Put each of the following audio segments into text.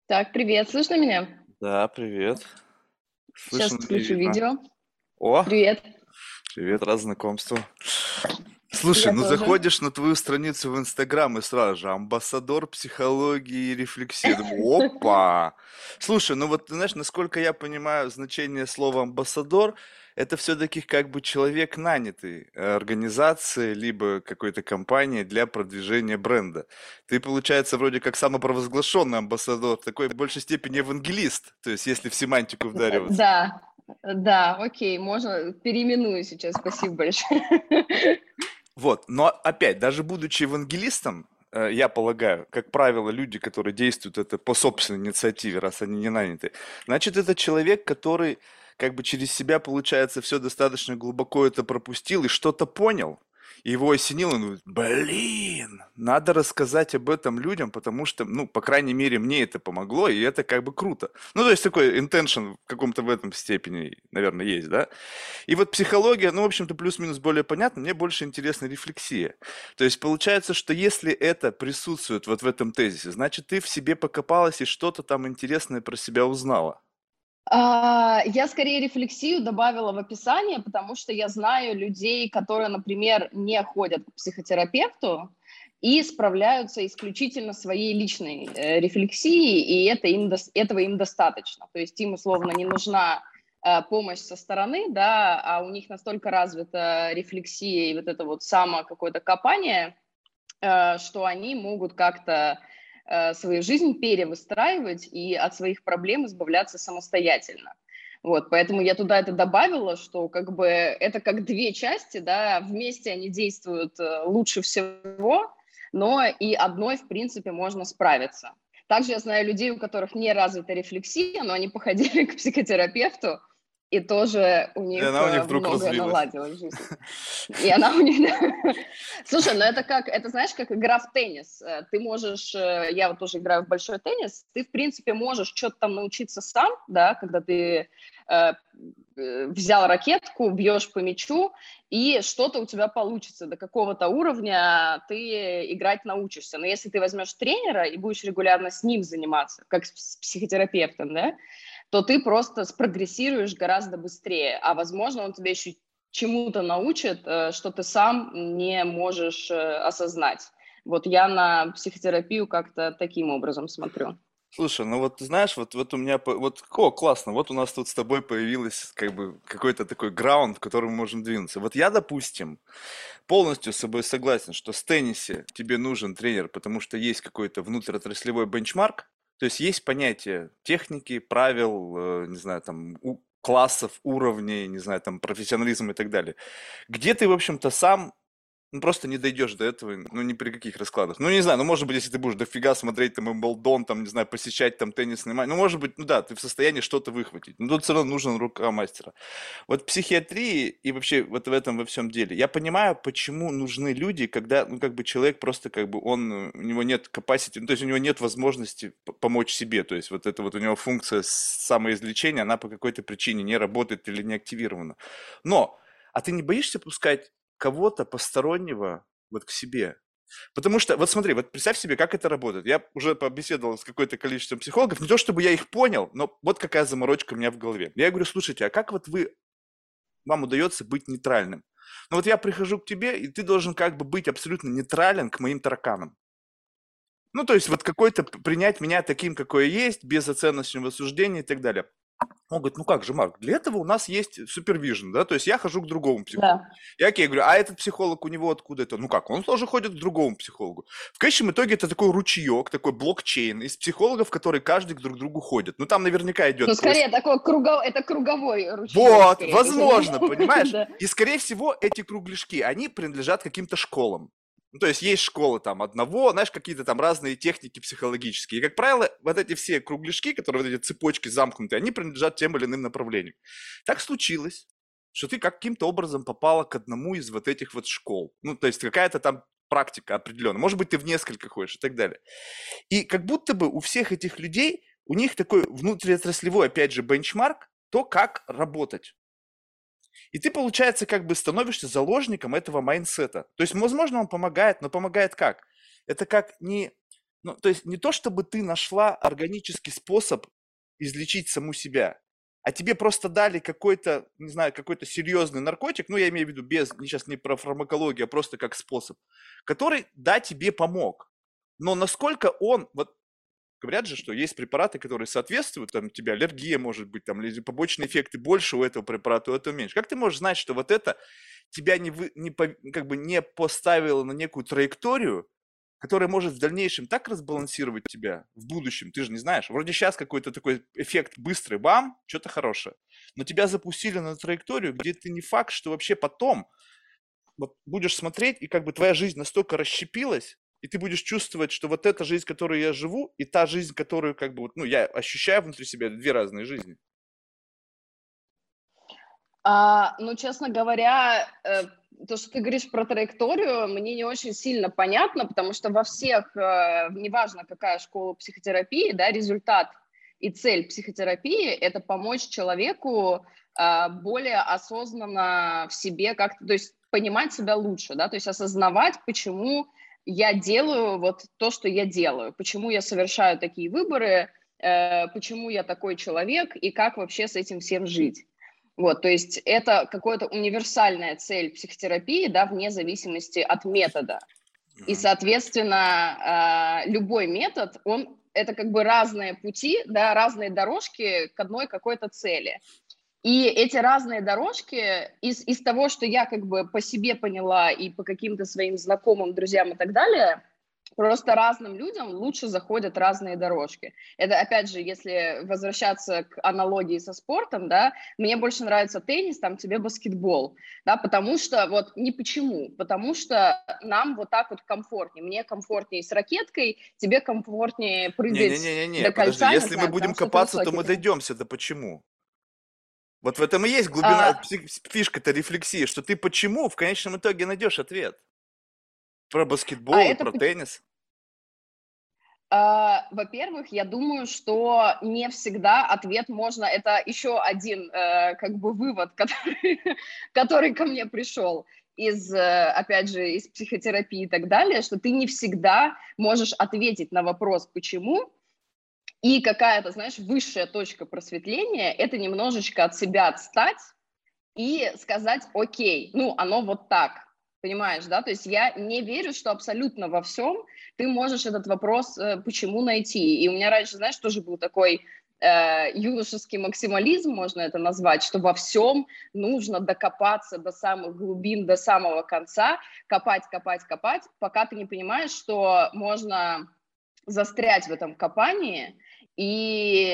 Так, привет, слышно меня? Да, привет. Сейчас Слышно и включу видно. видео. О, Привет, привет, рад знакомству. Слушай, я ну тоже. заходишь на твою страницу в Инстаграм и сразу же амбассадор психологии и рефлексии. Думаю, опа! Слушай, ну вот ты знаешь, насколько я понимаю значение слова амбассадор, это все-таки как бы человек нанятый организации либо какой-то компании для продвижения бренда. Ты, получается, вроде как самопровозглашенный амбассадор, такой в большей степени евангелист, то есть если в семантику вдариваться. Да, да, окей, можно, переименую сейчас, спасибо большое. Вот, но опять, даже будучи евангелистом, я полагаю, как правило, люди, которые действуют это по собственной инициативе, раз они не наняты, значит, это человек, который как бы через себя, получается, все достаточно глубоко это пропустил и что-то понял. И его осенило, он говорит, блин, надо рассказать об этом людям, потому что, ну, по крайней мере, мне это помогло, и это как бы круто. Ну, то есть такой intention в каком-то в этом степени, наверное, есть, да? И вот психология, ну, в общем-то, плюс-минус более понятно, мне больше интересна рефлексия. То есть получается, что если это присутствует вот в этом тезисе, значит, ты в себе покопалась и что-то там интересное про себя узнала. Я скорее рефлексию добавила в описание, потому что я знаю людей, которые, например, не ходят к психотерапевту и справляются исключительно своей личной рефлексией, и этого им достаточно. То есть им условно не нужна помощь со стороны, да, а у них настолько развита рефлексия и вот это вот само какое-то копание, что они могут как-то свою жизнь перевыстраивать и от своих проблем избавляться самостоятельно. Вот, поэтому я туда это добавила, что как бы это как две части, да, вместе они действуют лучше всего, но и одной, в принципе, можно справиться. Также я знаю людей, у которых не развита рефлексия, но они походили к психотерапевту, и тоже у И них она у них вдруг многое развилась. наладилось в жизни. И она у них... Слушай, ну это как, это знаешь, как игра в теннис. Ты можешь, я вот тоже играю в большой теннис, ты, в принципе, можешь что-то там научиться сам, да, когда ты взял ракетку, бьешь по мячу, и что-то у тебя получится. До какого-то уровня ты играть научишься. Но если ты возьмешь тренера и будешь регулярно с ним заниматься, как с психотерапевтом, да, то ты просто спрогрессируешь гораздо быстрее. А возможно, он тебя еще чему-то научит, что ты сам не можешь осознать. Вот я на психотерапию как-то таким образом смотрю. Слушай, ну вот ты знаешь, вот у меня, вот, о, классно, вот у нас тут с тобой появилась как бы какой-то такой граунд, в котором мы можем двинуться. Вот я, допустим, полностью с собой согласен, что с теннисе тебе нужен тренер, потому что есть какой-то внутриотраслевой бенчмарк, то есть есть понятие техники, правил, не знаю, там, классов, уровней, не знаю, там, профессионализм и так далее. Где ты, в общем-то, сам ну, просто не дойдешь до этого, ну, ни при каких раскладах. Ну, не знаю, ну, может быть, если ты будешь дофига смотреть там Эмблдон, там, не знаю, посещать там теннисный матч, ну, может быть, ну, да, ты в состоянии что-то выхватить. Но тут все равно нужен рука мастера. Вот в психиатрии и вообще вот в этом во всем деле, я понимаю, почему нужны люди, когда, ну, как бы человек просто, как бы, он, у него нет capacity, ну, то есть у него нет возможности помочь себе, то есть вот эта вот у него функция самоизлечения, она по какой-то причине не работает или не активирована. Но, а ты не боишься пускать кого-то постороннего вот к себе? Потому что, вот смотри, вот представь себе, как это работает. Я уже побеседовал с какое-то количеством психологов, не то чтобы я их понял, но вот какая заморочка у меня в голове. Я говорю, слушайте, а как вот вам удается быть нейтральным? Ну вот я прихожу к тебе, и ты должен как бы быть абсолютно нейтрален к моим тараканам. Ну, то есть вот какой-то принять меня таким, какой я есть, без оценочного суждения и так далее. Он говорит, ну как же, Марк, для этого у нас есть супервижн, да, то есть я хожу к другому психологу. Да. Я окей, говорю, а этот психолог у него откуда это? Ну как, он тоже ходит к другому психологу. В конечном итоге это такой ручеек, такой блокчейн из психологов, которые каждый к друг другу ходит. Ну там наверняка Ну, идет скорее, такой это круговой ручеек, вот, скорее. То есть это... возможно, понимаешь? Да. И, скорее всего, эти кругляшки, они принадлежат каким-то школам. Ну, то есть есть школы там одного, знаешь, какие-то там разные техники психологические. И, как правило, вот эти все кругляшки, которые вот эти цепочки замкнутые, они принадлежат тем или иным направлениям. Так случилось, что ты каким-то образом попала к одному из вот этих вот школ. Ну, то есть какая-то там практика определенная. Может быть, ты в несколько ходишь и так далее. И как будто бы у всех этих людей, у них такой внутриотраслевой, опять же, бенчмарк, то, как работать. И ты, получается, как бы становишься заложником этого майндсета. То есть, возможно, он помогает, но помогает как? Это как не Ну, то есть не то, чтобы ты нашла органический способ излечить саму себя, а тебе просто дали какой-то, не знаю, какой-то серьезный наркотик, ну, я имею в виду без, сейчас не про фармакологию, а просто как способ, который, да, тебе помог. Но насколько он, вот говорят же, что есть препараты, которые соответствуют, там, у тебя аллергия может быть, там, или побочные эффекты больше у этого препарата, у этого меньше. Как ты можешь знать, что вот это тебя как бы не поставило на некую траекторию, которая может в дальнейшем так разбалансировать тебя в будущем, ты же не знаешь. Вроде сейчас какой-то такой эффект быстрый, бам, что-то хорошее. Но тебя запустили на траекторию, где ты не факт, что вообще потом вот будешь смотреть, и как бы твоя жизнь настолько расщепилась, и ты будешь чувствовать, что вот эта жизнь, которую я живу, и та жизнь, которую как бы вот, ну, я ощущаю внутри себя, это две разные жизни. Ну, честно говоря, то, что ты говоришь про траекторию, мне не очень сильно понятно, потому что во всех, неважно какая школа психотерапии, да, результат и цель психотерапии – это помочь человеку более осознанно в себе как-то, то есть понимать себя лучше, да, то есть осознавать, почему я делаю вот то, что я делаю, почему я совершаю такие выборы, почему я такой человек и как вообще с этим всем жить. Вот, то есть это какая-то универсальная цель психотерапии, да, вне зависимости от метода. И, соответственно, любой метод, это как бы разные пути, да, разные дорожки к одной какой-то цели. И эти разные дорожки из того, что я как бы по себе поняла и по каким-то своим знакомым, друзьям и так далее, просто разным людям лучше заходят разные дорожки. Это, опять же, если возвращаться к аналогии со спортом, да, мне больше нравится теннис, там тебе баскетбол, да, потому что, вот, не почему, потому что нам вот так вот комфортнее. Мне комфортнее с ракеткой, тебе комфортнее прыгать Не-не-не-не, до подожди, кольца, не если мы знаю, будем потому что ты копаться, то высокий. мы дойдемся до почему. Вот в этом и есть глубина, А, фишка-то рефлексии, что ты почему в конечном итоге найдешь ответ. Про а баскетбол и это про теннис. Во-первых, я думаю, что не всегда ответ можно... Это еще один как бы вывод, который ко мне пришел опять же, из психотерапии и так далее, что ты не всегда можешь ответить на вопрос «почему?», и какая-то, знаешь, высшая точка просветления – это немножечко от себя отстать и сказать «окей, ну, оно вот так». Понимаешь, да? То есть я не верю, что абсолютно во всем ты можешь этот вопрос почему найти. И у меня раньше, знаешь, тоже был такой юношеский максимализм, можно это назвать, что во всем нужно докопаться до самых глубин, до самого конца, копать, копать, копать, пока ты не понимаешь, что можно застрять в этом копании и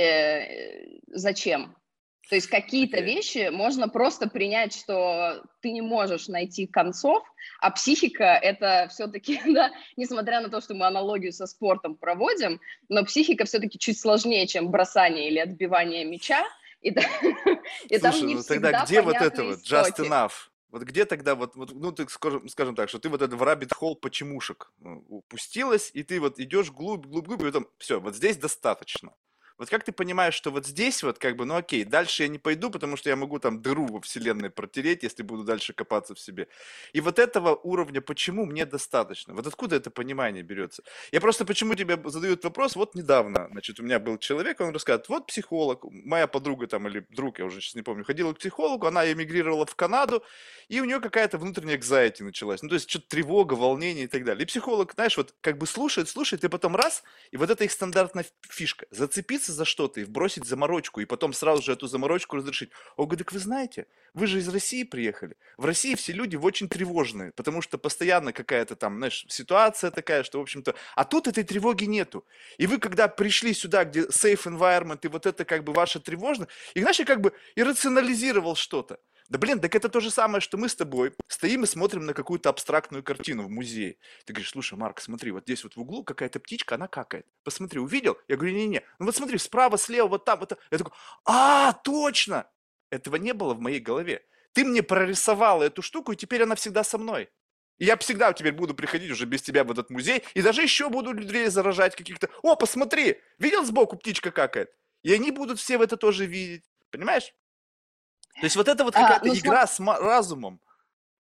зачем? То есть какие-то Окей. вещи можно просто принять, что ты не можешь найти концов, а психика – это все-таки, да, несмотря на то, что мы аналогию со спортом проводим, но психика все-таки чуть сложнее, чем бросание или отбивание мяча, и, и там Слушай, не ну тогда всегда где вот это понятны вот just истоки. enough? Вот где тогда вот ну ты скажем так, что ты вот это в rabbit hole почемушек упустилась, и ты вот идешь глубь, глубь, глубь, и потом все, вот здесь достаточно. Вот как ты понимаешь, что вот здесь вот как бы, ну окей, дальше я не пойду, потому что я могу там дыру во вселенной протереть, если буду дальше копаться в себе. И вот этого уровня почему мне достаточно? Вот откуда это понимание берется? Я просто почему тебе задаю этот вопрос? Вот недавно, значит, у меня был человек, он рассказывает, вот психолог, моя подруга там или друг, я уже сейчас не помню, ходила к психологу, она эмигрировала в Канаду, и у нее какая-то внутренняя anxiety началась, ну то есть что-то тревога, волнение и так далее. И психолог, знаешь, вот как бы слушает, и потом раз, и вот это их стандартная фишка, зацепиться за что-то и вбросить заморочку, и потом сразу же эту заморочку разрешить. Он говорит, так вы знаете, вы же из России приехали. В России все люди очень тревожные, потому что постоянно какая-то там, знаешь, ситуация такая, что, в общем-то, а тут этой тревоги нету. И вы, когда пришли сюда, где safe environment, и вот это как бы ваша тревожность, и, знаешь, я как бы иррационализировал что-то. Да блин, так это то же самое, что мы с тобой стоим и смотрим на какую-то абстрактную картину в музее. Ты говоришь, слушай, Марк, смотри, вот здесь вот в углу какая-то птичка, она какает. Посмотри, увидел? Я говорю, не-не, ну вот смотри, справа, слева, вот там, вот там. Я такой, точно! Этого не было в моей голове. Ты мне прорисовала эту штуку, и теперь она всегда со мной. И я всегда теперь буду приходить уже без тебя в этот музей, и даже еще буду людей заражать каких-то. О, посмотри, видел сбоку птичка какает? И они будут все в это тоже видеть. Понимаешь? То есть вот это вот какая-то Ну, игра с разумом.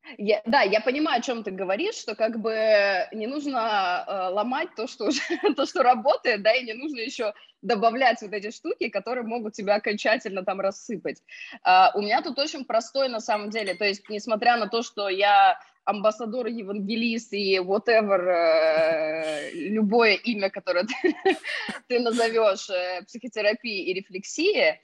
Да, я понимаю, о чем ты говоришь, что как бы не нужно ломать то, что уже, то, что работает, да, и не нужно еще добавлять вот эти штуки, которые могут тебя окончательно там рассыпать. У меня тут очень простой на самом деле, то есть несмотря на то, что я амбассадор, евангелист и whatever, любое имя, которое ты назовешь психотерапии и рефлексии,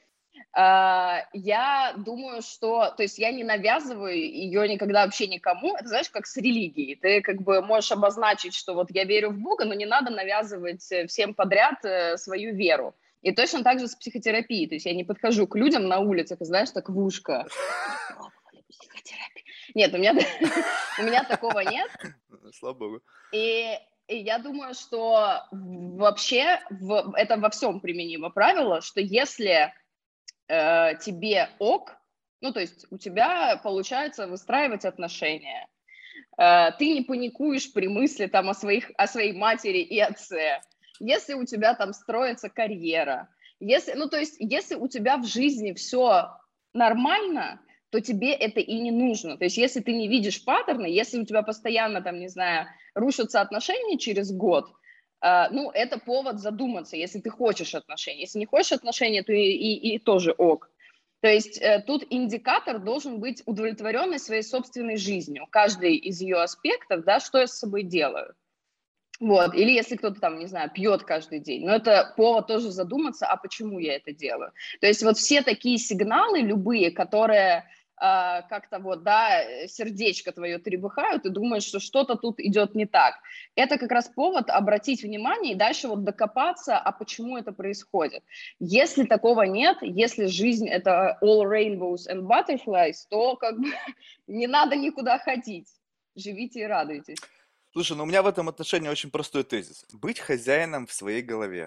я думаю, что, то есть я не навязываю ее никогда вообще никому. Это, знаешь, как с религией. Ты как бы можешь обозначить, что вот я верю в Бога, но не надо навязывать всем подряд свою веру. И точно так же с психотерапией. То есть я не подхожу к людям на улицах и, знаешь, так в ушко: вы не пробовали психотерапию? Нет, у меня такого нет. Слава богу. И я думаю, что вообще это во всем применимо правило, что если тебе ок, ну, то есть у тебя получается выстраивать отношения, ты не паникуешь при мысли там о своей матери и отце, если у тебя там строится карьера, если, ну, то есть если у тебя в жизни все нормально, то тебе это и не нужно. То есть если ты не видишь паттерны, если у тебя постоянно там, не знаю, рушатся отношения через год, ну, это повод задуматься, если ты хочешь отношений. Если не хочешь отношений, то и тоже ок. То есть тут индикатор должен быть удовлетворенность своей собственной жизнью, каждый из ее аспектов, да, что я с собой делаю. Вот. Или если кто-то там, не знаю, пьет каждый день. Но это повод тоже задуматься, а почему я это делаю. То есть вот все такие сигналы, любые, которые как-то вот, да, сердечко твое требухают, и думаешь, что что-то тут идет не так. Это как раз повод обратить внимание и дальше вот докопаться, а почему это происходит. Если такого нет, если жизнь это all rainbows and butterflies, то как бы не надо никуда ходить. Живите и радуйтесь. Слушай, ну у меня в этом отношении очень простой тезис. Быть хозяином в своей голове.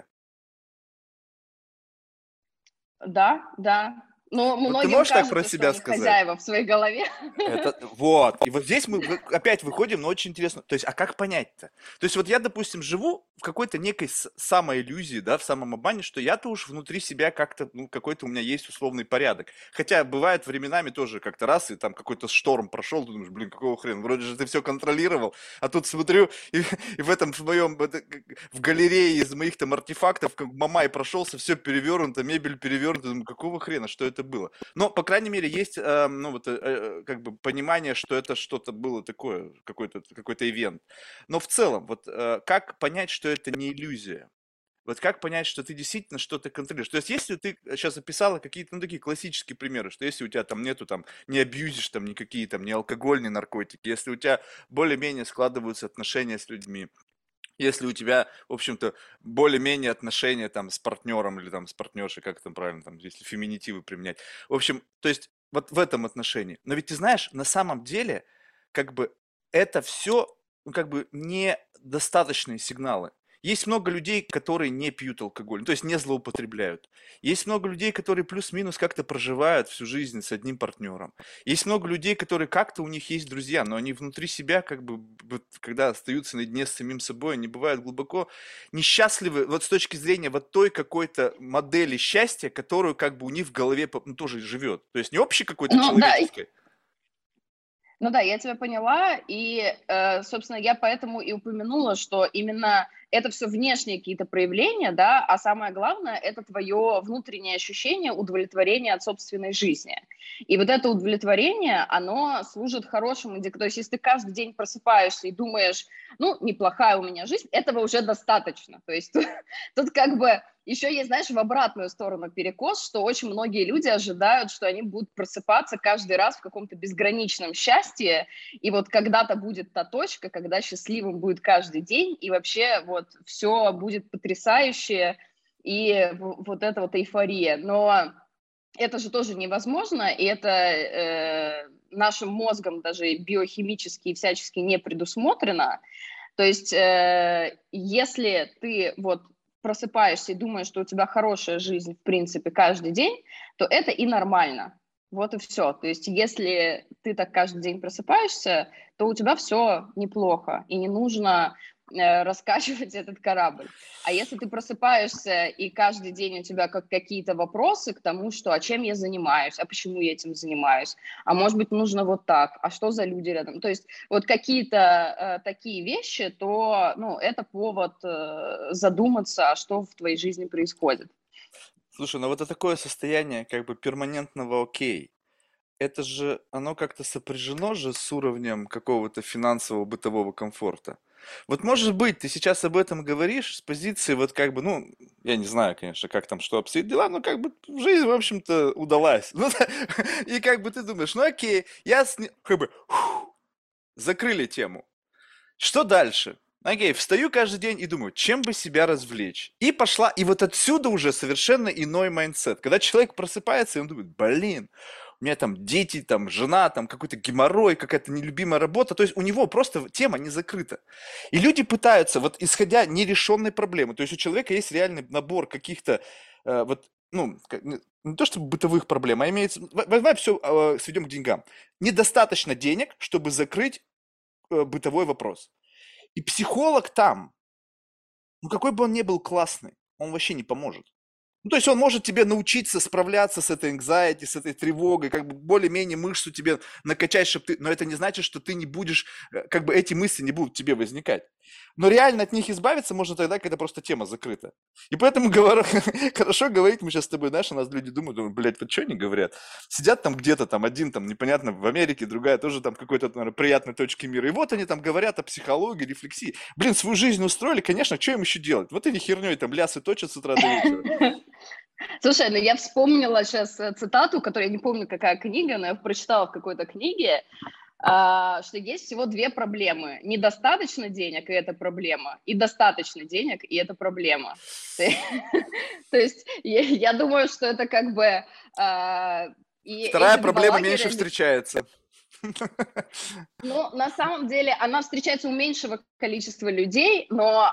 Да, да. Но Вот ты многим можешь так про кажется, что себя они сказать? хозяева в своей голове. Это вот. И вот здесь мы опять выходим на очень интересно. То есть, а как понять-то? То есть, вот я, допустим, живу в какой-то некой самоиллюзии, да, в самом обмане, что я-то уж внутри себя как-то, ну, какой-то у меня есть условный порядок. Хотя бывает временами тоже как-то раз, и там какой-то шторм прошел, ты думаешь, блин, какого хрена, вроде же ты все контролировал, а тут смотрю, и в этом в моем, в галерее из моих там артефактов, как Мамай прошелся, все перевернуто, мебель перевернута, думаю, какого хрена, что это было? Но, по крайней мере, есть, ну, вот, как бы понимание, что это что-то было такое, какой-то ивент. Но в целом, вот как понять, что это не иллюзия? Вот как понять, что ты действительно что-то контролируешь? То есть, если ты сейчас описала какие-то, ну, такие классические примеры, что если у тебя там нету, там, не абьюзишь там никакие, там, ни алкоголь, ни наркотики, если у тебя более-менее складываются отношения с людьми, если у тебя, в общем-то, более-менее отношения там с партнером или там с партнершей, как там правильно, там, если феминитивы применять. В общем, то есть вот в этом отношении. Но ведь ты знаешь, на самом деле, как бы это все, ну, как бы недостаточные сигналы. Есть много людей, которые не пьют алкоголь, ну, то есть не злоупотребляют. Есть много людей, которые плюс-минус как-то проживают всю жизнь с одним партнером. Есть много людей, которые как-то у них есть друзья, но они внутри себя, как бы, вот, когда остаются наедине с самим собой, они бывают глубоко несчастливы, вот с точки зрения вот той какой-то модели счастья, которую как бы у них в голове ну, тоже живет. То есть не общей какой-то Ну да, человеческой. ну да, я тебя поняла, и, собственно, я поэтому и упомянула, что именно это все внешние какие-то проявления, да, а самое главное – это твое внутреннее ощущение удовлетворения от собственной жизни. И вот это удовлетворение, оно служит хорошим индикатором. То есть если ты каждый день просыпаешься и думаешь, ну, неплохая у меня жизнь, этого уже достаточно. То есть тут как бы еще есть, знаешь, в обратную сторону перекос, что очень многие люди ожидают, что они будут просыпаться каждый раз в каком-то безграничном счастье, и вот когда-то будет та точка, когда счастливым будет каждый день, и вообще вот все будет потрясающе, и вот эта вот эйфория. Но это же тоже невозможно, и это нашим мозгом даже биохимически и всячески не предусмотрено. То есть если ты вот просыпаешься и думаешь, что у тебя хорошая жизнь, в принципе, каждый день, то это и нормально. Вот и все. То есть если ты так каждый день просыпаешься, то у тебя все неплохо, и не нужно раскачивать этот корабль. А если ты просыпаешься, и каждый день у тебя какие-то вопросы к тому, что, а чем я занимаюсь, а почему я этим занимаюсь, а может быть, нужно вот так, а что за люди рядом. То есть вот какие-то такие вещи, то, ну, это повод задуматься, а что в твоей жизни происходит. Слушай, ну вот это такое состояние как бы перманентного окей. Это же, оно как-то сопряжено же с уровнем какого-то финансового бытового комфорта. Вот может быть, ты сейчас об этом говоришь с позиции вот как бы, ну, я не знаю, конечно, как там, что обстоит дела, но как бы жизнь, в общем-то, удалась. Ну, да, и как бы ты думаешь, ну окей, как бы закрыли тему. Что дальше? Окей, встаю каждый день и думаю, чем бы себя развлечь. И пошла, и вот отсюда уже совершенно иной майндсет. Когда человек просыпается, и он думает, блин, у меня там дети, там жена, там какой-то геморрой, какая-то нелюбимая работа. То есть у него просто тема не закрыта. И люди пытаются, вот исходя нерешенной проблемы, то есть у человека есть реальный набор каких-то вот, ну, не то чтобы бытовых проблем, а имеется, давай все сведем к деньгам. Недостаточно денег, чтобы закрыть бытовой вопрос. И психолог там, ну какой бы он ни был классный, он вообще не поможет. Ну, то есть он может тебе научиться справляться с этой anxiety, с этой тревогой, как бы более-менее мышцу тебе накачать, чтобы ты... Но это не значит, что ты не будешь, как бы эти мысли не будут тебе возникать. Но реально от них избавиться можно тогда, когда просто тема закрыта. И поэтому говорю, хорошо говорить, мы сейчас с тобой, знаешь, у нас люди думают, блядь, вот что они говорят? Сидят там где-то, там один там непонятно в Америке, другая тоже там в какой-то, наверное, приятной точке мира. И вот они там говорят о психологии, рефлексии. Блин, свою жизнь устроили, конечно, что им еще делать? Вот эти херней там лясы точат с утра до вечера. Слушай, ну я вспомнила сейчас цитату, которую я не помню, какая книга, но я прочитала в какой-то книге, что есть всего две проблемы. Недостаточно денег, и это проблема, и достаточно денег, и это проблема. То есть я думаю, что это как бы... И Вторая эти два проблема меньше лагеря... встречается. Ну, на самом деле, она встречается у меньшего количества людей, но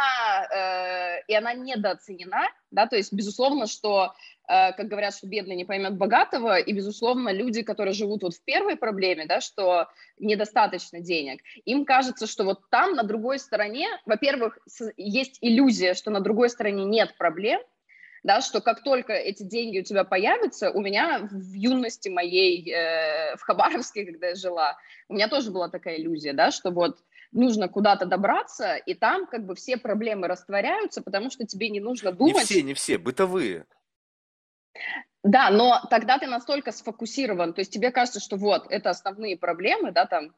она недооценена, да, то есть, безусловно, что, как говорят, что бедный не поймет богатого, и, безусловно, люди, которые живут вот в первой проблеме, да, что недостаточно денег, им кажется, что вот там, на другой стороне, во-первых, есть иллюзия, что на другой стороне нет проблем, да, что как только эти деньги у тебя появятся, у меня в юности моей в Хабаровске, когда я жила, у меня тоже была такая иллюзия, да, что вот нужно куда-то добраться, и там как бы все проблемы растворяются, потому что тебе не нужно думать. Не все, бытовые. Да, но тогда ты настолько сфокусирован, то есть тебе кажется, что вот, это основные проблемы, да, там,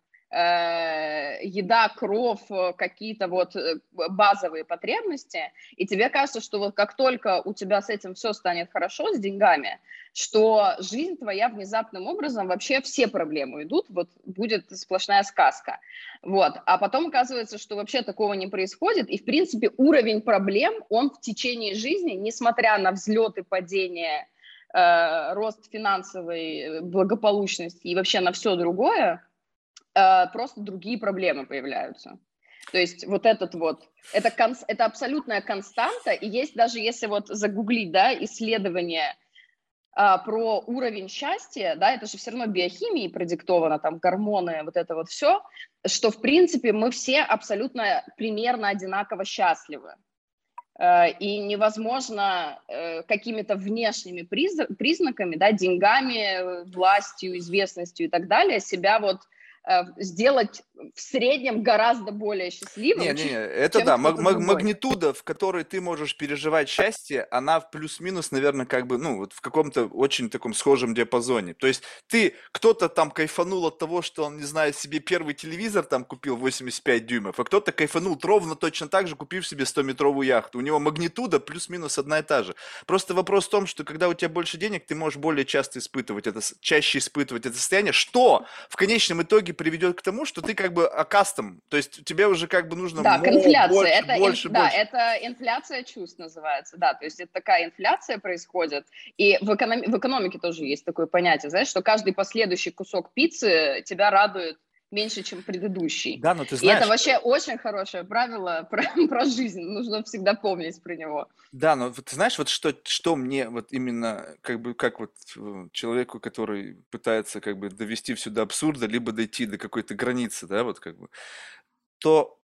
еда, кров, какие-то вот базовые потребности, и тебе кажется, что вот как только у тебя с этим все станет хорошо, с деньгами, что жизнь твоя внезапным образом, вообще все проблемы идут, вот будет сплошная сказка. Вот. А потом оказывается, что вообще такого не происходит, и, в принципе, уровень проблем, он в течение жизни, несмотря на взлеты, падения, рост финансовой благополучности и вообще на все другое, просто другие проблемы появляются. То есть вот этот вот, это абсолютная константа, и есть даже, если вот загуглить, да, исследования про уровень счастья, да, это же все равно биохимией продиктовано, там, гормоны, вот это вот все, что, в принципе, мы все абсолютно примерно одинаково счастливы. И невозможно какими-то внешними признаками, да, деньгами, властью, известностью и так далее себя вот сделать в среднем гораздо более счастливым, Не, это чем да, кто-то другой. магнитуда, в которой ты можешь переживать счастье, она в плюс-минус, наверное, как бы, ну, вот в каком-то очень таком схожем диапазоне. То есть кто-то там кайфанул от того, что он, не знаю, себе первый телевизор там купил 85 дюймов, а кто-то кайфанул ровно точно так же, купив себе 100-метровую яхту. У него магнитуда плюс-минус одна и та же. Просто вопрос в том, что когда у тебя больше денег, ты можешь более часто испытывать это, чаще испытывать это состояние, что в конечном итоге приведет к тому, что ты как бы акастом, то есть тебе уже как бы нужно Да, к инфляции. больше, больше, Да, больше. это инфляция чувств называется. Да, то есть это такая инфляция происходит. И в экономике тоже есть такое понятие, знаешь, что каждый последующий кусок пиццы тебя радует меньше, чем предыдущий. Да, но ты И это знаешь, вообще очень хорошее правило про жизнь. Нужно всегда помнить про него. да, но вот ты знаешь, вот что мне вот именно, как бы, как вот человеку, который пытается как бы довести все до абсурда, либо дойти до какой-то границы, да, вот как бы, то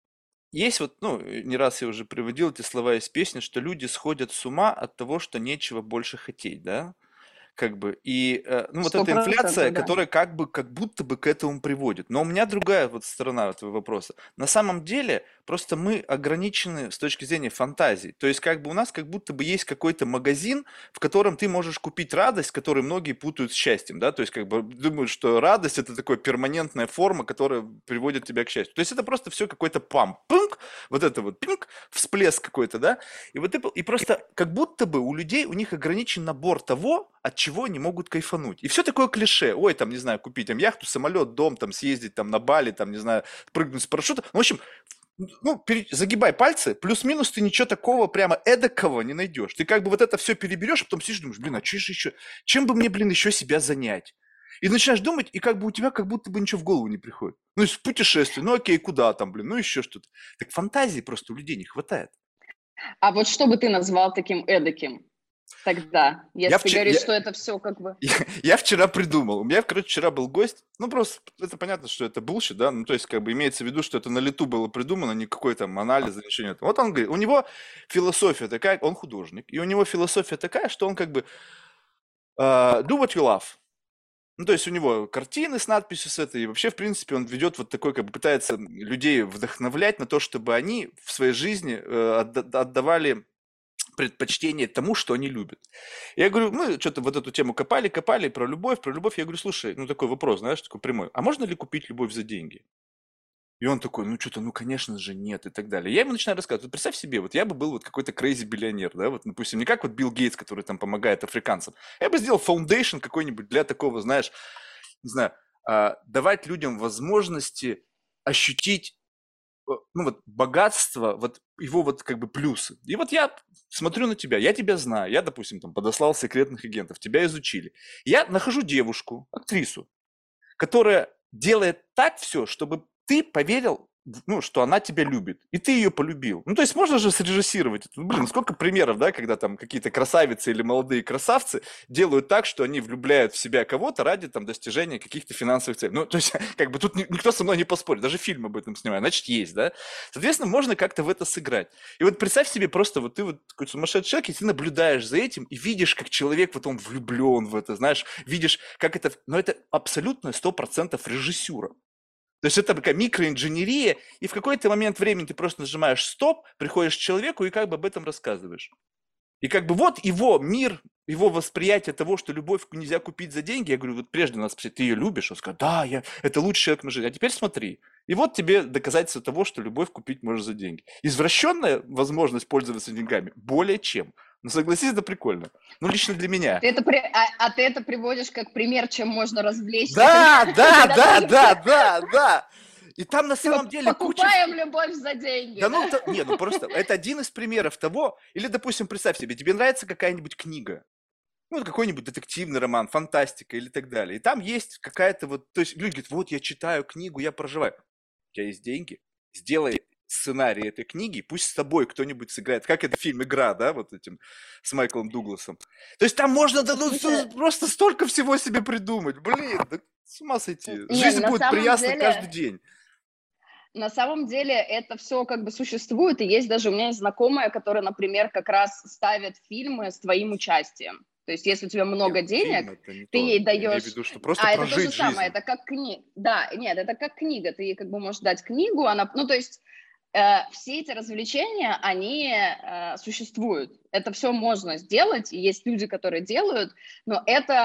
есть вот, ну, не раз я уже приводил эти слова из песни, что люди сходят с ума от того, что нечего больше хотеть, да? Как бы, и, ну, вот Сто эта инфляция, процентов, да. которая как бы, как будто бы к этому приводит. Но у меня другая вот сторона этого вопроса. На самом деле, просто мы ограничены с точки зрения фантазии. То есть, как бы у нас как будто бы есть какой-то магазин, в котором ты можешь купить радость, которую многие путают с счастьем, да? То есть, как бы думают, что радость это такая перманентная форма, которая приводит тебя к счастью. То есть, это просто все какой-то памп, пынк, вот это вот пинк, всплеск какой-то, да? И вот и просто как будто бы у людей, у них ограничен набор того, от чего они могут кайфануть. И все такое клише. Ой, там, не знаю, купить там яхту, самолет, дом, там, съездить там на Бали, там, не знаю, прыгнуть с парашюта. Ну, в общем, ну, загибай пальцы, плюс-минус ты ничего такого прямо эдакого не найдешь. Ты как бы вот это все переберешь, а потом сидишь и думаешь, блин, а что же еще, чем бы мне, блин, еще себя занять? И начинаешь думать, и как бы у тебя как будто бы ничего в голову не приходит. Ну, в путешествие, ну окей, куда там, блин, ну еще что-то. Так фантазии просто у людей не хватает. А вот что бы ты назвал таким эдаким тогда, Я, если ты вчера, говоришь, что это все как бы... я вчера придумал. У меня, короче, вчера был гость. Ну, просто это понятно, что это bullshit, да? Ну, то есть, как бы имеется в виду, что это на лету было придумано, никакой там анализа, ничего нет. Вот он говорит, у него философия такая, он художник, и у него философия такая, что он как бы do what you love. Ну, то есть у него картины с надписью с этой, и вообще, в принципе, он ведет вот такой, как бы пытается людей вдохновлять на то, чтобы они в своей жизни отдавали предпочтение тому, что они любят. Я говорю, мы что-то вот эту тему копали про любовь, про любовь. Я говорю, слушай, ну такой вопрос, знаешь, такой прямой. А можно ли купить любовь за деньги? И он такой, ну что-то, ну конечно же нет и так далее. Я ему начинаю рассказывать, вот представь себе, вот я бы был вот какой-то crazy биллионер, да, вот, допустим, не как вот Билл Гейтс, который там помогает африканцам. Я бы сделал фаундейшн какой-нибудь для такого, знаешь, не знаю, давать людям возможности ощутить ну вот богатство, вот его вот как бы плюсы. И вот я смотрю на тебя, я тебя знаю, я, допустим, там подослал секретных агентов, тебя изучили. Я нахожу девушку, актрису, которая делает так все, чтобы ты поверил, ну, что она тебя любит, и ты ее полюбил. Ну, то есть можно же срежиссировать это. Ну, блин, сколько примеров, да, когда там какие-то красавицы или молодые красавцы делают так, что они влюбляют в себя кого-то ради там достижения каких-то финансовых целей. Ну, то есть, как бы тут никто со мной не поспорит, даже фильм об этом снимает, значит, есть, да. Соответственно, можно как-то в это сыграть. И вот представь себе просто, вот ты вот такой сумасшедший человек, и ты наблюдаешь за этим, и видишь, как человек вот он влюблен в это, знаешь, видишь, как это, но это абсолютно 100% режиссура. То есть это такая микроинженерия, и в какой-то момент времени ты просто нажимаешь стоп, приходишь к человеку и как бы об этом рассказываешь. И как бы вот его мир, его восприятие того, что любовь нельзя купить за деньги. Я говорю, вот прежде нас спросили, ты ее любишь? Он сказал, да, это лучший человек в моей жизни. А теперь смотри. И вот тебе доказательство того, что любовь купить можешь за деньги. Извращенная возможность пользоваться деньгами более чем. Ну, согласись, это прикольно. Ну, лично для меня. Ты это приводишь как пример, чем можно развлечься, Да, да, когда да, ты да, да, да. И там на типа, самом деле куча... покупаем любовь за деньги, Да да? ну, не, ну просто это один из примеров того, или, допустим, представь себе, тебе нравится какая-нибудь книга, ну, какой-нибудь детективный роман, фантастика или так далее, и там есть какая-то вот, то есть люди говорят, вот я читаю книгу, я проживаю. У тебя есть деньги, сделай сценарий этой книги, пусть с тобой кто-нибудь сыграет, как это фильм «Игра», да, вот этим, с Майклом Дугласом. То есть там можно да, ну, Слушай, просто столько всего себе придумать, блин, да с ума сойти. не, Жизнь будет приясна каждый день. на самом деле это все как бы существует, и есть даже у меня есть знакомая, которая, например, как раз ставит фильмы с твоим участием. То есть если у тебя Нет, много денег, фильм это не ты то. ей Я имею в даешь... виду, что просто А это то же прожить самое, жизнь. это как книга. Да, нет, это как книга. Ты ей как бы можешь дать книгу, она... Ну, то есть все эти развлечения, они существуют. Это все можно сделать, и есть люди, которые делают, но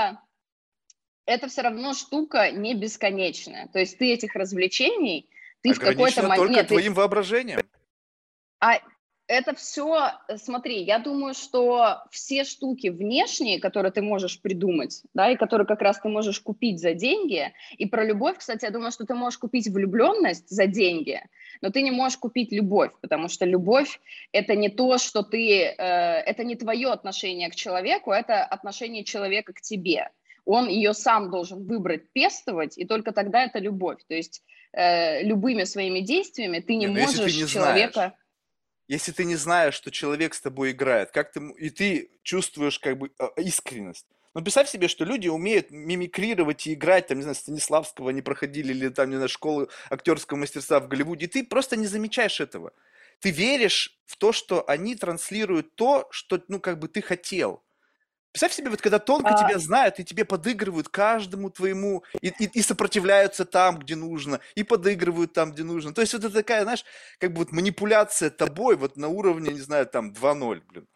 это все равно штука не бесконечная. То есть ты этих развлечений, ты в какой-то Ограничено момент... только Нет, твоим воображением. а это все, смотри, я думаю, что все штуки внешние, которые ты можешь придумать, да, и которые как раз ты можешь купить за деньги, и про любовь, кстати, я думаю, что ты можешь купить влюбленность за деньги, но ты не можешь купить любовь, потому что любовь – это не то, что это не твое отношение к человеку, это отношение человека к тебе. Он ее сам должен выбрать, пестовать, и только тогда это любовь. То есть любыми своими действиями ты не Не, ну если ты можешь не знаешь, человека... если ты не знаешь, что человек с тобой играет, как ты, и ты чувствуешь как бы искренность, Но представь себе, что люди умеют мимикрировать и играть, там, не знаю, Станиславского не проходили, или там, не знаю, школы актерского мастерства в Голливуде, и ты просто не замечаешь этого. Ты веришь в то, что они транслируют то, что, ну, как бы ты хотел. Представь себе, вот когда тонко А, тебя знают, и тебе подыгрывают каждому твоему, и сопротивляются там, где нужно, и подыгрывают там, где нужно. То есть вот это такая, знаешь, как бы вот манипуляция тобой вот на уровне, не знаю, там 2:0, блин.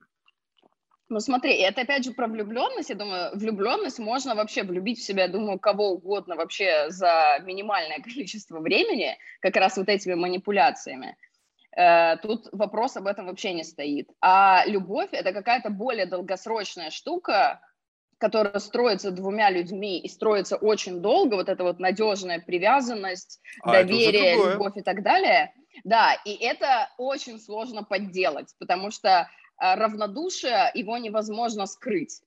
Ну смотри, это опять же про влюбленность. Я думаю, влюбленность можно вообще влюбить в себя, я думаю, кого угодно вообще за минимальное количество времени, как раз вот этими манипуляциями. Тут вопрос об этом вообще не стоит. А любовь – это какая-то более долгосрочная штука, которая строится двумя людьми и строится очень долго, вот эта вот надежная привязанность, А это уже доверие, другое. любовь и так далее. Да, и это очень сложно подделать, потому что равнодушие, его невозможно скрыть.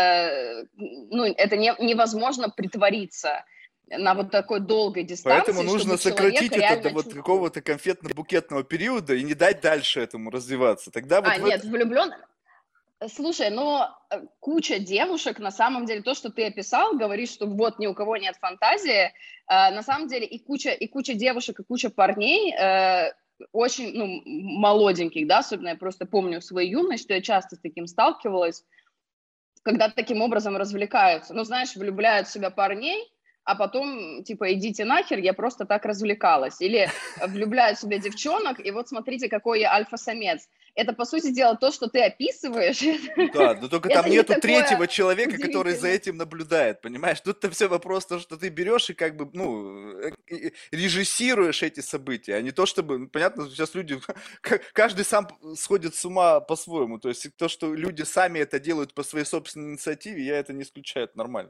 Ну, это невозможно притвориться на вот такой долгой Поэтому дистанции, нужно чтобы человек сократить это до реально вот чувствовал. какого-то конфетно-букетного периода и не дать дальше этому развиваться. Тогда вот А, в это... нет, влюблен. Слушай, но куча девушек, на самом деле, то, что ты описал, говоришь, что вот ни у кого нет фантазии, на самом деле и куча девушек, и куча парней, очень, ну, молоденьких, да, особенно я просто помню свою юность, что я часто с таким сталкивалась, когда таким образом развлекаются. Ну, знаешь, влюбляют в себя парней, а потом, типа, идите нахер, я просто так развлекалась. Или влюбляют в себя девчонок, и вот смотрите, какой я альфа-самец. Это, по сути дела, то, что ты описываешь, Да, но только там это не нету такое третьего человека, который за удивительно. этим наблюдает, понимаешь? Тут-то все вопрос то, что ты берешь и как бы, ну, режиссируешь эти события, а не то, чтобы, ну, понятно, сейчас люди, каждый сам сходит с ума по-своему, то есть то, что люди сами это делают по своей собственной инициативе, я это не исключаю, это нормально.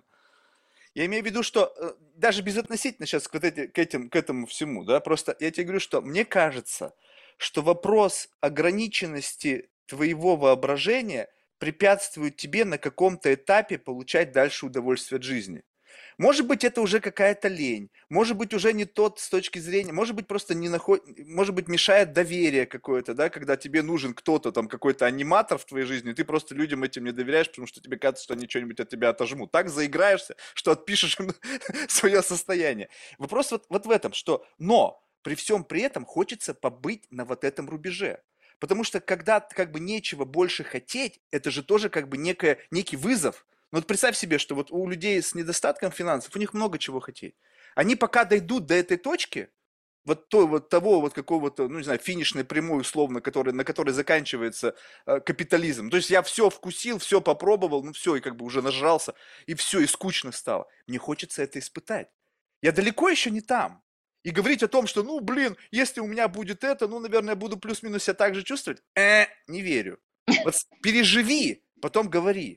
Я имею в виду, что даже безотносительно сейчас к этому всему, да, просто я тебе говорю, что мне кажется, что вопрос ограниченности твоего воображения препятствует тебе на каком-то этапе получать дальше удовольствие от жизни. Может быть, это уже какая-то лень, может быть, уже не тот с точки зрения, может быть, просто не находит, может быть, мешает доверие какое-то, да, когда тебе нужен кто-то, там, какой-то аниматор в твоей жизни, и ты просто людям этим не доверяешь, потому что тебе кажется, что они что-нибудь от тебя отожмут. Так заиграешься, что отпишешь им свое состояние. Вопрос вот в этом, что, но при всем при этом хочется побыть на вот этом рубеже. Потому что когда как бы нечего больше хотеть, это же тоже как бы некий вызов. Ну вот представь себе, что вот у людей с недостатком финансов, у них много чего хотеть. Они пока дойдут до этой точки, вот того вот какого-то, ну не знаю, финишной прямой условно, на которой заканчивается капитализм. То есть я все вкусил, все попробовал, ну все, и как бы уже нажрался, и все, и скучно стало. Мне хочется это испытать. Я далеко еще не там. И говорить о том, что, ну, блин, если у меня будет это, ну, наверное, я буду плюс-минус себя так же чувствовать, не верю. Вот переживи, потом говори.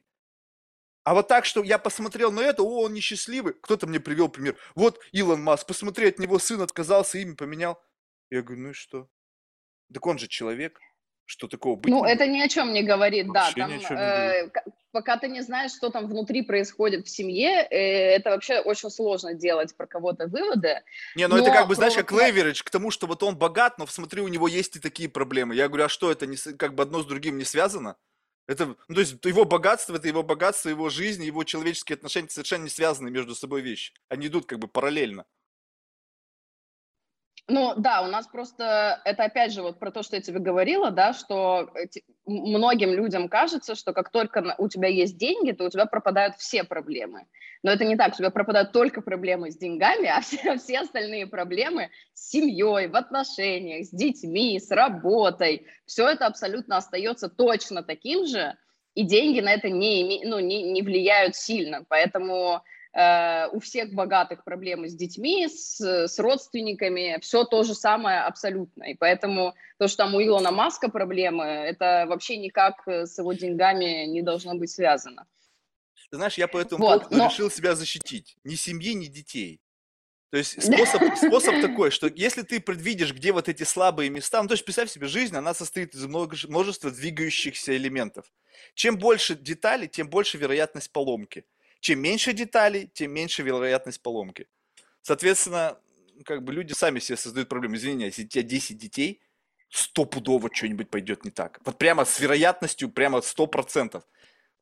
А вот так, что я посмотрел на это, о, он несчастливый. Кто-то мне привел пример. Вот Илон Маск, посмотри, от него сын отказался, имя поменял. Я говорю, ну и что? Так он же человек. Что такого быть Ну, не это может? ни о чем не говорит, да. Вообще ни о Там, чем не говорит. пока ты не знаешь, что там внутри происходит в семье, это вообще очень сложно делать про кого-то выводы. Не, ну это как Но бы, про знаешь, вот как твои... леверидж к тому, что вот он богат, но смотри, у него есть и такие проблемы. Я говорю, а что это как бы одно с другим не связано? Это, ну, то есть это его богатство, его жизнь, его человеческие отношения совершенно не связаны между собой вещи. Они идут как бы параллельно. Ну да, у нас просто это опять же вот про то, что я тебе говорила, да, что многим людям кажется, что как только у тебя есть деньги, то у тебя пропадают все проблемы. Но это не так, у тебя пропадают только проблемы с деньгами, а все остальные проблемы с семьей, в отношениях, с детьми, с работой, все это абсолютно остается точно таким же, и деньги на это не влияют сильно. Поэтому у всех богатых проблемы с детьми, с родственниками, все то же самое абсолютно. И поэтому то, что там у Илона Маска проблемы, это вообще никак с его деньгами не должно быть связано. Ты знаешь, я по этому Вот, поводу но... решил себя защитить. Ни семьи, ни детей. То есть способ такой, что если ты предвидишь, где вот эти слабые места, ну то есть представь себе, жизнь, она состоит из множества двигающихся элементов. Чем больше деталей, тем больше вероятность поломки. Чем меньше деталей, тем меньше вероятность поломки. Соответственно, как бы люди сами себе создают проблемы. Извини, если у тебя 10 детей, стопудово что-нибудь пойдет не так. Вот прямо с вероятностью, прямо 100%.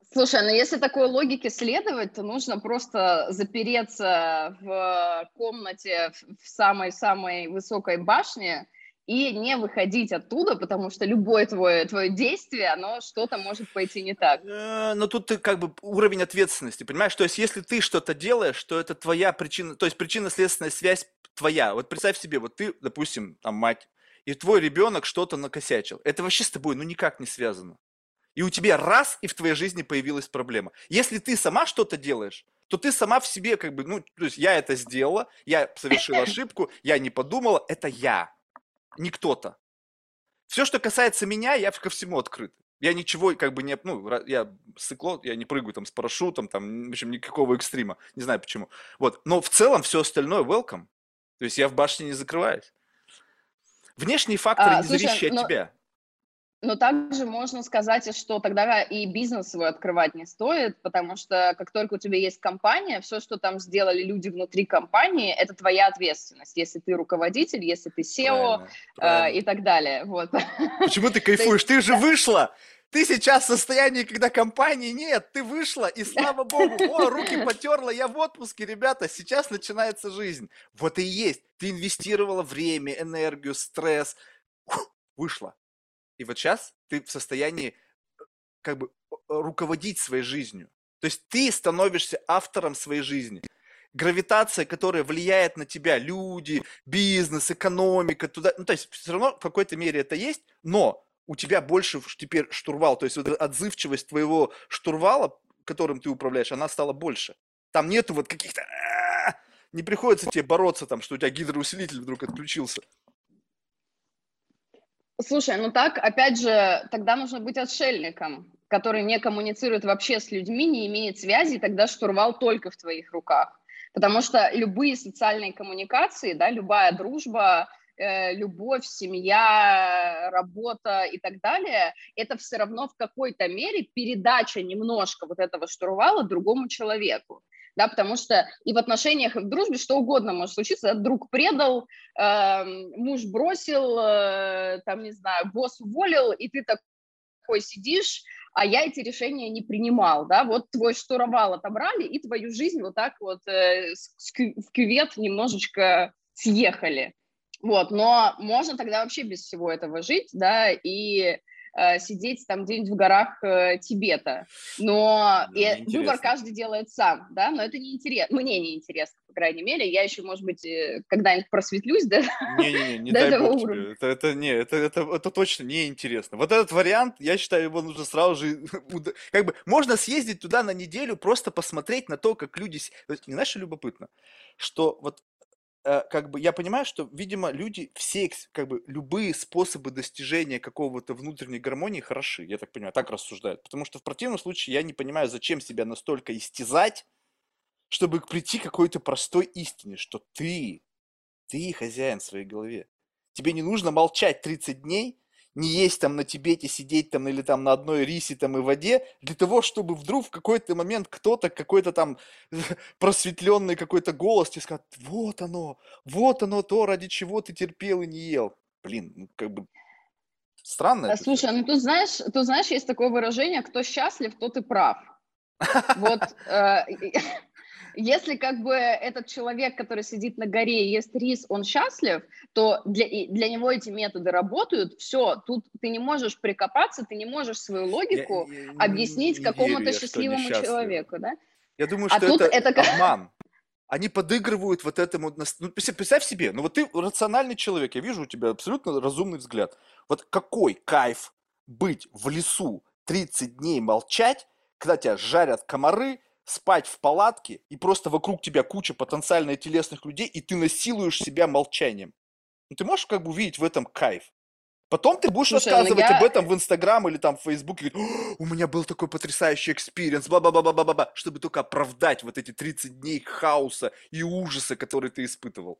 Слушай, ну если такой логике следовать, то нужно просто запереться в комнате в самой-самой высокой башне и не выходить оттуда, потому что любое твое действие, оно что-то может пойти не так. Но тут ты как бы уровень ответственности, понимаешь? То есть, если ты что-то делаешь, то это твоя причина, то есть причинно-следственная связь твоя. Вот представь себе, вот ты, допустим, там мать, и твой ребенок что-то накосячил. Это вообще с тобой, ну, никак не связано. И у тебя раз, и в твоей жизни появилась проблема. Если ты сама что-то делаешь, то ты сама в себе как бы, ну, то есть я это сделала, я совершила ошибку, я не подумала, это я, не кто-то. Все, что касается меня, я ко всему открыт. Я ничего как бы не, ну, я сыкло, я не прыгаю там с парашютом, там, в общем, никакого экстрима, не знаю почему. Вот, но в целом все остальное welcome. То есть я в башне не закрываюсь. Внешние факторы, не Слушай, зависящие от тебя. но также можно сказать, что тогда и бизнес свой открывать не стоит, потому что как только у тебя есть компания, все, что там сделали люди внутри компании, это твоя ответственность, если ты руководитель, если ты SEO Правильно, правильно. и так далее. Вот. Почему ты То есть, кайфуешь? Ты же вышла! Ты сейчас в состоянии, когда компании нет, ты вышла, и слава богу, о, руки потерла, я в отпуске, ребята, сейчас начинается жизнь. Вот и есть. Ты инвестировала время, энергию, стресс, вышла. И вот сейчас ты в состоянии как бы руководить своей жизнью. То есть ты становишься автором своей жизни. Гравитация, которая влияет на тебя, люди, бизнес, экономика, туда, ну, то есть все равно в какой-то мере это есть, но у тебя больше теперь штурвал, то есть вот отзывчивость твоего штурвала, которым ты управляешь, она стала больше. Там нету вот каких-то... Не приходится тебе бороться там, что у тебя гидроусилитель вдруг отключился. слушай, ну так, опять же, тогда нужно быть отшельником, который не коммуницирует вообще с людьми, не имеет связи, и тогда штурвал только в твоих руках. Потому что любые социальные коммуникации, да, любая дружба, любовь, семья, работа и так далее, это все равно в какой-то мере передача немножко вот этого штурвала другому человеку. Да, потому что и в отношениях, и в дружбе что угодно может случиться. Друг предал, муж бросил, там, не знаю, босс уволил, и ты такой сидишь, а я эти решения не принимал, да, вот твой штурвал отобрали, и твою жизнь вот так вот в кювет немножечко съехали. Вот, но можно тогда вообще без всего этого жить, да, и сидеть там где-нибудь в горах Тибета. Но выбор Неинтересно. каждый делает сам, да, но это неинтересно, мне неинтересно, по крайней мере. Я еще, может быть, когда-нибудь просветлюсь Не-не-не, не до дай этого бог уровня. тебе. Это точно неинтересно. Вот этот вариант, я считаю, его нужно сразу же... Как бы можно съездить туда на неделю, просто посмотреть на то, как люди... То есть, не знаешь, что любопытно? Что вот как бы я понимаю, что, видимо, люди все, как бы любые способы достижения какого-то внутренней гармонии хороши, я так понимаю, так рассуждают. Потому что в противном случае я не понимаю, зачем себя настолько истязать, чтобы прийти к какой-то простой истине, что ты хозяин в своей голове. Тебе не нужно молчать 30 дней, не есть там на Тибете, сидеть там или там на одной рисе там и воде, для того, чтобы вдруг в какой-то момент кто-то, какой-то там просветленный какой-то голос тебе скажет, вот оно то, ради чего ты терпел и не ел. Блин, ну как бы странно это все. Слушай, ну тут знаешь, есть такое выражение: кто счастлив, тот и прав. Вот если как бы этот человек, который сидит на горе и ест рис, он счастлив, то для него эти методы работают. Все, тут ты не можешь прикопаться, ты не можешь свою Я логику объяснить не верю какому-то я, что они счастливому счастливы. человеку, да? Я думаю, А что тут это это обман. Они подыгрывают вот этому. Ну, представь себе, ну вот ты рациональный человек, я вижу у тебя абсолютно разумный взгляд. Вот какой кайф быть в лесу 30 дней молчать, когда тебя жарят комары, спать в палатке, и просто вокруг тебя куча потенциально телесных людей, и ты насилуешь себя молчанием. Ну, ты можешь как бы увидеть в этом кайф? Потом ты будешь Слушай, ну рассказывать об я этом в Инстаграм или там в Фейсбуке, говорить, у меня был такой потрясающий экспириенс, бла-бла-бла-бла-бла, чтобы только оправдать вот эти 30 дней хаоса и ужаса, которые ты испытывал.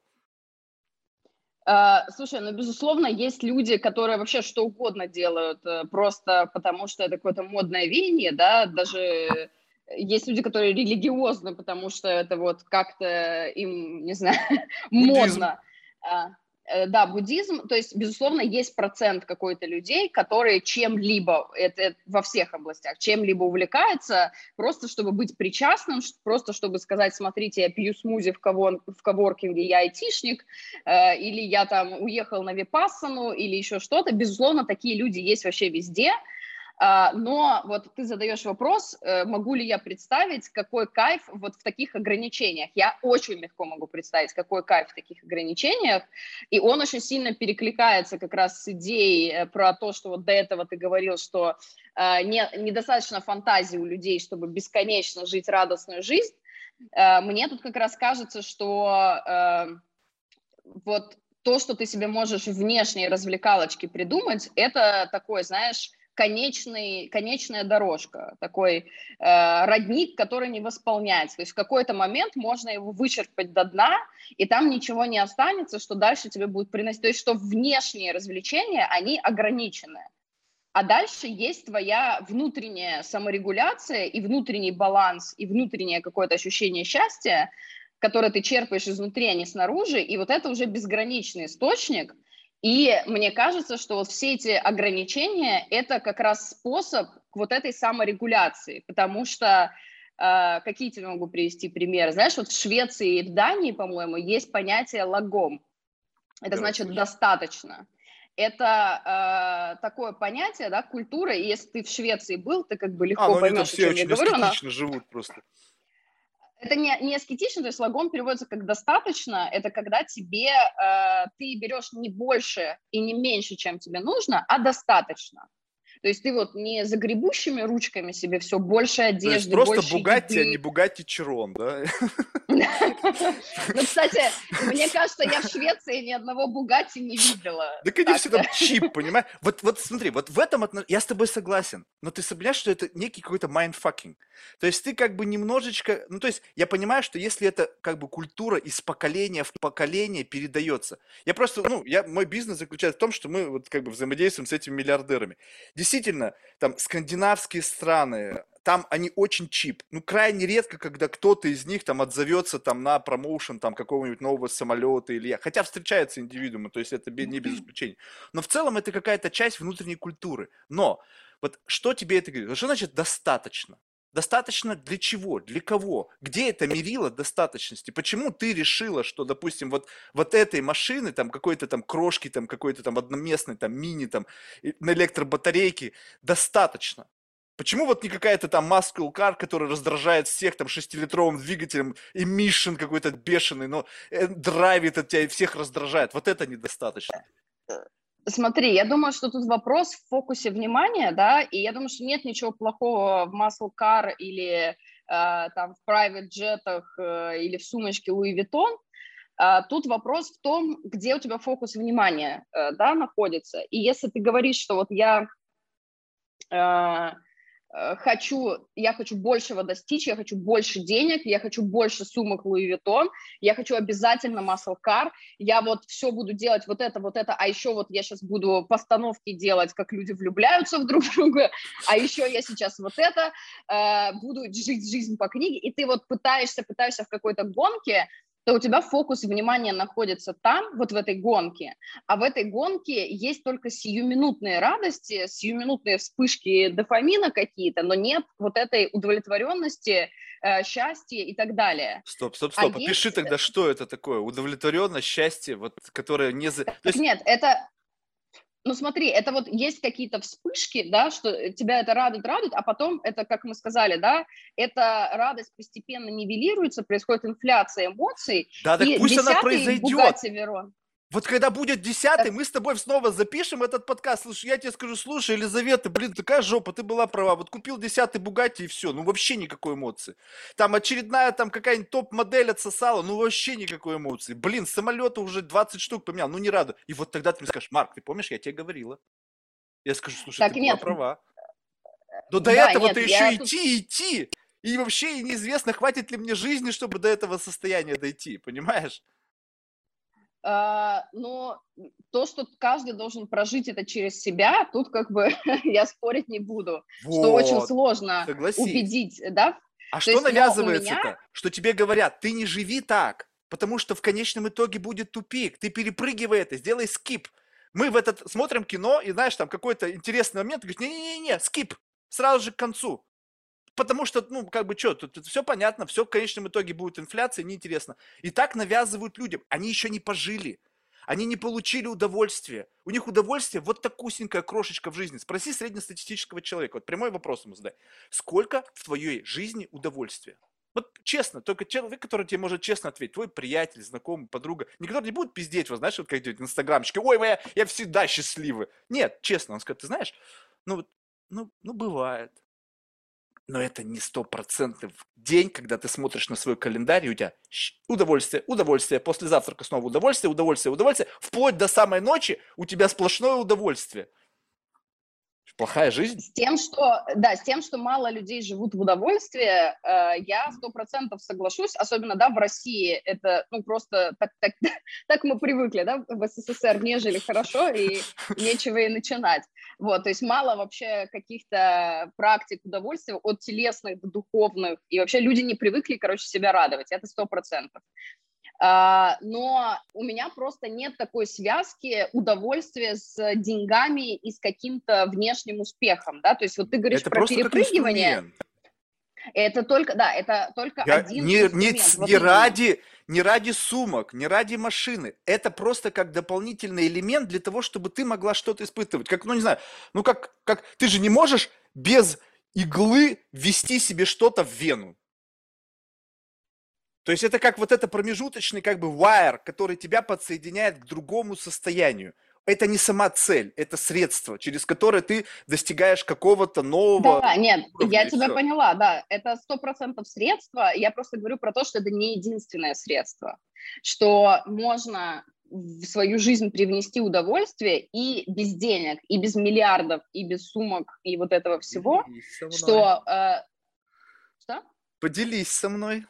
Слушай, ну, безусловно, есть люди, которые вообще что угодно делают, просто потому что это какое-то модное веяние, да, даже есть люди, которые религиозны, потому что это вот как-то им, не знаю, Буддизм. модно. А, Да, буддизм, то есть, безусловно, есть процент какой-то людей, которые чем-либо, это во всех областях, чем-либо увлекаются, просто чтобы быть причастным, просто чтобы сказать, смотрите, я пью смузи в коворкинге, я айтишник, или я там уехал на випассану, или еще что-то. Безусловно, такие люди есть вообще везде. Но вот ты задаешь вопрос, могу ли я представить, какой кайф вот в таких ограничениях. Я очень легко могу представить, какой кайф в таких ограничениях, и он очень сильно перекликается как раз с идеей про то, что вот до этого ты говорил, что недостаточно фантазии у людей, чтобы бесконечно жить радостную жизнь. Мне тут как раз кажется, что вот то, что ты себе можешь внешние развлекалочки придумать, это такой, знаешь, конечная дорожка, такой родник, который не восполняется. То есть в какой-то момент можно его вычерпать до дна, и там ничего не останется, что дальше тебе будет приносить. То есть что внешние развлечения, они ограничены. А дальше есть твоя внутренняя саморегуляция и внутренний баланс, и внутреннее какое-то ощущение счастья, которое ты черпаешь изнутри, а не снаружи, и вот это уже безграничный источник. И мне кажется, что вот все эти ограничения – это как раз способ к вот этой саморегуляции, потому что какие тебе могу привести примеры? Знаешь, вот в Швеции и в Дании, по-моему, есть понятие «лагом». Это значит «достаточно». Это такое понятие, да, культура, и если ты в Швеции был, ты как бы легко поймешь, о чем я говорю. Они там все очень аскетично живут просто. Это не аскетично, то есть лагом переводится как «достаточно», это когда тебе, ты берешь не больше и не меньше, чем тебе нужно, а достаточно. То есть ты вот не загребущими ручками себе все больше одежды, то есть просто больше Бугатти, еды. а не Бугатти Чирон, да? Ну, кстати, мне кажется, я в Швеции ни одного Бугатти не видела. Так они все там чип, понимаешь? Вот смотри, вот в этом я с тобой согласен, но ты понимаешь, что это некий какой-то майндфакинг. То есть ты как бы немножечко, ну то есть я понимаю, что если это как бы культура из поколения в поколение передается. Я просто, мой бизнес заключается в том, что мы вот как бы взаимодействуем с этими миллиардерами. Действительно, там скандинавские страны, там они очень чип. Ну, крайне редко, когда кто-то из них там отзовется там на промоушен там какого-нибудь нового самолета или... Хотя встречаются индивидуумы, то есть это не без исключения. Но в целом это какая-то часть внутренней культуры. Но вот что тебе это говорит? Что значит достаточно? Достаточно для чего? Для кого? Где это мерило достаточности? Почему ты решила, что, допустим, вот этой машины, там, какой-то там крошки, там, какой-то там одноместной, там, мини, там, на электробатарейке достаточно? Почему вот не какая-то там muscle car, которая раздражает всех там 6-литровым двигателем, emission какой-то бешеный, но драйвит от тебя и всех раздражает? Вот это недостаточно. Смотри, я думаю, что тут вопрос в фокусе внимания, да, и я думаю, что нет ничего плохого в muscle car или там в private джетах или в сумочке Louis Vuitton. Тут вопрос в том, где у тебя фокус внимания, да, находится. И если ты говоришь, что вот я хочу большего достичь, я хочу больше денег, я хочу больше сумок Louis Vuitton, я хочу обязательно muscle car, я вот все буду делать вот это, а еще вот я сейчас буду постановки делать, как люди влюбляются в друг друга, а еще я сейчас вот это, буду жить жизнь по книге, и ты вот пытаешься в какой-то гонке, то у тебя фокус внимания находится там, вот в этой гонке, а в этой гонке есть только сиюминутные радости, сиюминутные вспышки дофамина какие-то, но нет вот этой удовлетворенности, счастья и так далее. Стоп, опиши тогда, что это такое, удовлетворенность, счастье, вот, которое не... Нет, это... Ну смотри, это вот есть какие-то вспышки, да, что тебя это радует, а потом это, как мы сказали, да, эта радость постепенно нивелируется, происходит инфляция эмоций. Да, так пусть она произойдет. Верон. Вот когда будет 10-й, мы с тобой снова запишем этот подкаст. Слушай, я тебе скажу, слушай, Елизавета, блин, такая жопа, ты была права. Вот купил 10-й Бугатти и все, ну вообще никакой эмоции. Там очередная там какая-нибудь топ-модель отсосала, ну вообще никакой эмоции. Блин, самолета уже 20 штук поменял, ну не рада. И вот тогда ты мне скажешь, Марк, ты помнишь, я тебе говорила? Я скажу, слушай, так, ты была права. Но до этого ты еще идти. И вообще неизвестно, хватит ли мне жизни, чтобы до этого состояния дойти, понимаешь? Но то, что каждый должен прожить это через себя, тут как бы я спорить не буду, вот, что очень сложно убедить, да? А что навязывается-то? Что тебе говорят, ты не живи так, потому что в конечном итоге будет тупик. Ты перепрыгивай это, сделай скип. Мы в этот смотрим кино, и знаешь, там какой-то интересный момент, ты говоришь, не-не-не, скип, сразу же к концу. Потому что, ну, как бы, что, тут все понятно, все в конечном итоге будет инфляция, неинтересно. И так навязывают людям. Они еще не пожили. Они не получили удовольствие. У них удовольствие вот такусенькая крошечка в жизни. Спроси среднестатистического человека. Вот прямой вопрос ему задай. Сколько в твоей жизни удовольствия? Вот честно, только человек, который тебе может честно ответить, твой приятель, знакомый, подруга, никто не будет пиздеть, вот знаешь, вот как делают инстаграмщики, ой, я всегда счастливый. Нет, честно, он скажет, ты знаешь, ну, бывает. Но это не 100% день, когда ты смотришь на свой календарь, и у тебя удовольствие, удовольствие, после завтрака снова удовольствие, удовольствие, удовольствие, вплоть до самой ночи у тебя сплошное удовольствие. Плохая жизнь? С тем, что мало людей живут в удовольствии, я 100% соглашусь, особенно, да, в России это, ну, просто так мы привыкли, да, в СССР не жили хорошо, и нечего и начинать. Вот, то есть мало вообще каких-то практик удовольствия от телесных до духовных, и вообще люди не привыкли, короче, себя радовать, это 100%. Но у меня просто нет такой связки удовольствия с деньгами и с каким-то внешним успехом, да, то есть вот ты говоришь Это про просто как перепрыгивание, инструмент. это только Я один инструмент. Вот не именно. не ради сумок, не ради машины. Это просто как дополнительный элемент для того, чтобы ты могла что-то испытывать. Как, ну не знаю, ну как ты же не можешь без иглы ввести себе что-то в вену. То есть это как вот это промежуточный как бы wire, который тебя подсоединяет к другому состоянию. Это не сама цель, это средство, через которое ты достигаешь какого-то нового Да, нет, я уровня и тебя все. поняла, да, это 100% средство, я просто говорю про то, что это не единственное средство, что можно в свою жизнь привнести удовольствие и без денег, и без миллиардов, и без сумок, и вот этого всего, Поделись со мной. что... что? Поделись со мной.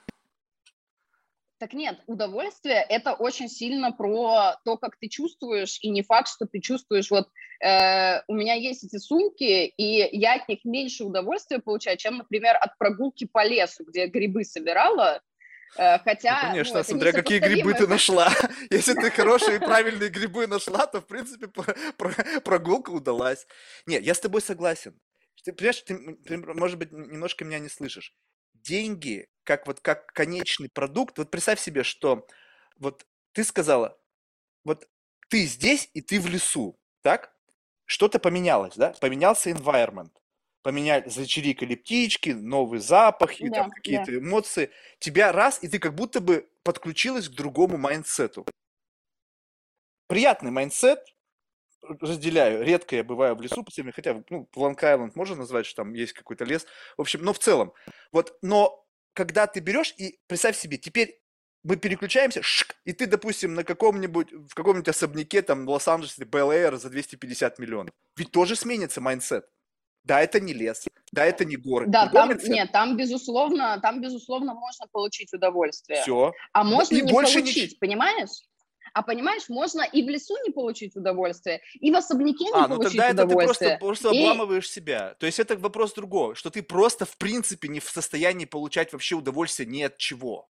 Так нет, удовольствие – это очень сильно про то, как ты чувствуешь, и не факт, что ты чувствуешь, вот у меня есть эти сумки, и я от них меньше удовольствия получаю, чем, например, от прогулки по лесу, где я грибы собирала, Ну, хотя, ну, конечно, это смотря какие грибы несопоставимо. ты нашла. Если ты хорошие и правильные грибы нашла, то, в принципе, прогулка удалась. Нет, я с тобой согласен. Ты понимаешь, ты, может быть, немножко меня не слышишь. Деньги, как конечный продукт, вот представь себе, что вот ты сказала, вот ты здесь и ты в лесу, так? Что-то поменялось, да? Поменялся environment. Зачирикали птички, новый запах и там Да, да. какие-то эмоции. Тебя раз, и ты как будто бы подключилась к другому майндсету. Приятный майндсет, разделяю. Редко я бываю в лесу, хотя, ну, в Лонг-Айленд можно назвать, что там есть какой-то лес. В общем, но в целом. Вот, но когда ты берешь и представь себе, теперь мы переключаемся, и ты, допустим, в каком-нибудь особняке там в Лос-Анджелесе, Бел-Эйр за 250 миллионов. Ведь тоже сменится майндсет. Да, это не лес, да, это не горы. Да, Другой там, майндсет. нет, там, безусловно, можно получить удовольствие, Все. а можно И не больше ничего. получить, понимаешь? А понимаешь, можно и в лесу не получить удовольствие, и в особняке не Ну тогда получить это ты просто, удовольствие. просто И обламываешь себя. То есть это вопрос другого, что ты просто в принципе не в состоянии получать вообще удовольствие ни от чего.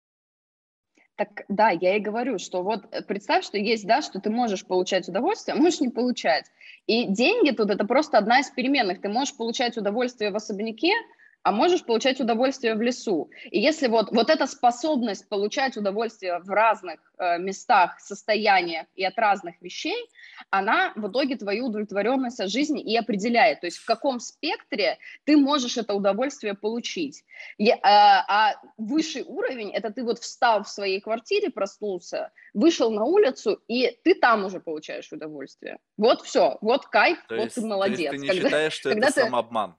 так, да, я и говорю, что вот представь, что есть, да, что ты можешь получать удовольствие, а можешь не получать. И деньги тут это просто одна из переменных. Ты можешь получать удовольствие в особняке, а можешь получать удовольствие в лесу. И если вот эта способность получать удовольствие в разных местах, состояниях и от разных вещей, она в итоге твою удовлетворенность от жизни и определяет. То есть в каком спектре ты можешь это удовольствие получить. А высший уровень – это ты вот встал в своей квартире, проснулся, вышел на улицу, и ты там уже получаешь удовольствие. Вот все, вот кайф, вот ты То есть ты молодец. не Когда, считаешь, что это когда ты… самообман?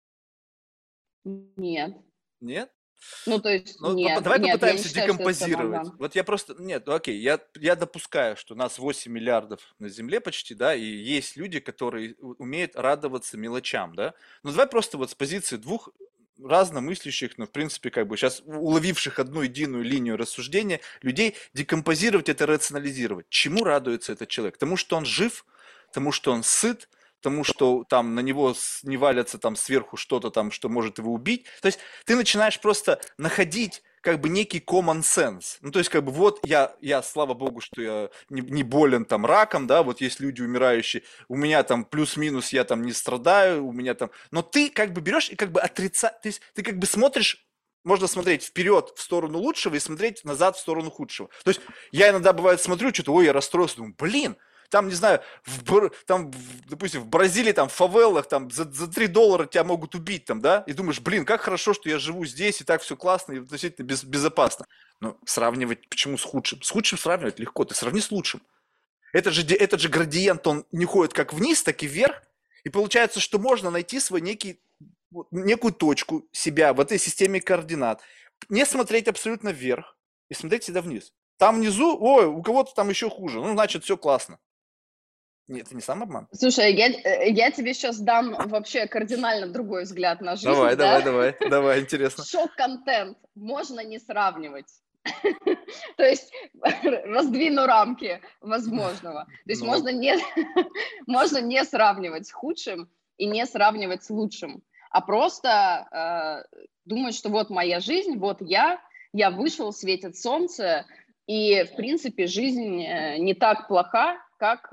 Нет. Нет? Ну, то есть, Ну, нет, давай нет, я не попытаемся считаю, что это декомпозировать. самообман. Вот я просто, нет, ну окей, я допускаю, что нас 8 миллиардов на Земле почти, да, и есть люди, которые умеют радоваться мелочам, да. Но давай просто вот с позиции двух разномыслящих, но в принципе как бы сейчас уловивших одну единую линию рассуждения людей, декомпозировать это, рационализировать. Чему радуется этот человек? Тому, что он жив, тому, что он сыт, тому, что там на него не валятся там сверху что-то там, что может его убить. То есть ты начинаешь просто находить как бы некий common sense. Ну, то есть, как бы, вот я слава богу, что я не болен там раком, да, вот есть люди умирающие, у меня там плюс-минус, я там не страдаю, у меня там... Но ты как бы берешь и как бы отрицаешь, то есть ты как бы смотришь, можно смотреть вперед в сторону лучшего и смотреть назад в сторону худшего. То есть я иногда, бывает, смотрю, что-то, ой, я расстроился, думаю, блин, там, не знаю, допустим, в Бразилии, там, в фавелах, там, за $3 тебя могут убить, там, да, и думаешь, блин, как хорошо, что я живу здесь, и так все классно, и относительно безопасно. Но сравнивать, почему с худшим? С худшим сравнивать легко, ты сравни с лучшим. Этот же градиент, он не ходит как вниз, так и вверх, и получается, что можно найти свой некую точку себя в этой системе координат, не смотреть абсолютно вверх и смотреть всегда вниз. Там внизу, ой, у кого-то там еще хуже, ну, значит, все классно. Нет, это не самообман. Слушай, я тебе сейчас дам вообще кардинально другой взгляд на жизнь, Давай, да? давай, давай, давай, интересно. Шок-контент можно не сравнивать. То есть раздвину рамки возможного. То есть Ну, можно не сравнивать с худшим и не сравнивать с лучшим, а просто думать, что вот моя жизнь, вот я вышел, светит солнце, и, в принципе, жизнь не так плоха, как,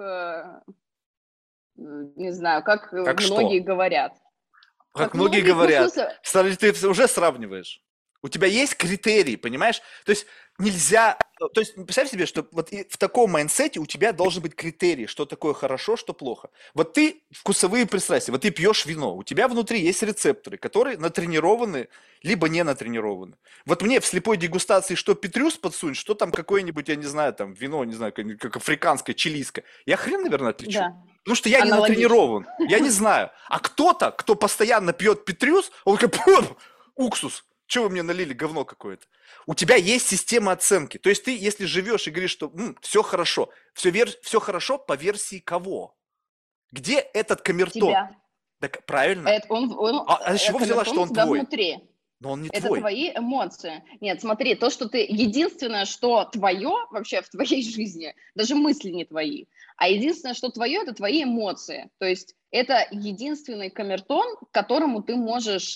не знаю, как как многие что? говорят. Как Как многие многие, ну, в говорят. смысле, Ты уже сравниваешь. У тебя есть критерии, понимаешь? То есть нельзя... То есть представь себе, что вот в таком майндсете у тебя должен быть критерий, что такое хорошо, что плохо. Вот ты вкусовые пристрастия, вот ты пьешь вино, у тебя внутри есть рецепторы, которые натренированы, либо не натренированы. Вот мне в слепой дегустации что Петрюс подсунь, что там какое-нибудь, я не знаю, там вино, не знаю, как африканское, чилийское. Я хрен, наверное, отличу. да, Потому что я не аналогично. натренирован, я не знаю. А кто-то, кто постоянно пьет Петрюс, он такой, уксус, что вы мне налили, говно какое-то. У тебя есть система оценки. То есть ты, если живешь и говоришь, что все хорошо, все хорошо по версии кого? Где этот камертон? Тебя. Так правильно. А с чего взяла, Камертон что у он тебя твой? внутри. Но он не Это твой. твои эмоции. Нет, смотри, то, что ты... Единственное, что твое вообще в твоей жизни, даже мысли не твои, а единственное, что твое, это твои эмоции. То есть это единственный камертон, которому ты можешь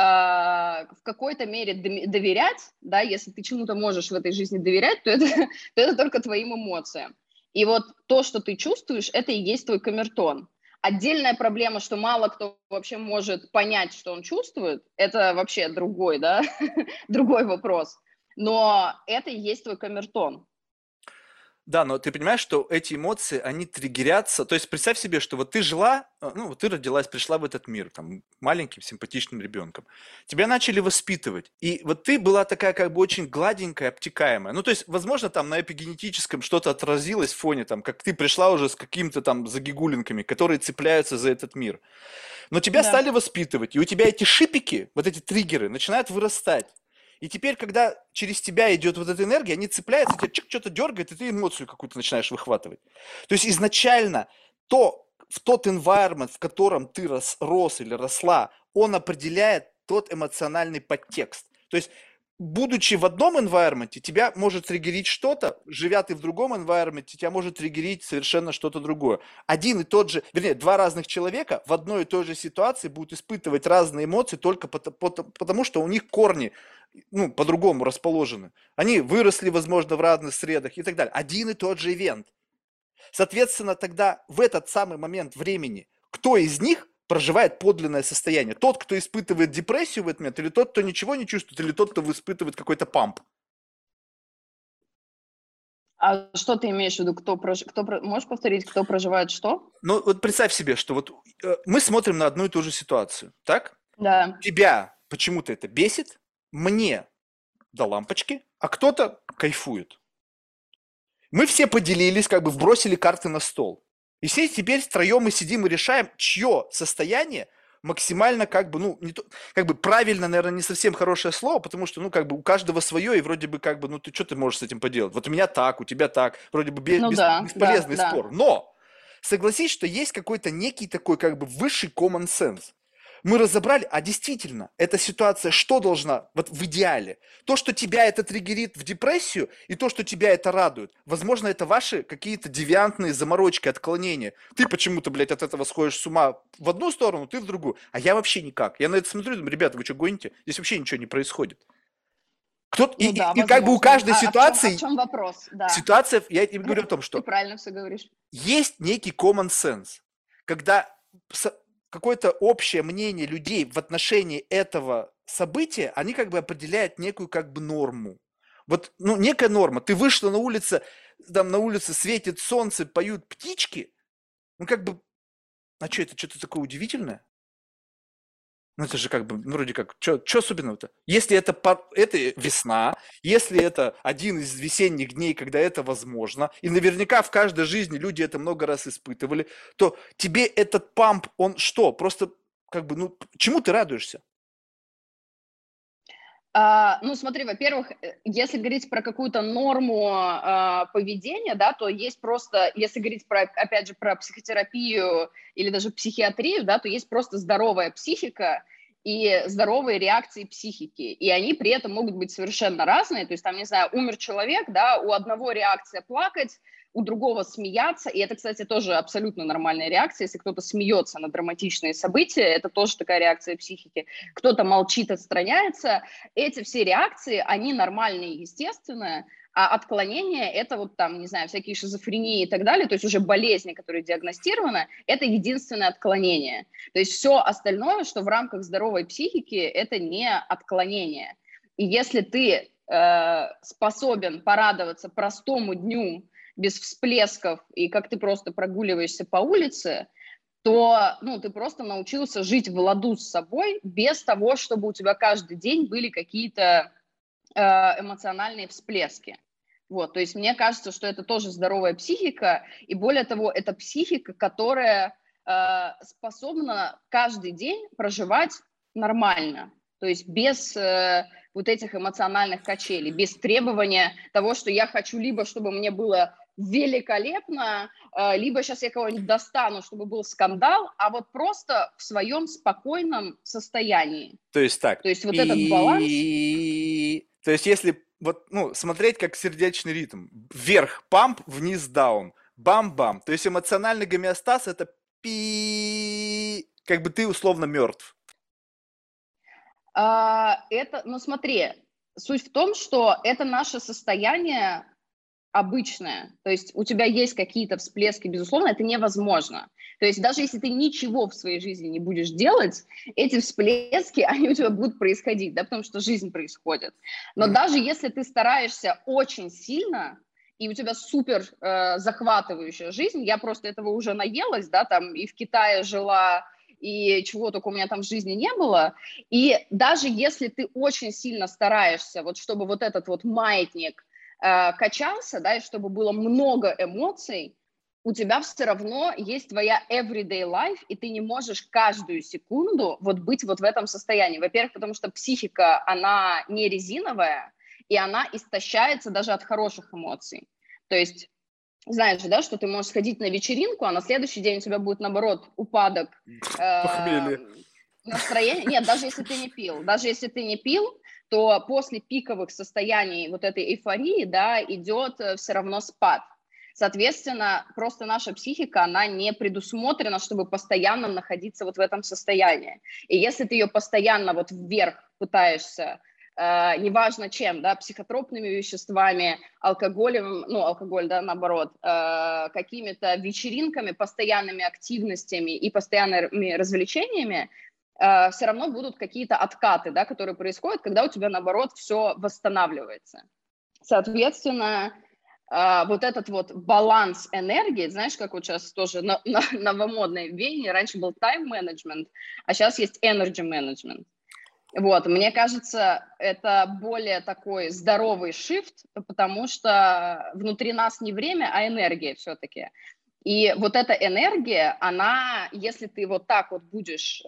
в какой-то мере доверять, да, если ты чему-то можешь в этой жизни доверять, то то это только твоим эмоциям. И вот то, что ты чувствуешь, это и есть твой камертон. Отдельная проблема, что мало кто вообще может понять, что он чувствует, это вообще другой, да, другой вопрос. Но это и есть твой камертон. Да, но ты понимаешь, что эти эмоции, они триггерятся. То есть представь себе, что вот ты жила, ну, вот ты родилась, пришла в этот мир, там, маленьким, симпатичным ребенком. Тебя начали воспитывать. И вот ты была такая как бы очень гладенькая, обтекаемая. Ну, то есть, возможно, там на эпигенетическом что-то отразилось в фоне, там, как ты пришла уже с какими-то там загигулинками, которые цепляются за этот мир. Но тебя Да. стали воспитывать, и у тебя эти шипики, вот эти триггеры, начинают вырастать. И теперь, когда через тебя идет вот эта энергия, они цепляются, тебя чик, что-то дергает, и ты эмоцию какую-то начинаешь выхватывать. То есть изначально в тот environment, в котором ты рос или росла, он определяет тот эмоциональный подтекст. То есть будучи в одном environment, тебя может триггерить что-то, живя ты в другом environment, тебя может триггерить совершенно что-то другое. Один и тот же, вернее, два разных человека в одной и той же ситуации будут испытывать разные эмоции только потому, что у них корни, ну, по-другому расположены. Они выросли, возможно, в разных средах и так далее. Один и тот же ивент. Соответственно, тогда в этот самый момент времени, кто из них проживает подлинное состояние? Тот, кто испытывает депрессию в этот момент, или тот, кто ничего не чувствует, или тот, кто испытывает какой-то памп? А что ты имеешь в виду? Можешь повторить, кто проживает что? Ну, вот представь себе, что вот мы смотрим на одну и ту же ситуацию, так? Да. Тебя почему-то это бесит, мне до лампочки, а кто-то кайфует. Мы все поделились, как бы вбросили карты на стол. И все теперь втроем мы сидим и решаем, чье состояние максимально как бы, ну, не то, как бы правильно, наверное, не совсем хорошее слово, потому что, ну, как бы у каждого свое, и вроде бы как бы, ну, ты что ты можешь с этим поделать? Вот у меня так, у тебя так, вроде бы Ну да, да, бесполезный да. спор. Но согласись, что есть какой-то некий такой как бы высший common sense. Мы разобрали, а действительно, эта ситуация что должна, вот в идеале? То, что тебя это триггерит в депрессию, и то, что тебя это радует. Возможно, это ваши какие-то девиантные заморочки, отклонения. Ты почему-то, блядь, от этого сходишь с ума в одну сторону, ты в другую. А я вообще никак. Я на это смотрю и думаю, ребята, вы что, гоните? Здесь вообще ничего не происходит. Кто-то, Ну да, и как бы у возможно. каждой А в ситуации, чем вопрос? Да, ситуация, я тебе говорю о том, ты что правильно все говоришь. есть некий common sense, когда какое-то общее мнение людей в отношении этого события, они как бы определяют некую как бы норму. Вот, ну, некая норма. Ты вышла на улицу, там на улице светит солнце, поют птички, ну, как бы, а что это, что-то такое удивительное? Ну, это же как бы, ну, вроде как, что особенного-то? Если это весна, если это один из весенних дней, когда это возможно, и наверняка в каждой жизни люди это много раз испытывали, то тебе этот памп, он что? Просто как бы, ну, чему ты радуешься? Ну, смотри, во-первых, если говорить про какую-то норму поведения, да, то есть просто, если говорить про, опять же, про психотерапию или даже психиатрию, да, то есть просто здоровая психика и здоровые реакции психики, и они при этом могут быть совершенно разные, то есть там, не знаю, умер человек, да, у одного реакция плакать, у другого смеяться, и это, кстати, тоже абсолютно нормальная реакция, если кто-то смеется на драматичные события, это тоже такая реакция психики, кто-то молчит, отстраняется, эти все реакции, они нормальные и естественные, а отклонение – это вот там, не знаю, всякие шизофрении и так далее, то есть уже болезни, которые диагностированы, это единственное отклонение. То есть все остальное, что в рамках здоровой психики, это не отклонение. И если ты способен порадоваться простому дню без всплесков, и как ты просто прогуливаешься по улице, то ну, ты просто научился жить в ладу с собой без того, чтобы у тебя каждый день были какие-то эмоциональные всплески. Вот, то есть мне кажется, что это тоже здоровая психика, и более того, это психика, которая способна каждый день проживать нормально, то есть без вот этих эмоциональных качелей, без требования того, что я хочу либо, чтобы мне было великолепно, либо сейчас я кого-нибудь достану, чтобы был скандал, а вот просто в своем спокойном состоянии. То есть так, То есть вот этот баланс. то есть если вот, ну, смотреть как сердечный ритм, вверх памп, вниз даун, бам-бам, то есть эмоциональный гомеостаз это как бы ты условно мертв. Ну смотри, суть в том, что это наше состояние обычное. То есть у тебя есть какие-то всплески, безусловно, это невозможно. То есть даже если ты ничего в своей жизни не будешь делать, эти всплески, они у тебя будут происходить, да, потому что жизнь происходит. Но даже если ты стараешься очень сильно, и у тебя супер захватывающая жизнь, я просто этого уже наелась, да, там и в Китае жила, и чего только у меня там в жизни не было. И даже если ты очень сильно стараешься, вот чтобы вот этот вот маятник качался, да, и чтобы было много эмоций, у тебя все равно есть твоя everyday life, и ты не можешь каждую секунду вот быть вот в этом состоянии. Во-первых, потому что психика, она не резиновая, и она истощается даже от хороших эмоций. То есть знаешь же, да, что ты можешь сходить на вечеринку, а на следующий день у тебя будет, наоборот, упадок Похмелье. настроения. Нет, даже если ты не пил, то после пиковых состояний вот этой эйфории, да, идет все равно спад. Соответственно, просто наша психика, она не предусмотрена, чтобы постоянно находиться вот в этом состоянии. И если ты ее постоянно вот вверх пытаешься, неважно чем, да, психотропными веществами, алкоголем, ну, алкоголь, да, наоборот, какими-то вечеринками, постоянными активностями и постоянными развлечениями, все равно будут какие-то откаты, да, которые происходят, когда у тебя, наоборот, все восстанавливается. Соответственно, вот этот вот баланс энергии, знаешь, как вот сейчас тоже новомодное веяние, раньше был тайм-менеджмент, а сейчас есть energy-менеджмент. Вот, мне кажется, это более такой здоровый шифт, потому что внутри нас не время, а энергия все-таки. И вот эта энергия, она, если ты вот так вот будешь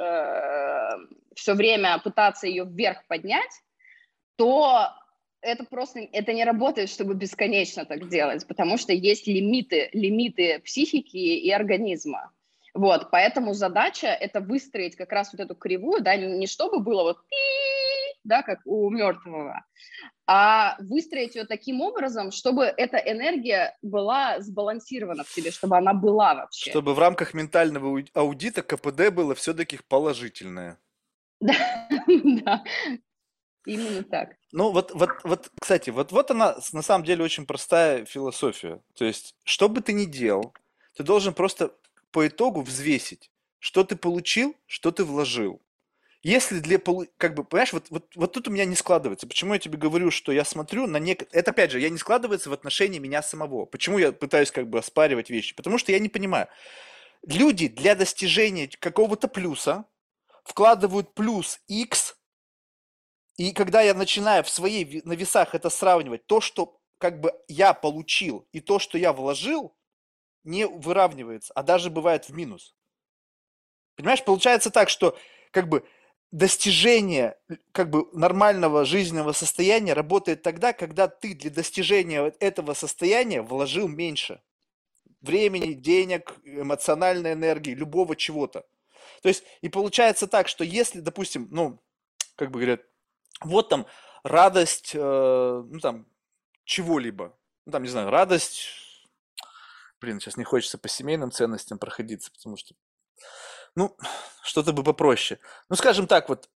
все время пытаться ее вверх поднять, то это просто, это не работает, чтобы бесконечно так делать, потому что есть лимиты психики и организма. Вот, поэтому задача – это выстроить как раз вот эту кривую, да, не чтобы было вот да, как у мертвого, а выстроить ее таким образом, чтобы эта энергия была сбалансирована в тебе, чтобы она была вообще. Чтобы в рамках ментального аудита КПД было все-таки положительное. Да, да. Именно так. Ну, кстати, вот она на самом деле очень простая философия. То есть, что бы ты ни делал, ты должен просто по итогу взвесить, что ты получил, что ты вложил. Если как бы, понимаешь, вот тут у меня не складывается. Почему я тебе говорю, что я смотрю на это, опять же, я не складывается в отношении меня самого. Почему я пытаюсь как бы оспаривать вещи? Потому что я не понимаю. Люди для достижения какого-то плюса вкладывают плюс X, и когда я начинаю на весах это сравнивать, то, что как бы я получил, и то, что я вложил, не выравнивается, а даже бывает в минус. Понимаешь, получается так, что как бы достижение как бы нормального жизненного состояния работает тогда, когда ты для достижения этого состояния вложил меньше времени, денег, эмоциональной энергии, любого чего-то. То есть, и получается так, что если, допустим, ну, как бы говорят, вот там радость, ну там, чего-либо, ну там, не знаю, радость, блин, сейчас не хочется по семейным ценностям проходиться, потому что, ну, что-то бы попроще. Ну, скажем так, вот,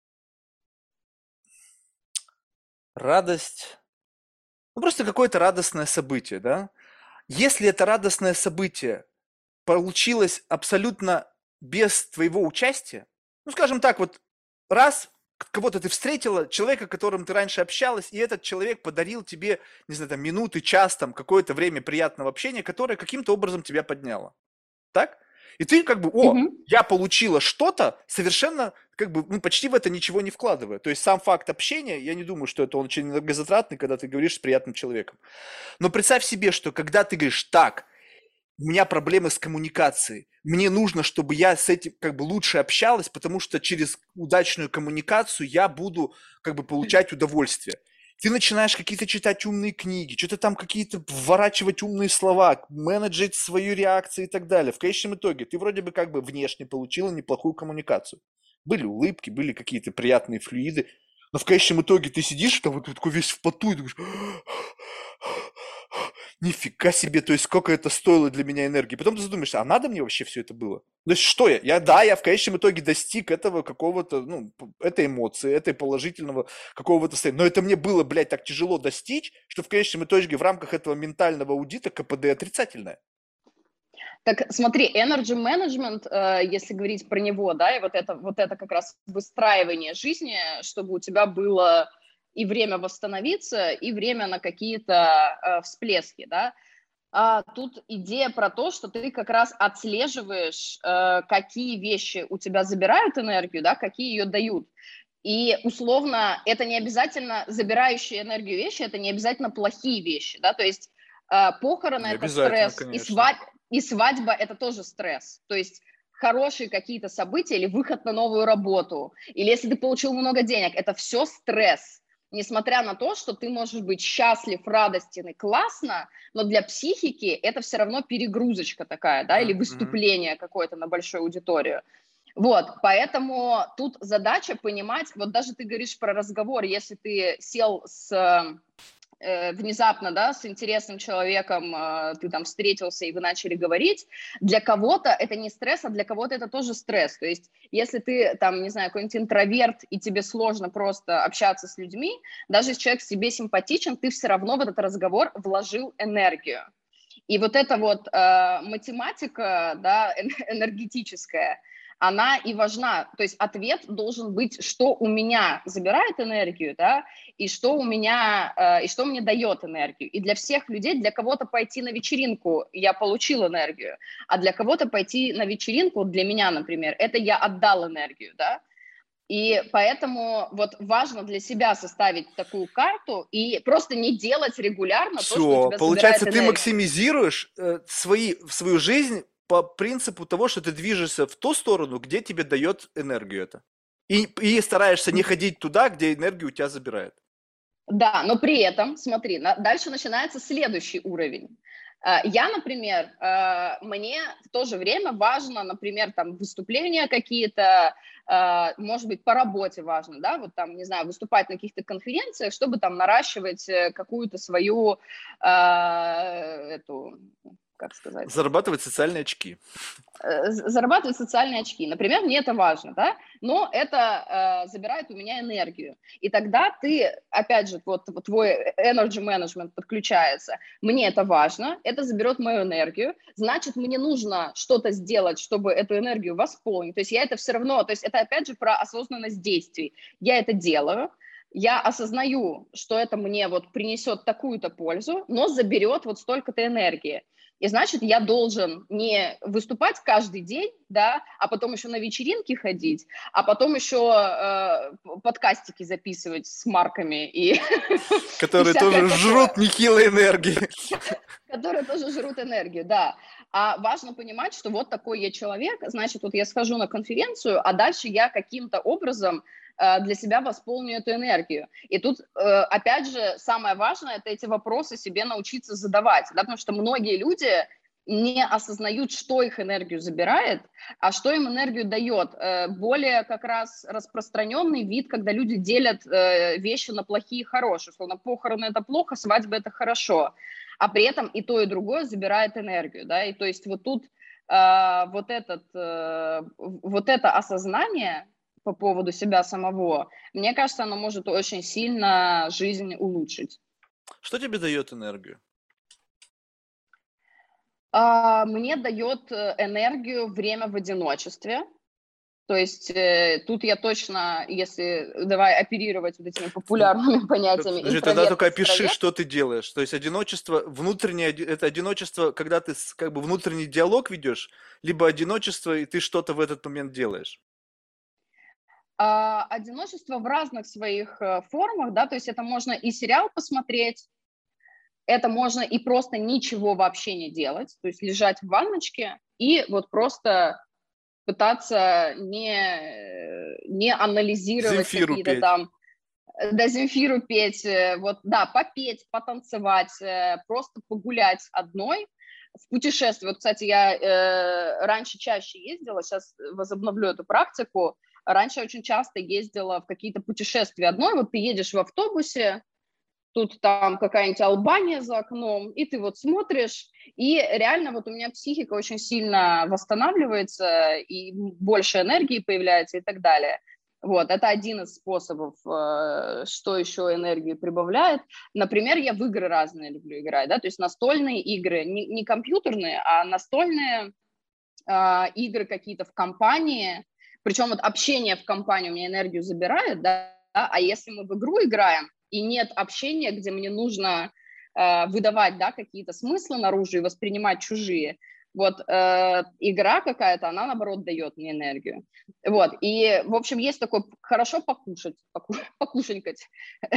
радость, ну, просто какое-то радостное событие, да? Если это радостное событие получилось абсолютно без твоего участия, ну, скажем так, вот раз кого-то ты встретила, человека, с которым ты раньше общалась, и этот человек подарил тебе, не знаю, там, минуты, час, там, какое-то время приятного общения, которое каким-то образом тебя подняло. Так? И ты как бы, Мгм. я получила что-то, совершенно как бы, ну, почти в это ничего не вкладывая. То есть сам факт общения, я не думаю, что это он очень энергозатратный, когда ты говоришь с приятным человеком. Но представь себе, что когда ты говоришь, так, у меня проблемы с коммуникацией. Мне нужно, чтобы я с этим как бы лучше общалась, потому что через удачную коммуникацию я буду как бы получать удовольствие. Ты начинаешь какие-то читать умные книги, что-то там какие-то вворачивать умные слова, менеджить свою реакцию и так далее. В конечном итоге ты вроде бы как бы внешне получила неплохую коммуникацию. Были улыбки, были какие-то приятные флюиды, но в конечном итоге ты сидишь там вот такой весь в поту и думаешь, нифига себе, то есть сколько это стоило для меня энергии. Потом ты задумаешься, а надо мне вообще все это было? То есть что я? Я в конечном итоге достиг этого какого-то, ну, этой эмоции, этой положительного какого-то состояния. Но это мне было, блядь, так тяжело достичь, что в конечном итоге в рамках этого ментального аудита КПД отрицательное. Так смотри, energy management, если говорить про него, да, и вот это как раз выстраивание жизни, чтобы у тебя было и время восстановиться, и время на какие-то всплески, да. Тут идея про то, что ты как раз отслеживаешь, какие вещи у тебя забирают энергию, да, какие ее дают. И условно это не обязательно забирающие энергию вещи, это не обязательно плохие вещи, да, то есть похороны Не это обязательно, стресс, конечно. и свадьба это тоже стресс, то есть хорошие какие-то события или выход на новую работу, или если ты получил много денег, это все стресс, несмотря на то, что ты можешь быть счастлив, радостен и классно, но для психики это все равно перегрузочка такая, да, или Мгм. выступление какое-то на большую аудиторию. Вот, поэтому тут задача понимать, вот даже ты говоришь про разговор, если ты сел внезапно, да, с интересным человеком, ты там встретился и вы начали говорить, для кого-то это не стресс, а для кого-то это тоже стресс. То есть если ты там, не знаю, какой-нибудь интроверт, и тебе сложно просто общаться с людьми, даже если человек себе симпатичен, ты все равно в этот разговор вложил энергию. И вот эта вот математика, да, энергетическая, она и важна. То есть ответ должен быть, что у меня забирает энергию, да, и что у меня, и что мне дает энергию. И для всех людей, для кого-то пойти на вечеринку, я получил энергию, а для кого-то пойти на вечеринку, для меня, например, это я отдал энергию, да. И поэтому вот важно для себя составить такую карту и просто не делать регулярно то, что у Все, тебя получается, забирает ты энергию. максимизируешь свою жизнь по принципу того, что ты движешься в ту сторону, где тебе дает энергию это. И стараешься не ходить туда, где энергию у тебя забирает. Да, но при этом, смотри, дальше начинается следующий уровень. Я, например, мне в то же время важно, например, там выступления какие-то, может быть, по работе важно, да, вот там, не знаю, выступать на каких-то конференциях, чтобы там наращивать какую-то свою эту как сказать, Зарабатывать социальные очки. зарабатывать социальные очки. Например, мне это важно, да, но это забирает у меня энергию. И тогда ты, опять же, вот твой energy management подключается. Мне это важно, это заберет мою энергию, значит, мне нужно что-то сделать, чтобы эту энергию восполнить. То есть я это все равно, то есть это опять же про осознанность действий. Я это делаю, я осознаю, что это мне вот принесет такую-то пользу, но заберет вот столько-то энергии. И значит, я должен не выступать каждый день, да, а потом еще на вечеринки ходить, а потом еще подкастики записывать с марками и Которые всякое тоже такое. жрут нехилой энергии. Которые тоже жрут энергию, да. А важно понимать, что вот такой я человек, значит, вот я схожу на конференцию, а дальше я каким-то образом для себя восполню эту энергию. И тут, опять же, самое важное – это эти вопросы себе научиться задавать, да, потому что многие люди не осознают, что их энергию забирает, а что им энергию дает. Более как раз распространенный вид, когда люди делят вещи на плохие и хорошие, что на похороны это плохо, свадьба это хорошо, а при этом и то, и другое забирает энергию, да, и то есть вот тут вот это осознание по поводу себя самого, мне кажется, оно может очень сильно жизнь улучшить. Что тебе дает энергию? Мне дает энергию время в одиночестве. То есть тут я точно, если давай оперировать вот этими популярными понятиями Подожди, тогда только опиши, интроверт-экстраверт. что ты делаешь. То есть одиночество, внутреннее, это одиночество, когда ты как бы внутренний диалог ведешь, либо одиночество, и ты что-то в этот момент делаешь. Одиночество в разных своих формах, да, то есть это можно и сериал посмотреть, это можно и просто ничего вообще не делать, то есть лежать в ванночке и вот просто пытаться не анализировать Земфиру какие-то петь. там, да, Земфиру петь, вот, да, попеть, потанцевать, просто погулять одной, в путешествие. Вот, кстати, я раньше чаще ездила, сейчас возобновлю эту практику. Раньше очень часто ездила в какие-то путешествия одной. Вот ты едешь в автобусе, тут там какая-нибудь Албания за окном, и ты вот смотришь, и реально вот у меня психика очень сильно восстанавливается, и больше энергии появляется и так далее. Вот, это один из способов, что еще энергию прибавляет. Например, я в игры разные люблю играть, да, то есть настольные игры, не компьютерные, а настольные игры какие-то в компании, причем вот общение в компании у меня энергию забирает, да, а если мы в игру играем, и нет общения, где мне нужно выдавать, да, какие-то смыслы наружу и воспринимать чужие, вот игра какая-то, она, наоборот, дает мне энергию. Вот, и, в общем, есть такое хорошо покушать, покушенькать,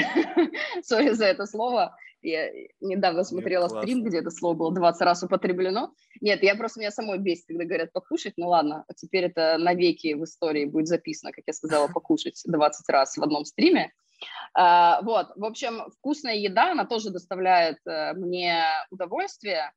сори за это слово, я недавно Нет, смотрела стрим, классно. где это слово было 20 раз употреблено. Нет, меня самой бесит, когда говорят покушать, ну ладно, теперь это навеки в истории будет записано, как я сказала, покушать 20 раз в одном стриме. Вот, в общем, вкусная еда, она тоже доставляет мне удовольствие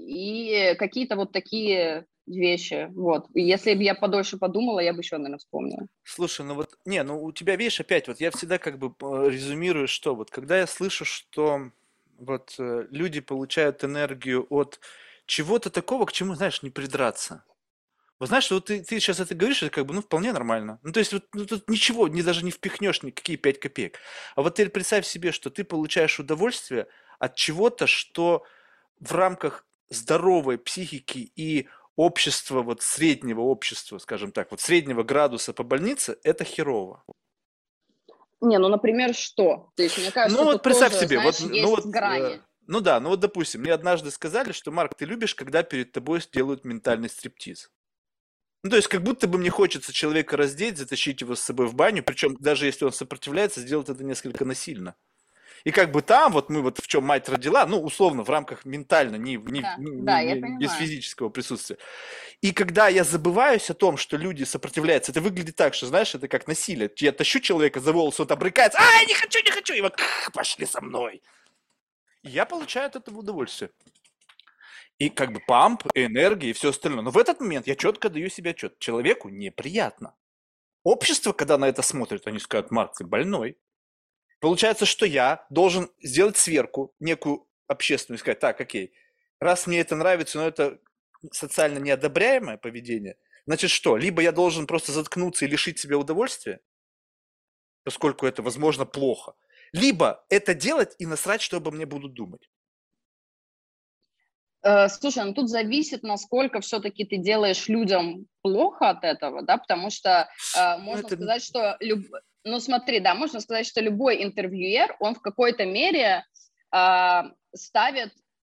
и какие-то вот такие вещи, вот. И если бы я подольше подумала, я бы еще, наверное, вспомнила. Слушай, ну вот, не, ну у тебя, видишь, опять, вот я всегда как бы резюмирую, что вот, когда я слышу, что вот люди получают энергию от чего-то такого, к чему, знаешь, не придраться. Вот знаешь, вот ты сейчас это говоришь, это как бы, ну, вполне нормально. Ну, то есть, вот, ну, тут ничего, даже не впихнешь никакие 5 копеек. А вот ты представь себе, что ты получаешь удовольствие от чего-то, что в рамках здоровой психики и общества, вот среднего общества, скажем так, вот среднего градуса по больнице, это херово. Не, ну, например, что? То есть, мне Ну кажется, вот тут представь тоже, себе, вот, знаешь, ну есть вот, грани. ну да, ну вот допустим, мне однажды сказали, что, Марк, ты любишь, когда перед тобой делают ментальный стриптиз. Ну, то есть, как будто бы мне хочется человека раздеть, затащить его с собой в баню, причем даже если он сопротивляется, сделать это несколько насильно. И как бы там, вот мы вот в чем мать родила, ну, условно, в рамках ментально, Да, да, я без понимаю. физического присутствия. И когда я забываюсь о том, что люди сопротивляются, это выглядит так, что, знаешь, это как насилие. Я тащу человека за волосы, он там брыкается, ай, не хочу, и вот пошли со мной. И я получаю от этого удовольствие. И как бы памп, энергия и все остальное. Но в этот момент я четко даю себе отчет. Человеку неприятно. Общество, когда на это смотрит, они скажут, Марк, ты больной. Получается, что я должен сделать сверку, некую общественную, и сказать, так, окей, Раз мне это нравится, но это социально неодобряемое поведение, значит что? Либо я должен просто заткнуться и лишить себя удовольствия, поскольку это, возможно, плохо. Либо это делать и насрать, что обо мне будут думать. Слушай, ну тут зависит, насколько все-таки ты делаешь людям плохо от этого, да, потому что Ну, можно это сказать, что ну смотри, да, можно сказать, что любой интервьюер, он в какой-то мере ставит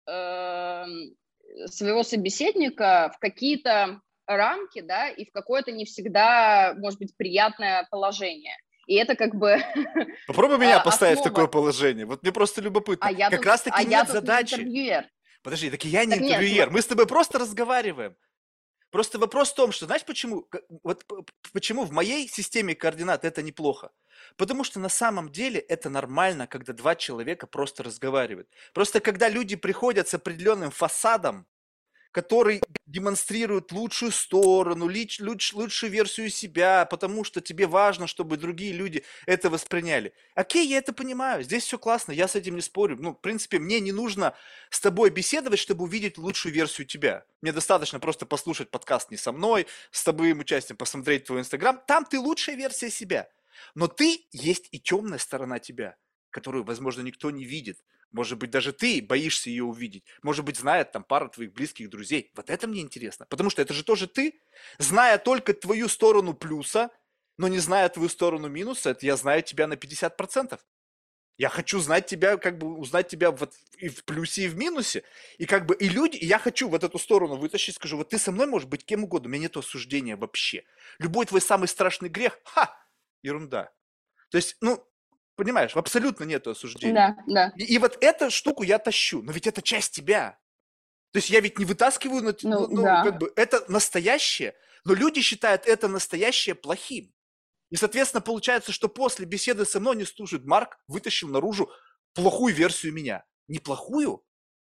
своего собеседника в какие-то рамки, да, и в какое-то не всегда, может быть, приятное положение. И это как бы Попробуй меня поставить в такое основа. положение. Вот мне просто любопытно. Как раз-таки Я нет тут не задачи. интервьюер. Подожди, так и я не Так нет, интервьюер. Мы с тобой просто разговариваем. Просто вопрос в том, что знаешь почему? Вот почему в моей системе координат это неплохо? Потому что на самом деле это нормально, когда два человека просто разговаривают. Просто когда люди приходят с определенным фасадом, который демонстрирует лучшую сторону, лучшую версию себя, потому что тебе важно, чтобы другие люди это восприняли. Окей, я это понимаю, здесь все классно, я с этим не спорю. Ну, в принципе, мне не нужно с тобой беседовать, чтобы увидеть лучшую версию тебя. Мне достаточно просто послушать подкаст не со мной, с тобой участием, посмотреть твой Инстаграм. Там ты лучшая версия себя. Но ты есть и темная сторона тебя, которую, возможно, никто не видит. Может быть, даже ты боишься ее увидеть. Может быть, знает там пара твоих близких друзей. Вот это мне интересно. Потому что это же тоже ты. Зная только твою сторону плюса, но не зная твою сторону минуса, это я знаю тебя на 50%. Я хочу знать тебя, как бы узнать тебя вот и в плюсе, и в минусе. И как бы и люди, и я хочу вот эту сторону вытащить, скажу, вот ты со мной можешь быть кем угодно, у меня нет осуждения вообще. Любой твой самый страшный грех, ерунда. То есть, ну, понимаешь, абсолютно нет осуждения. Да, да. И вот эту штуку я тащу, но ведь это часть тебя. То есть я ведь не вытаскиваю, Ну, ну, да. как бы, это настоящее, но люди считают это настоящее плохим. И, соответственно, получается, что после беседы со мной они слушают, Марк вытащил наружу плохую версию меня. Неплохую?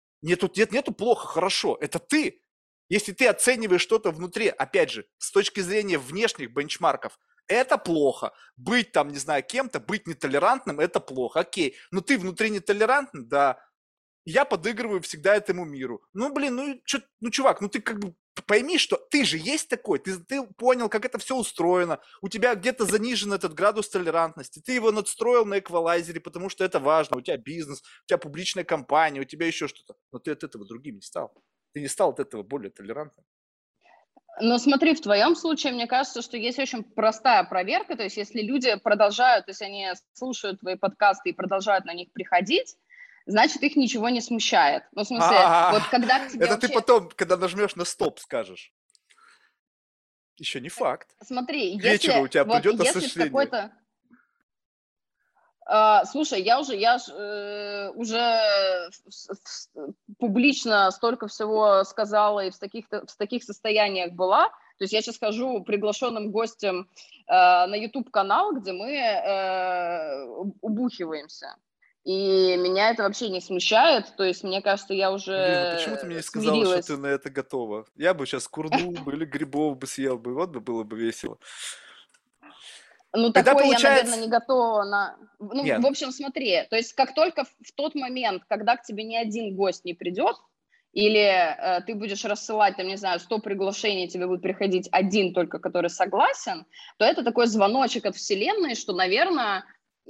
Нету плохо, хорошо. Это ты. Если ты оцениваешь что-то внутри, опять же, с точки зрения внешних бенчмарков, это плохо. Быть там, не знаю, кем-то, быть нетолерантным, это плохо. Окей. Но ты внутри нетолерантный, да. Я подыгрываю всегда этому миру. Ну, блин, ну, чувак, ну ты как бы пойми, что ты же есть такой, ты понял, как это все устроено, у тебя где-то занижен этот градус толерантности, ты его надстроил на эквалайзере, потому что это важно, у тебя бизнес, у тебя публичная компания, у тебя еще что-то, но ты от этого другим не стал. Ты не стал от этого более толерантным. Но смотри, в твоем случае, мне кажется, что есть очень простая проверка, то есть если люди продолжают, то есть они слушают твои подкасты и продолжают на них приходить, значит, их ничего не смущает. Ну, в смысле, вот когда к тебе Это ты вообще... потом, когда нажмешь на стоп, скажешь. Еще не факт. Смотри, К вечеру у тебя придет если в осуществление. какой-то... Слушай, уже публично столько всего сказала и в таких состояниях была. То есть я сейчас хожу приглашенным гостем на YouTube-канал, где мы убухиваемся. И меня это вообще не смущает. То есть мне кажется, я Блин, ну почему ты мне уже не сказала, что смирилась. ты на это готова? Я бы сейчас курнул бы или грибов бы съел бы, вот бы было бы весело. Ну, Тогда такой я, наверное, получается... не готова на... Ну, в Нет, общем, смотри, то есть как только в тот момент, когда к тебе ни один гость не придет, или ты будешь рассылать, там, не знаю, 100 приглашений, тебе будет приходить один только, который согласен, то это такой звоночек от Вселенной, что, наверное,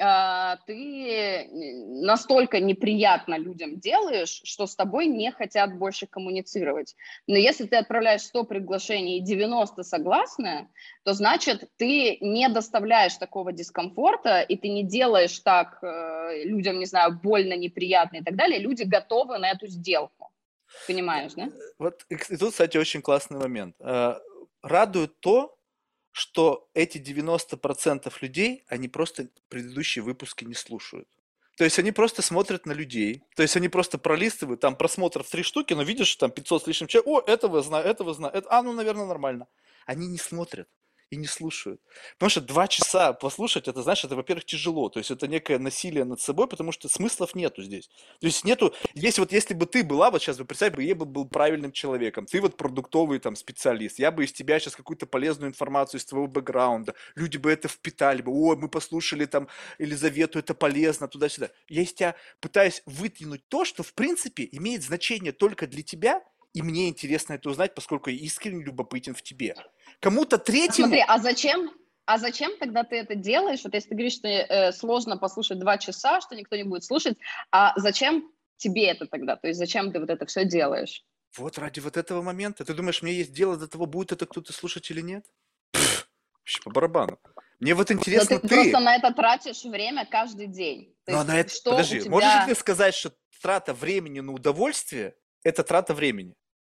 ты настолько неприятно людям делаешь, что с тобой не хотят больше коммуницировать. Но если ты отправляешь 100 приглашений и 90 согласны, то значит ты не доставляешь такого дискомфорта, и ты не делаешь так людям, не знаю, больно, неприятно и так далее. Люди готовы на эту сделку. Понимаешь, да? вот и тут, кстати, очень классный момент. Радует то, что эти 90% людей, они просто предыдущие выпуски не слушают. То есть они просто смотрят на людей, то есть они просто пролистывают, там просмотров 3 штуки, но видишь, там 500 с лишним человек, о, этого знаю, ну, наверное, нормально. Они не смотрят. и не слушают. Потому что 2 часа послушать, это, знаешь, это, во-первых, тяжело. То есть это некое насилие над собой, потому что смыслов нету здесь. То есть нету, если бы ты была, вот сейчас бы, представь, бы, я бы был правильным человеком, ты вот продуктовый там специалист, я бы из тебя сейчас какую-то полезную информацию из твоего бэкграунда, люди бы это впитали бы, ой, мы послушали там Елизавету, это полезно, туда-сюда. Я из тебя пытаюсь вытянуть то, что в принципе имеет значение только для тебя, и мне интересно это узнать, поскольку я искренне любопытен в тебе. Кому-то Смотри, третьему... а зачем тогда ты это делаешь? Вот если ты говоришь, что сложно послушать 2 часа, что никто не будет слушать, а зачем тебе это тогда? То есть зачем ты вот это все делаешь? Вот ради вот этого момента. Ты думаешь, мне есть дело до того, будет это кто-то слушать или нет? Вообще по барабану. Мне вот Но ты интересно просто ты. на это тратишь время каждый день. То Но на есть это... что у Подожди, можешь ли ты тебя... сказать, что трата времени на удовольствие– это трата времени?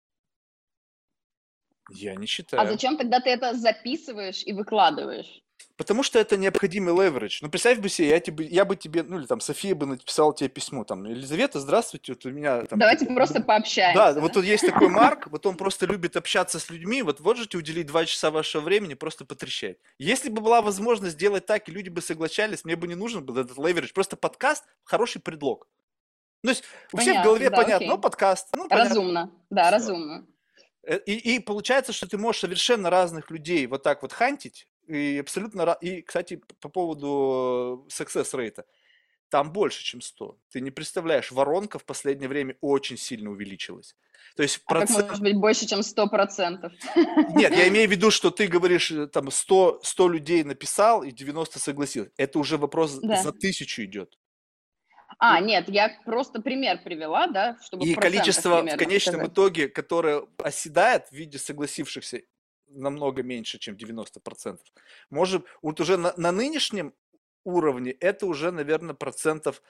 Я не А считаю. зачем тогда ты это записываешь и выкладываешь? Потому что это необходимый леверидж. Ну, представь бы себе, я бы тебе, ну, или там, София бы написала тебе письмо, там, Елизавета, здравствуйте, вот у меня там, Давайте типа, просто да, пообщаемся, вот да? тут есть такой Марк, вот он просто любит общаться с людьми, вот можете уделить 2 часа вашего времени, просто потрещать. Если бы была возможность сделать так, и люди бы соглашались, мне бы не нужен был этот леверидж, просто подкаст– хороший предлог. Ну, то есть у всех в Понятно, голове да, понятно, ну, окей. подкаст, ну, понятно, Разумно, да, все. разумно. И получается, что ты можешь совершенно разных людей вот так вот хантить, и абсолютно... И, кстати, по поводу success rate, там больше, чем 100. Ты не представляешь, воронка в последнее время очень сильно увеличилась. То есть А как процент... может быть больше, чем 100%? Нет, я имею в виду, что ты говоришь, там 100 людей написал и 90 согласилось. Это уже вопрос Да. за 1000 идет. Нет, я просто пример привела, да, чтобы в И процентах количество в примерно конечном сказать. итоге, которое оседает в виде согласившихся, намного меньше, чем 90%. Может, вот уже на нынешнем уровне это уже, наверное, процентов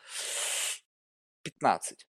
15.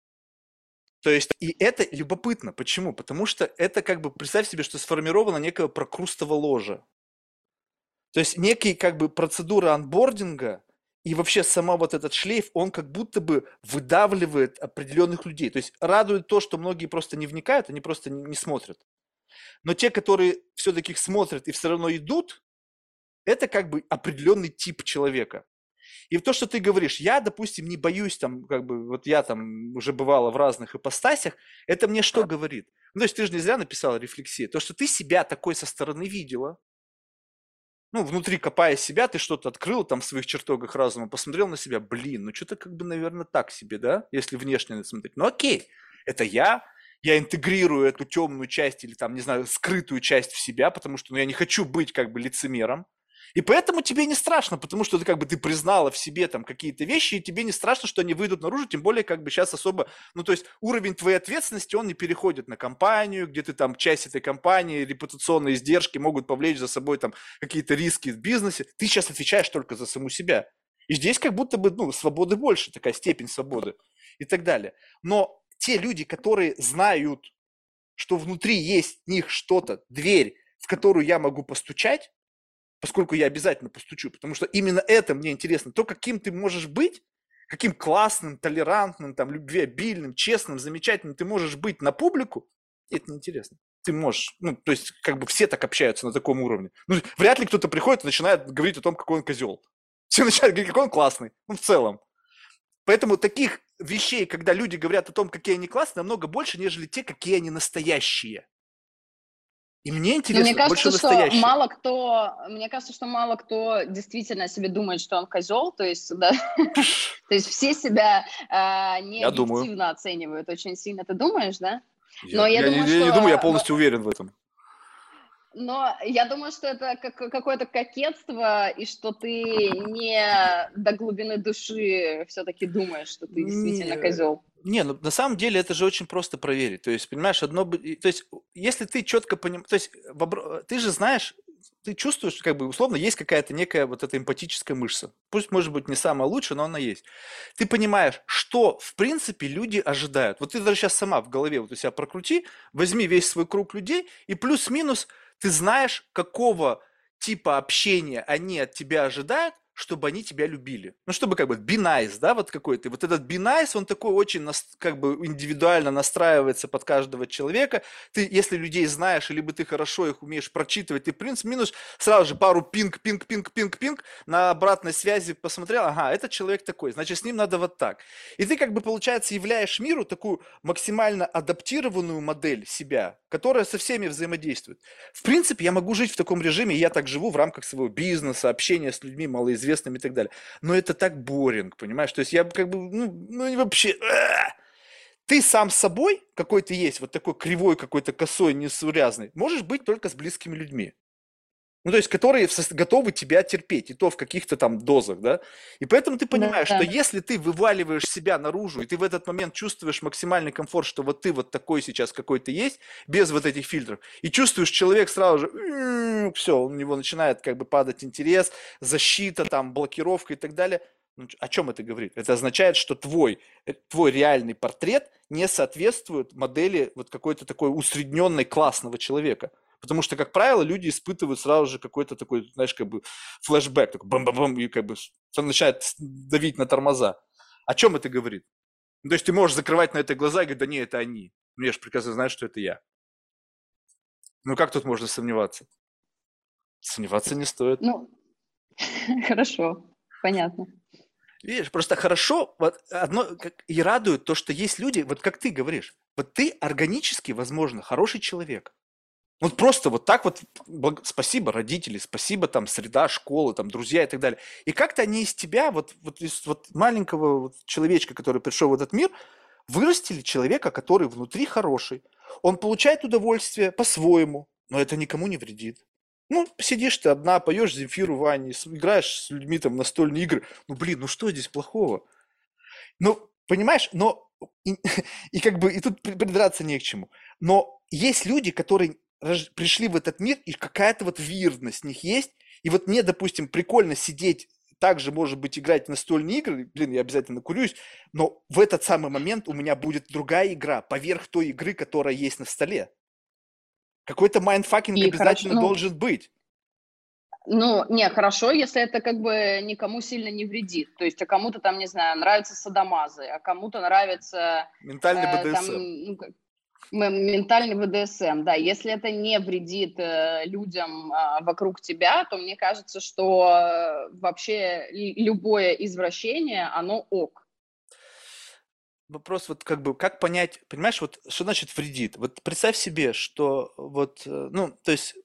То есть, и это любопытно. Почему? Потому что это как бы, представь себе, что сформировано некое прокрустово ложе. То есть некие как бы процедуры анбординга и вообще сама вот этот шлейф, он как будто бы выдавливает определенных людей. То есть радует то, что многие просто не вникают, они просто не смотрят. Но те, которые все-таки смотрят и все равно идут, это как бы определенный тип человека. И то, что ты говоришь, я, допустим, не боюсь, там, как бы, вот я там уже бывала в разных ипостасях, это мне что говорит? Ну, то есть ты же не зря написала рефлексия. То, что ты себя такой со стороны видела, ну, внутри копая себя, ты что-то открыл там в своих чертогах разума, посмотрел на себя, блин, ну что-то как бы, наверное, так себе, да, если внешне смотреть. Ну окей, это я интегрирую эту темную часть или там, не знаю, скрытую часть в себя, потому что ну, я не хочу быть как бы лицемером. И поэтому тебе не страшно, потому что ты как бы ты признала в себе там какие-то вещи, и тебе не страшно, что они выйдут наружу, тем более как бы сейчас особо, ну то есть уровень твоей ответственности, он не переходит на компанию, где ты там часть этой компании, репутационные издержки могут повлечь за собой там какие-то риски в бизнесе, ты сейчас отвечаешь только за саму себя. И здесь как будто бы, ну, свободы больше, такая степень свободы и так далее. Но те люди, которые знают, что внутри есть в них что-то, дверь, в которую я могу постучать, поскольку я обязательно постучу, потому что именно это мне интересно. То, каким ты можешь быть, каким классным, толерантным, там, любвеобильным, честным, замечательным ты можешь быть на публику, это неинтересно. Ты можешь, ну, то есть, как бы все так общаются на таком уровне. Ну, вряд ли кто-то приходит и начинает говорить о том, какой он козел. Все начинают говорить, какой он классный, ну, в целом. Поэтому таких вещей, когда люди говорят о том, какие они классные, намного больше, нежели те, какие они настоящие. И мне Но интересно больше настоящие. мне кажется, что мало кто действительно себе думает, что он козел, то есть, да, то есть все себя не Я думаю. объективно оценивают очень сильно. Ты думаешь, да? Я, Но я я, не, думаю, я не думаю, я что полностью уверен в этом. Но я думаю, что это какое-то кокетство, и что ты не до глубины души все-таки думаешь, что ты действительно Не, козел. не, ну на самом деле это же очень просто проверить. То есть, понимаешь, то есть, если ты четко понимаешь, то есть, ты же знаешь, ты чувствуешь, как бы условно, есть какая-то некая вот эта эмпатическая мышца. Пусть, может быть, не самая лучшая, но она есть. Ты понимаешь, что, в принципе, люди ожидают. Вот ты даже сейчас сама в голове вот у себя прокрути, возьми весь свой круг людей, и плюс-минус ты знаешь, какого типа общения они от тебя ожидают, чтобы они тебя любили. Ну, чтобы как бы be nice, да, вот какой-то. Вот этот be nice, он такой очень как бы индивидуально настраивается под каждого человека. Ты, если людей знаешь, либо ты хорошо их умеешь прочитывать, ты принц минус, сразу же пару пинг, на обратной связи посмотрел, ага, этот человек такой, значит, с ним надо вот так. И ты как бы, получается, являешь миру такую максимально адаптированную модель себя, которая со всеми взаимодействует. В принципе, я могу жить в таком режиме, и я так живу в рамках своего бизнеса, общения с людьми малоизвестными и так далее. Но это так боринг, понимаешь? То есть я как бы, ну вообще... Ты сам с собой, какой ты есть, вот такой кривой, какой-то косой, несурязный, можешь быть только с близкими людьми. Ну, то есть, которые готовы тебя терпеть, и то в каких-то там дозах, да. И поэтому ты понимаешь, что Да. если ты вываливаешь себя наружу, и ты в этот момент чувствуешь максимальный комфорт, что вот ты вот такой сейчас, какой ты есть, без вот этих фильтров, и чувствуешь, человек сразу же, все, у него начинает как бы падать интерес, защита, там, блокировка и так далее. Ну, о чем это говорит? Это означает, что твой реальный портрет не соответствует модели вот какой-то такой усредненной классного человека. Потому что, как правило, люди испытывают сразу же какой-то такой, знаешь, как бы флешбэк, такой бам-бам-бам, и как бы начинает давить на тормоза. О чем это говорит? Ну, то есть ты можешь закрывать на это глаза и говорить, да не, это они. Ну, я же прекрасно знаю, что это я. Ну, как тут можно сомневаться? Сомневаться не стоит. Ну, хорошо, понятно. Видишь, просто хорошо, вот одно и радует то, что есть люди, вот как ты говоришь, вот ты органически, возможно, хороший человек. Вот просто вот так вот, спасибо родители, спасибо там среда, школа, там друзья и так далее. И как-то они из тебя, вот из вот маленького вот человечка, который пришел в этот мир, вырастили человека, который внутри хороший. Он получает удовольствие по-своему, но это никому не вредит. Ну, сидишь ты одна, поешь Земфиру Вани, играешь с людьми там в настольные игры. Ну, блин, ну что здесь плохого? Ну, понимаешь, но и, и как бы и тут придраться не к чему. Но есть люди, которые пришли в этот мир, и какая-то вот вирдность в них есть. И вот мне, допустим, прикольно сидеть, также, может быть, играть в настольные игры, блин, я обязательно курюсь, но в этот самый момент у меня будет другая игра поверх той игры, которая есть на столе. Какой-то майндфакинг И хорошо, обязательно должен быть. ну, не, хорошо, если это как бы никому сильно не вредит. То есть, а кому-то там, не знаю, нравятся садомазы, а кому-то нравится Ментальный там, БДСМ. ну, ментальный ВДСМ, да. Если это не вредит людям вокруг тебя, то мне кажется, что вообще любое извращение, оно ок. Вопрос вот как бы, как понять, понимаешь, вот что значит вредит? Вот представь себе, что вот, ну, то есть,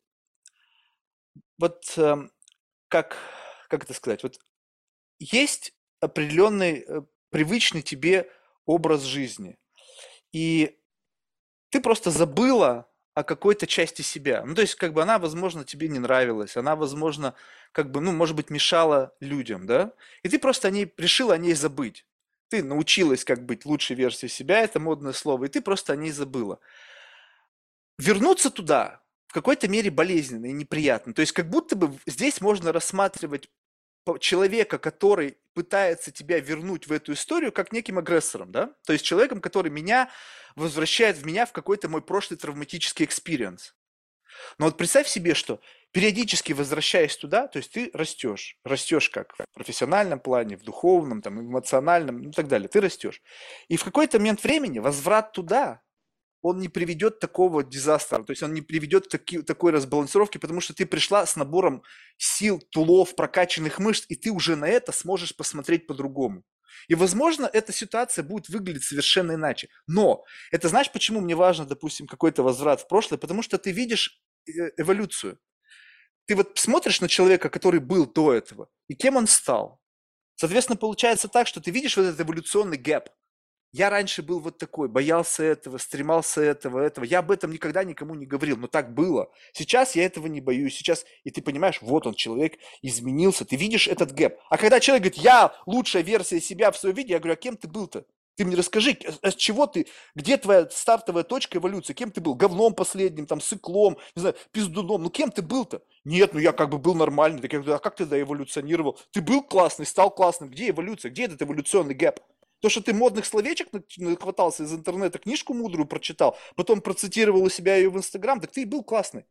вот как, как это сказать, вот есть определенный привычный тебе образ жизни, и ты просто забыла о какой-то части себя. Ну, то есть, как бы она, возможно, тебе не нравилась, она, возможно, как бы, ну, может быть, мешала людям, да? И ты просто решила о ней забыть. Ты научилась как быть лучшей версией себя, это модное слово, и ты просто о ней забыла. Вернуться туда в какой-то мере болезненно и неприятно. То есть, как будто бы здесь можно рассматривать человека, который пытается тебя вернуть в эту историю, как неким агрессором, да? То есть человеком, который меня возвращает в меня в какой-то мой прошлый травматический экспириенс. Но вот представь себе, что периодически возвращаясь туда, то есть ты растешь. Растешь как в профессиональном плане, в духовном, там, эмоциональном, ну и так далее. Ты растешь. И в какой-то момент времени возврат туда, он не приведет такого дизастера, то есть он не приведет к такой разбалансировки, потому что ты пришла с набором сил, тулов, прокачанных мышц, и ты уже на это сможешь посмотреть по-другому. И, возможно, эта ситуация будет выглядеть совершенно иначе. Но это знаешь, почему мне важно, допустим, какой-то возврат в прошлое? Потому что ты видишь эволюцию. Ты вот смотришь на человека, который был до этого, и кем он стал. Соответственно, получается так, что ты видишь вот этот эволюционный гэп. Я раньше был вот такой, боялся этого, стремался этого. Я об этом никогда никому не говорил, но так было. Сейчас я этого не боюсь. Сейчас, и ты понимаешь, вот он, человек изменился. Ты видишь этот гэп. А когда человек говорит, я лучшая версия себя в своем виде, я говорю, а кем ты был-то? Ты мне расскажи, с чего ты, где твоя стартовая точка эволюции? Кем ты был? Говном последним, там, сыклом, не знаю, пиздуном. Ну, кем ты был-то? Нет, ну я как бы был нормальный. Так я говорю, а как ты доэволюционировал? Ты был классный, стал классным. Где эволюция? Где этот эволюционный гэп? То, что ты модных словечек нахватался из интернета, книжку мудрую прочитал, потом процитировал у себя ее в Инстаграм, так ты и был классный.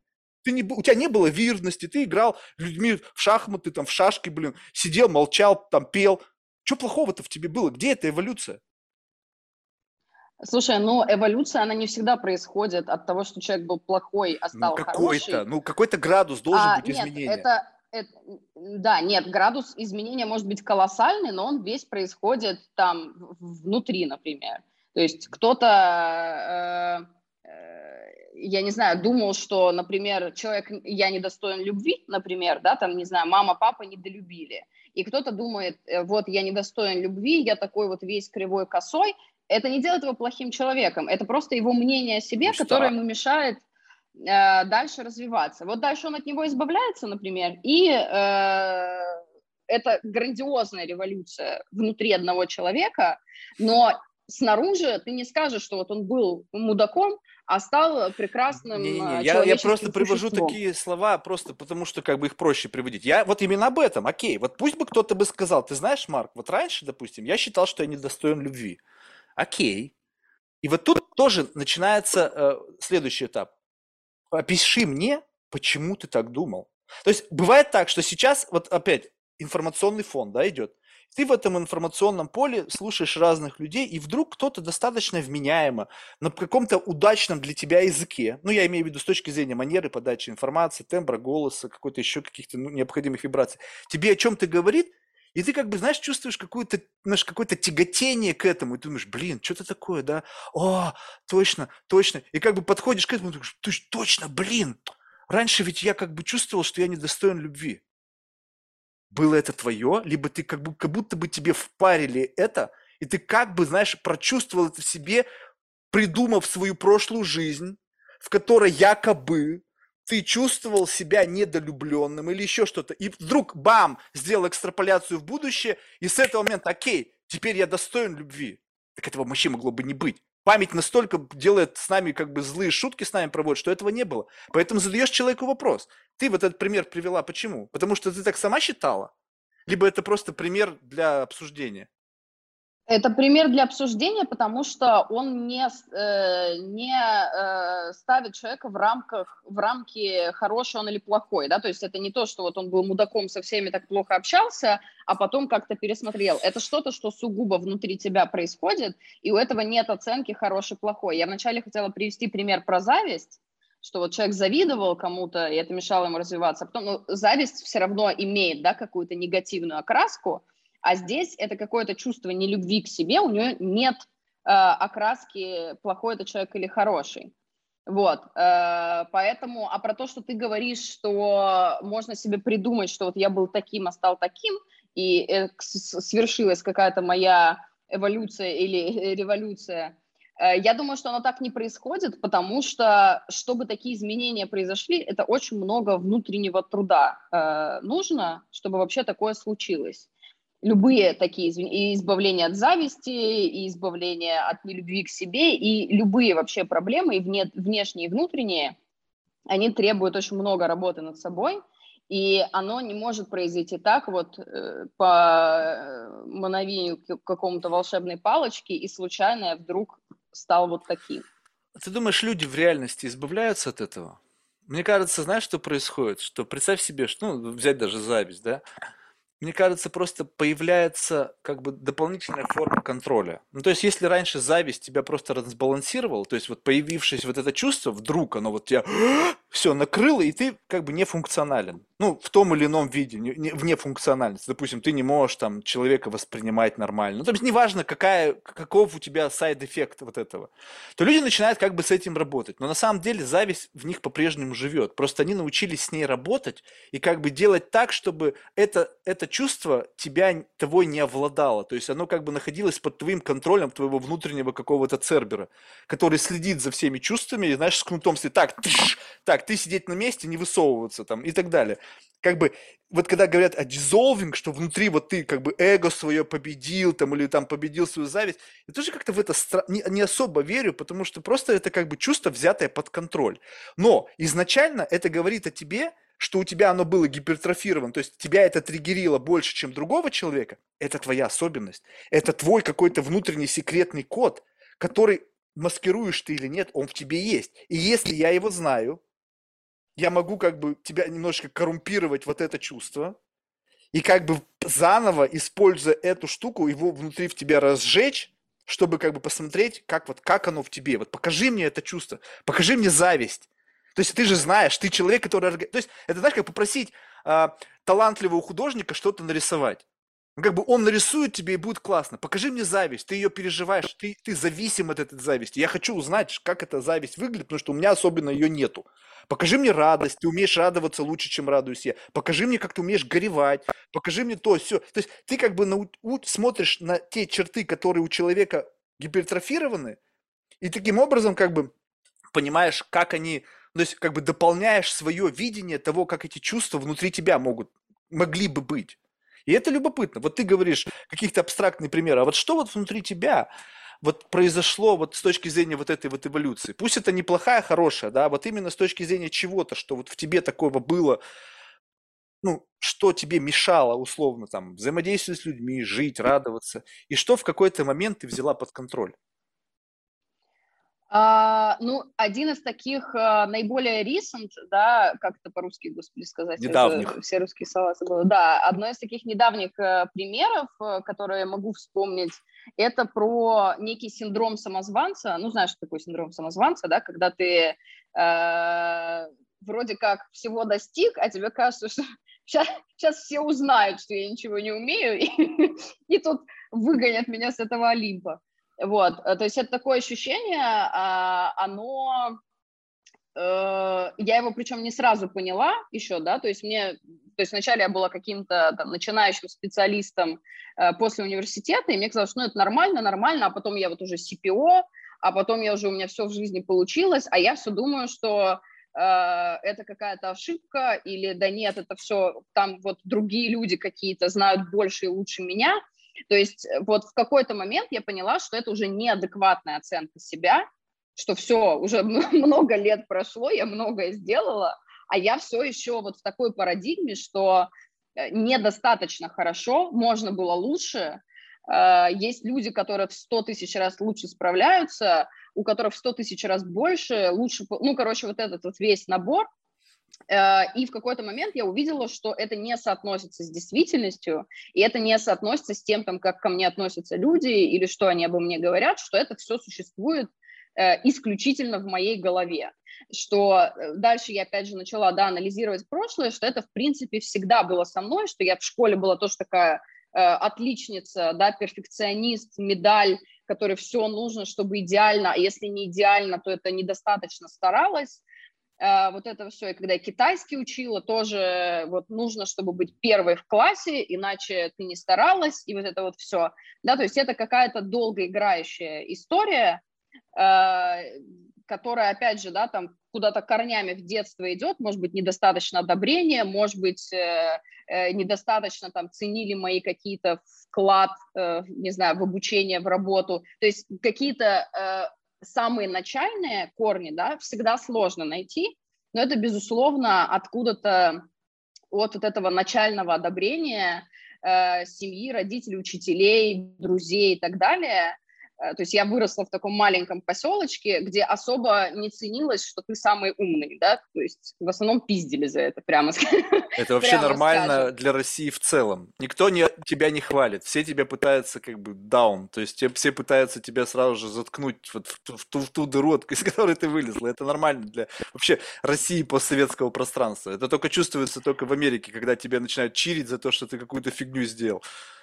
у тебя не было верности, ты играл людьми в шахматы, там, в шашки, блин, сидел, молчал, там, пел. Что плохого-то в тебе было? Где эта эволюция? Слушай, ну эволюция, она не всегда происходит от того, что человек был плохой, а стал хороший. Ну какой-то градус должен быть Нет, изменения. да, нет, градус изменения может быть колоссальный, но он весь происходит там внутри, например. То есть кто-то, я не знаю, думал, что, например, человек, я недостоин любви, например, да, там, не знаю, мама, папа недолюбили. И кто-то думает, вот я недостоин любви, я такой вот весь кривой, косой. Это не делает его плохим человеком, это просто его мнение о себе, Пусть которое так. ему мешает дальше развиваться. Вот дальше он от него избавляется, например, и это грандиозная революция внутри одного человека, но снаружи ты не скажешь, что вот он был мудаком, а стал прекрасным Не-не-не, я просто человеческим привожу существом. такие слова просто потому, что как бы их проще приводить. Я вот именно об этом, окей. Вот пусть бы кто-то бы сказал, ты знаешь, Марк, вот раньше, допустим, я считал, что я недостоин любви. Окей. И вот тут тоже начинается следующий этап. Опиши мне, почему ты так думал. То есть бывает так, что сейчас, вот опять, информационный фон, да, идет. Ты в этом информационном поле слушаешь разных людей, и вдруг кто-то достаточно вменяемо, на каком-то удачном для тебя языке, ну, я имею в виду с точки зрения манеры подачи информации, тембра голоса, какой-то еще каких-то необходимых вибраций, тебе о чем-то говорит, и ты как бы, знаешь, чувствуешь какое-то тяготение к этому, и думаешь, блин, что-то такое, да, о, точно, точно. И как бы подходишь к этому, думаешь, точно, блин, раньше ведь я как бы чувствовал, что я недостоин любви. Было это твое, либо ты как будто бы тебе впарили это, и ты как бы, знаешь, прочувствовал это в себе, придумав свою прошлую жизнь, в которой якобы ты чувствовал себя недолюбленным или еще что-то, и вдруг, бам, сделал экстраполяцию в будущее, и с этого момента, окей, теперь я достоин любви. Так этого вообще могло бы не быть. Память настолько делает с нами как бы злые шутки с нами проводит, что этого не было. Поэтому задаешь человеку вопрос. Ты вот этот пример привела, почему? Потому что ты так сама считала? Либо это просто пример для обсуждения? Это пример для обсуждения, потому что он не ставит человека в рамки хороший он или плохой, да, то есть это не то, что вот он был мудаком, со всеми так плохо общался, а потом как-то пересмотрел. Это что-то, что сугубо внутри тебя происходит, и у этого нет оценки хороший-плохой. Я вначале хотела привести пример про зависть, что вот человек завидовал кому-то, и это мешало ему развиваться, а потом, ну, зависть все равно имеет, да, какую-то негативную окраску, а здесь это какое-то чувство нелюбви к себе, у нее нет окраски, плохой это человек или хороший. Вот, поэтому, а про то, что ты говоришь, что можно себе придумать, что вот я был таким, а стал таким, и свершилась какая-то моя эволюция или революция, я думаю, что оно так не происходит, потому что, чтобы такие изменения произошли, это очень много внутреннего труда нужно, чтобы вообще такое случилось. Любые такие и избавление от зависти, и избавление от нелюбви к себе, и любые вообще проблемы, и внешние, и внутренние, они требуют очень много работы над собой, и оно не может произойти так вот по мановению какому-то волшебной палочки, и случайно я вдруг стал вот таким. Ты думаешь, люди в реальности избавляются от этого? Мне кажется, знаешь, что происходит? Что представь себе, что, ну, взять даже зависть, да? Мне кажется, просто появляется как бы дополнительная форма контроля. Ну, то есть, если раньше зависть тебя просто разбалансировала, то есть вот появившись вот это чувство, вдруг оно вот тебя все накрыло, и ты как бы не функционален. Ну, в том или ином виде, вне функциональности. Допустим, ты не можешь там человека воспринимать нормально. Ну, то есть, неважно, каков у тебя сайд-эффект вот этого. То люди начинают как бы с этим работать. Но на самом деле зависть в них по-прежнему живет. Просто они научились с ней работать и как бы делать так, чтобы это чувство тобой не овладало. То есть оно как бы находилось под твоим контролем твоего внутреннего какого-то цербера, который следит за всеми чувствами и, знаешь, с кнутом следит. Так, ты сидеть на месте, не высовываться там и так далее. Как бы, вот когда говорят о dissolving, что внутри вот ты как бы эго свое победил там или там победил свою зависть, я тоже как-то в это не особо верю, потому что просто это как бы чувство, взятое под контроль. Но изначально это говорит о тебе, что у тебя оно было гипертрофировано, то есть тебя это триггерило больше, чем другого человека, это твоя особенность. Это твой какой-то внутренний секретный код, который, маскируешь ты или нет, он в тебе есть. И если я его знаю, я могу как бы тебя немножко коррумпировать вот это чувство, и как бы заново, используя эту штуку, его внутри в тебя разжечь, чтобы как бы посмотреть, как вот как оно в тебе. Вот покажи мне это чувство, покажи мне зависть. То есть ты же знаешь, ты человек, который... То есть это, знаешь, как попросить талантливого художника что-то нарисовать. Ну, как бы он нарисует тебе и будет классно. Покажи мне зависть, ты ее переживаешь, ты зависим от этой зависти. Я хочу узнать, как эта зависть выглядит, потому что у меня особенно ее нету. Покажи мне радость, ты умеешь радоваться лучше, чем радуюсь я. Покажи мне, как ты умеешь горевать. Покажи мне то, все. То есть ты как бы смотришь на те черты, которые у человека гипертрофированы, и таким образом как бы понимаешь, как они, то есть как бы дополняешь свое видение того, как эти чувства внутри тебя могли бы быть. И это любопытно. Вот ты говоришь каких-то абстрактных примеров, а вот что вот внутри тебя вот произошло вот с точки зрения вот этой вот эволюции? Пусть это неплохая, хорошая, да, вот именно с точки зрения чего-то, что вот в тебе такого было, ну, что тебе мешало условно там взаимодействовать с людьми, жить, радоваться, и что в какой-то момент ты взяла под контроль? Ну, один из таких наиболее recent, да, как это по-русски, господи, сказать, я уже Недавних. все русские слова забыла. Да, одно из таких недавних примеров, которые я могу вспомнить, это про некий синдром самозванца. Ну, знаешь, что такое синдром самозванца, да, когда ты вроде как всего достиг, а тебе кажется, что сейчас все узнают, что я ничего не умею, и тут выгонят меня с этого Олимпа. Вот, то есть это такое ощущение, я его причем не сразу поняла еще, да, то есть вначале я была каким-то там начинающим специалистом после университета, и мне казалось, что ну, это нормально, а потом я вот уже CPO, а потом у меня все в жизни получилось, а я все думаю, что это какая-то ошибка, или да нет, это все, там вот другие люди какие-то знают больше и лучше меня. То есть вот в какой-то момент я поняла, что это уже неадекватная оценка себя, что все, уже много лет прошло, я многое сделала, а я все еще вот в такой парадигме, что недостаточно хорошо, можно было лучше. Есть люди, которые в 100 тысяч раз лучше справляются, у которых в 100 тысяч раз больше, лучше, ну, короче, вот этот вот весь набор. И в какой-то момент я увидела, что это не соотносится с действительностью, и это не соотносится с тем, там, как ко мне относятся люди или что они обо мне говорят, что это все существует исключительно в моей голове. Что дальше я опять же начала анализировать прошлое, что это в принципе всегда было со мной, что я в школе была тоже такая отличница, да, перфекционист, медаль, которой все нужно, чтобы идеально, а если не идеально, то это недостаточно старалась. Вот это все. И когда я китайский учила, тоже вот нужно, чтобы быть первой в классе, иначе ты не старалась, и вот это вот все. Да, то есть это какая-то долгоиграющая история, которая, опять же, да, там куда-то корнями в детство идет, может быть, недостаточно одобрения, может быть, недостаточно там ценили мои какие-то вклад, не знаю, в обучение, в работу. То есть какие-то самые начальные корни, да, всегда сложно найти, но это, безусловно, откуда-то от вот этого начального одобрения семьи, родителей, учителей, друзей и так далее. То есть я выросла в таком маленьком поселочке, где особо не ценилось, что ты самый умный, да, то есть в основном пиздили за это, прямо, Это вообще прямо нормально скажем. для России в целом. Никто тебя не хвалит, все тебя пытаются как бы даун, то есть все пытаются тебя сразу же заткнуть вот в ту дыру, из которой ты вылезла. Это нормально для вообще России постсоветского пространства. Это только чувствуется только в Америке, когда тебя начинают чирить за то, что ты какую-то фигню сделал.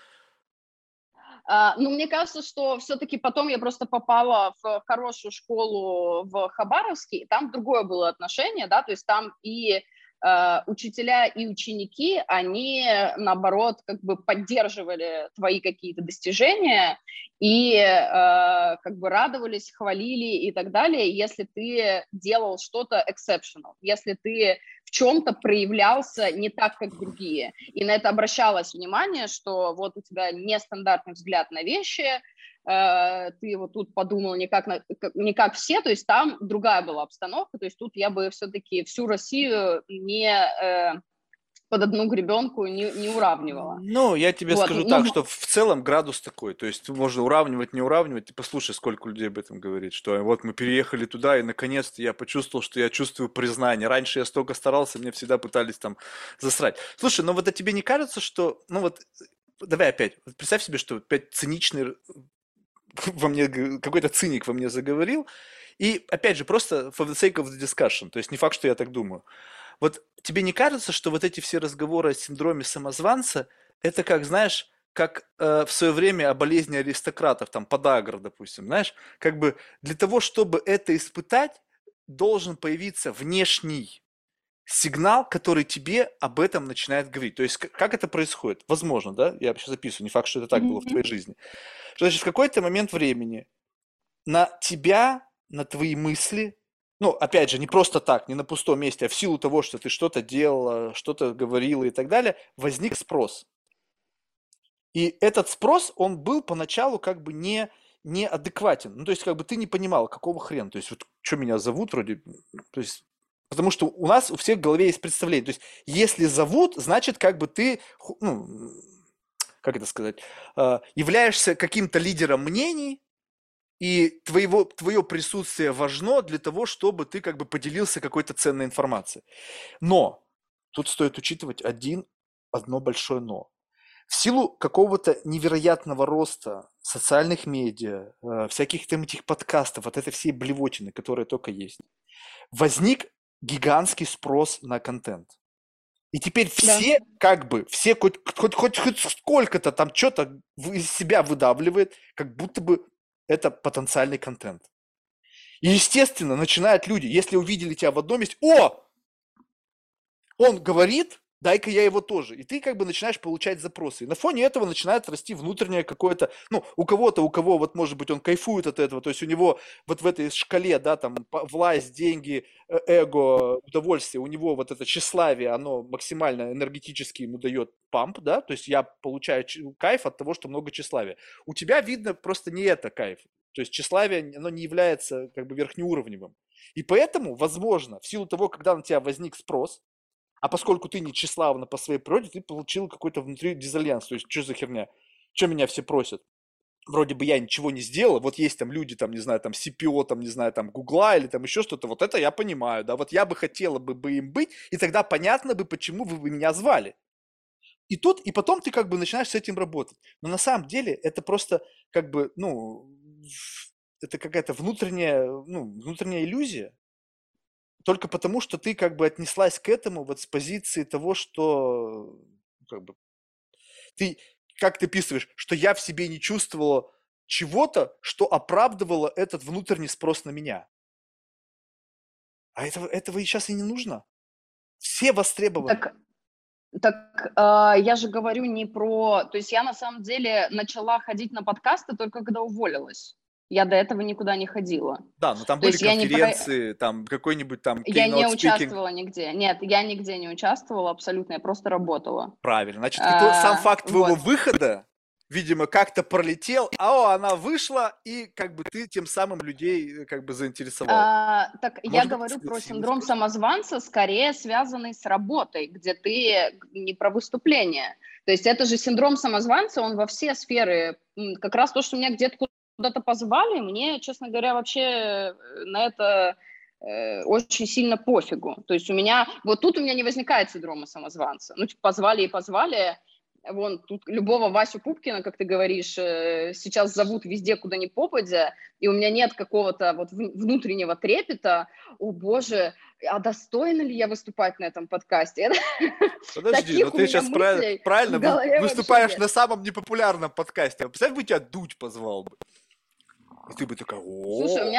Ну, мне кажется, что все-таки потом я просто попала в хорошую школу в Хабаровске, и там другое было отношение, да, то есть там и учителя, и ученики, они, наоборот, как бы поддерживали твои какие-то достижения и как бы радовались, хвалили и так далее, если ты делал что-то exceptional, если ты в чем-то проявлялся не так, как другие. И на это обращалось внимание, что вот у тебя нестандартный взгляд на вещи, ты вот тут подумал не как все, то есть там другая была обстановка, то есть тут я бы все-таки всю Россию не под одну гребенку не уравнивала. Ну, я тебе Вот, скажу так, что в целом градус такой. То есть можно уравнивать, не уравнивать. Ты послушай, сколько людей об этом говорит, что вот мы переехали туда, и наконец-то я почувствовал, что я чувствую признание. Раньше я столько старался, мне всегда пытались там засрать. Слушай, ну вот а тебе не кажется, что... Ну вот, давай опять. Вот представь себе, что опять циничный во мне, какой-то циник во мне заговорил. И опять же, просто for the sake of the discussion. То есть не факт, что я так думаю. Вот тебе не кажется, что вот эти все разговоры о синдроме самозванца, это как, знаешь, как в свое время о болезни аристократов, там, подагра, допустим, знаешь, как бы для того, чтобы это испытать, должен появиться внешний сигнал, который тебе об этом начинает говорить. То есть как это происходит? Возможно, да? Я сейчас записываю, не факт, что это так было в твоей жизни. Что значит, в какой-то момент времени на тебя, на твои мысли, ну, опять же, не просто так, не на пустом месте, а в силу того, что ты что-то делала, что-то говорила и так далее, возник спрос. И этот спрос, он был поначалу как бы неадекватен. Ну, то есть, как бы ты не понимал, какого хрена. То есть, вот что меня зовут вроде, то есть, потому что у нас у всех в голове есть представление. То есть, если зовут, значит, как бы ты, ну, как это сказать, являешься каким-то лидером мнений, и твое присутствие важно для того, чтобы ты как бы поделился какой-то ценной информацией. Но тут стоит учитывать одно большое но. В силу какого-то невероятного роста социальных медиа, всяких там этих подкастов, вот этой всей блевотины, которая только есть, возник гигантский спрос на контент. И теперь все, как бы, все хоть сколько-то там что-то из себя выдавливает, как будто бы это потенциальный контент. И, естественно, начинают люди, если увидели тебя в одном месте, он говорит, дай-ка я его тоже. И ты как бы начинаешь получать запросы. И на фоне этого начинает расти внутреннее какое-то, ну, у кого вот, может быть, он кайфует от этого, то есть у него вот в этой шкале, да, там, власть, деньги, эго, удовольствие, у него вот это тщеславие, оно максимально энергетически ему дает памп, да, то есть я получаю кайф от того, что много тщеславия. У тебя, видно, просто не это кайф. То есть тщеславие, оно не является как бы верхнеуровневым. И поэтому, возможно, в силу того, когда на тебя возник спрос, а поскольку ты не тщеславна по своей природе, ты получил какой-то внутри дизальянс. То есть, что за херня? Что меня все просят? Вроде бы я ничего не сделал, вот есть там люди, там, не знаю, там, CPO, там, не знаю, там, Гугла или там еще что-то, вот это я понимаю, да, вот я бы хотела бы им быть, и тогда понятно бы, почему вы бы меня звали. И потом ты как бы начинаешь с этим работать. Но на самом деле это просто как бы, ну, это какая-то внутренняя иллюзия. Только потому, что ты как бы отнеслась к этому вот с позиции того, что как бы ты, как ты писаешь, что я в себе не чувствовала чего-то, что оправдывало этот внутренний спрос на меня. А этого и сейчас и не нужно. Все востребованы. Так я же говорю не про... То есть я на самом деле начала ходить на подкасты только когда уволилась. Я до этого никуда не ходила. Да, но там То были есть я не конференции, там какой-нибудь там Я не keynote speaking. участвовала нигде. Нет, я нигде не участвовала абсолютно, я просто работала. Правильно. Значит, сам факт твоего выхода, видимо, как-то пролетел, она вышла, и как бы ты тем самым людей как бы заинтересовал. Так я Может быть, говорю про сильный синдром спрос. самозванца, скорее связанный с работой, где ты не про выступление. То есть это же синдром самозванца, он во все сферы. Как раз то, что меня где-то куда-то позвали, мне, честно говоря, вообще на это очень сильно пофигу. То есть вот тут у меня не возникает синдрома самозванца. Ну, типа, позвали и позвали. Вон, тут любого Васю Пупкина, как ты говоришь, сейчас зовут везде, куда ни попадя, и у меня нет какого-то вот внутреннего трепета. О, боже, а достойна ли я выступать на этом подкасте? Подожди, но ты сейчас правильно выступаешь на самом непопулярном подкасте. Представь, бы тебя Дудь позвал бы. И ты бы такая, Слушай, у меня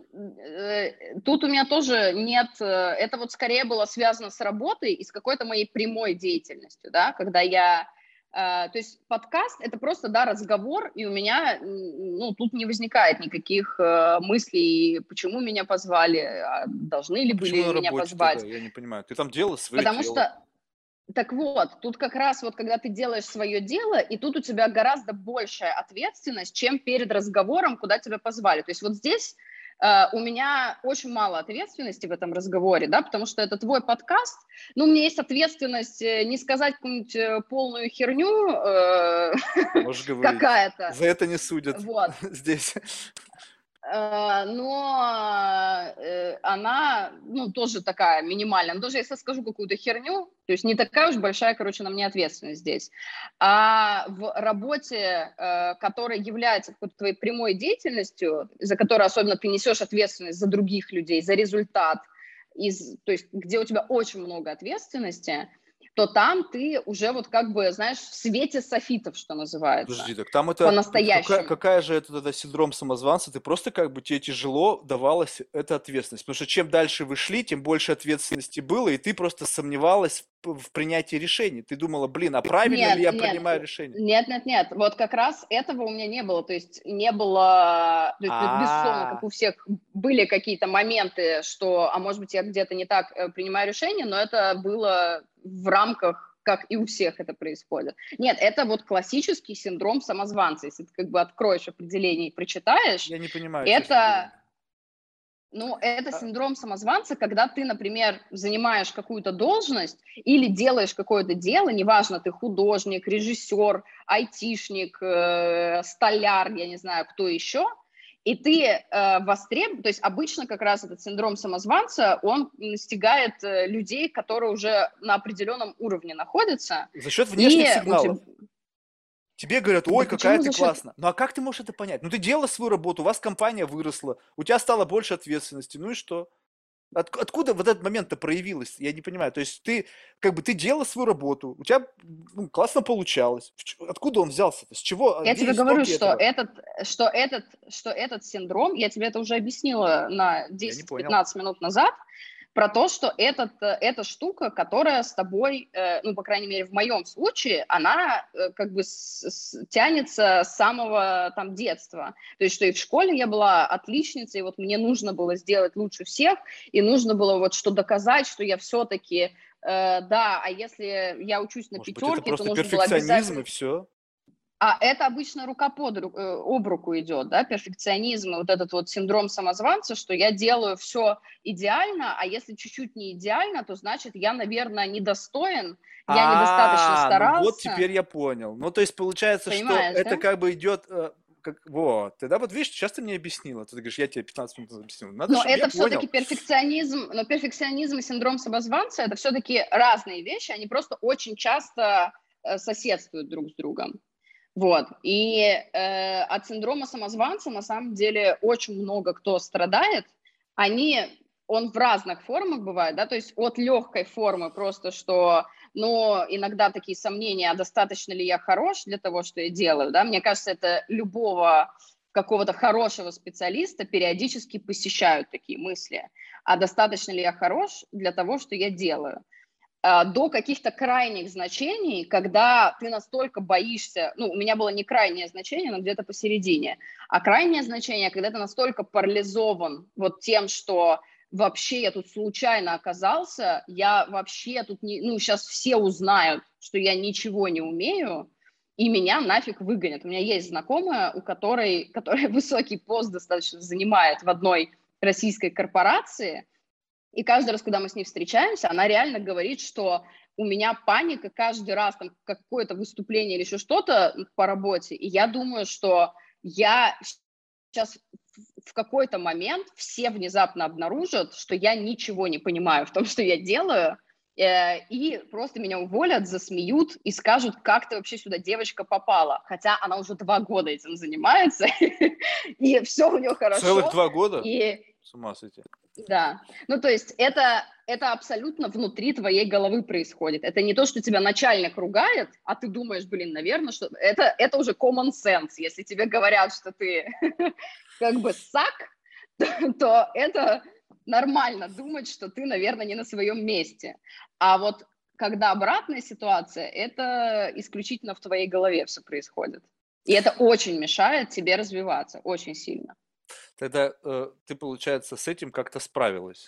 тоже нет, это вот скорее было связано с работой и с какой-то моей прямой деятельностью, да, когда то есть подкаст – это просто, да, разговор, и у меня, ну, тут не возникает никаких мыслей, почему меня позвали, должны ли были меня позвать. Тогда? Я не понимаю, ты там делала свое Потому дело. что, так вот, тут как раз вот, когда ты делаешь свое дело, и тут у тебя гораздо большая ответственность, чем перед разговором, куда тебя позвали. То есть вот здесь у меня очень мало ответственности в этом разговоре, да, потому что это твой подкаст, ну, у меня есть ответственность не сказать какую-нибудь полную херню Можешь говорить. какая-то, За это не судят вот. здесь. Но она, ну, тоже такая минимальная. Но даже если скажу какую-то херню, то есть не такая уж большая, короче, на мне ответственность здесь. А в работе, которая является какой-то твоей прямой деятельностью, за которую особенно ты несешь ответственность за других людей, за результат, то есть где у тебя очень много ответственности, то там ты уже вот как бы, знаешь, в свете софитов, что называется, Подожди, так там это какая, по-настоящему. какая же это тогда синдром самозванца? Ты просто как бы тебе тяжело давалась эта ответственность. Потому что чем дальше вы шли, тем больше ответственности было, и ты просто сомневалась в принятии решений. Ты думала, блин, а правильно ли Нет, я нет, принимаю решение? нет. Вот как раз этого у меня не было. То есть не было, то есть, безусловно, как А, у всех были какие-то моменты, что, а может быть, я где-то не так принимаю решение, но это было в рамках, как и у всех это происходит. Нет, это вот классический синдром самозванца. Если ты как бы откроешь определение и прочитаешь, я не понимаю, честно говоря. это ну, это А, синдром самозванца, когда ты, например, занимаешь какую-то должность или делаешь какое-то дело, неважно, ты художник, режиссер, айтишник, столяр, я не знаю, кто еще, и ты то есть обычно как раз этот синдром самозванца, он настигает людей, которые уже на определенном уровне находятся, за счет внешних и у тебя... сигналов. Тебе говорят, Да ой, какая почему ты за счет... классная. Ну а как ты можешь это понять? Ну ты делала свою работу, у вас компания выросла, у тебя стало больше ответственности, ну и что? Откуда вот этот момент-то проявилось? Я не понимаю. То есть ты как бы ты делала свою работу, у тебя классно получалось. Откуда он взялся-то? С чего? Я Где тебе говорю, истоки этого? что этот синдром, я тебе это уже объяснила на Я не понял. 10-15 минут назад, про то, что эта штука, которая с тобой, ну, по крайней мере, в моем случае, она как бы тянется с самого там детства. То есть, что и в школе я была отличницей, и вот мне нужно было сделать лучше всех, и нужно было вот что доказать, что я все-таки, да, а если я учусь на Может быть, это пятерке, то просто нужно было перфекционизм и обязательно... все? А это обычно об руку идет, да, перфекционизм и вот этот вот синдром самозванца, что я делаю все идеально, а если чуть-чуть не идеально, то значит я, наверное, недостоин, я недостаточно Ну вот старался, теперь я понял. Ну, то есть получается, что понимаешь, это да? как бы идет, вот, тогда вот видишь, сейчас ты мне объяснила, ты говоришь, я тебе 15 минут назад объяснил. Надо, Но чтобы я это все-таки понял. перфекционизм, но перфекционизм и синдром самозванца это все-таки разные вещи, они просто очень часто соседствуют друг с другом. Вот. И от синдрома самозванца на самом деле очень много кто страдает. Он в разных формах бывает, да, то есть от легкой формы просто, что, ну, иногда такие сомнения, а достаточно ли я хорош для того, что я делаю, да, мне кажется, это любого какого-то хорошего специалиста периодически посещают такие мысли, а достаточно ли я хорош для того, что я делаю до каких-то крайних значений, когда ты настолько боишься, ну, у меня было не крайнее значение, но где-то посередине, а крайнее значение, когда ты настолько парализован вот тем, что вообще я тут случайно оказался, я вообще тут не, ну, сейчас все узнают, что я ничего не умею, и меня нафиг выгонят. У меня есть знакомая, которая высокий пост достаточно занимает в одной российской корпорации, и каждый раз, когда мы с ней встречаемся, она реально говорит, что у меня паника каждый раз, там, какое-то выступление или еще что-то по работе, и я думаю, что я сейчас в какой-то момент все внезапно обнаружат, что я ничего не понимаю в том, что я делаю, и просто меня уволят, засмеют и скажут, как ты вообще сюда, девочка, попала. Хотя она уже 2 года этим занимается, и все у нее Целых хорошо, 2 года? и С ума сойти. да, ну то есть это абсолютно внутри твоей головы происходит. Это не то, что тебя начальник ругает, а ты думаешь, блин, наверное, что это уже common sense. Если тебе говорят, что ты как бы сак, то это нормально думать, что ты, наверное, не на своем месте. А вот когда обратная ситуация, это исключительно в твоей голове все происходит. И это очень мешает тебе развиваться, очень сильно. Тогда ты, получается, с этим как-то справилась.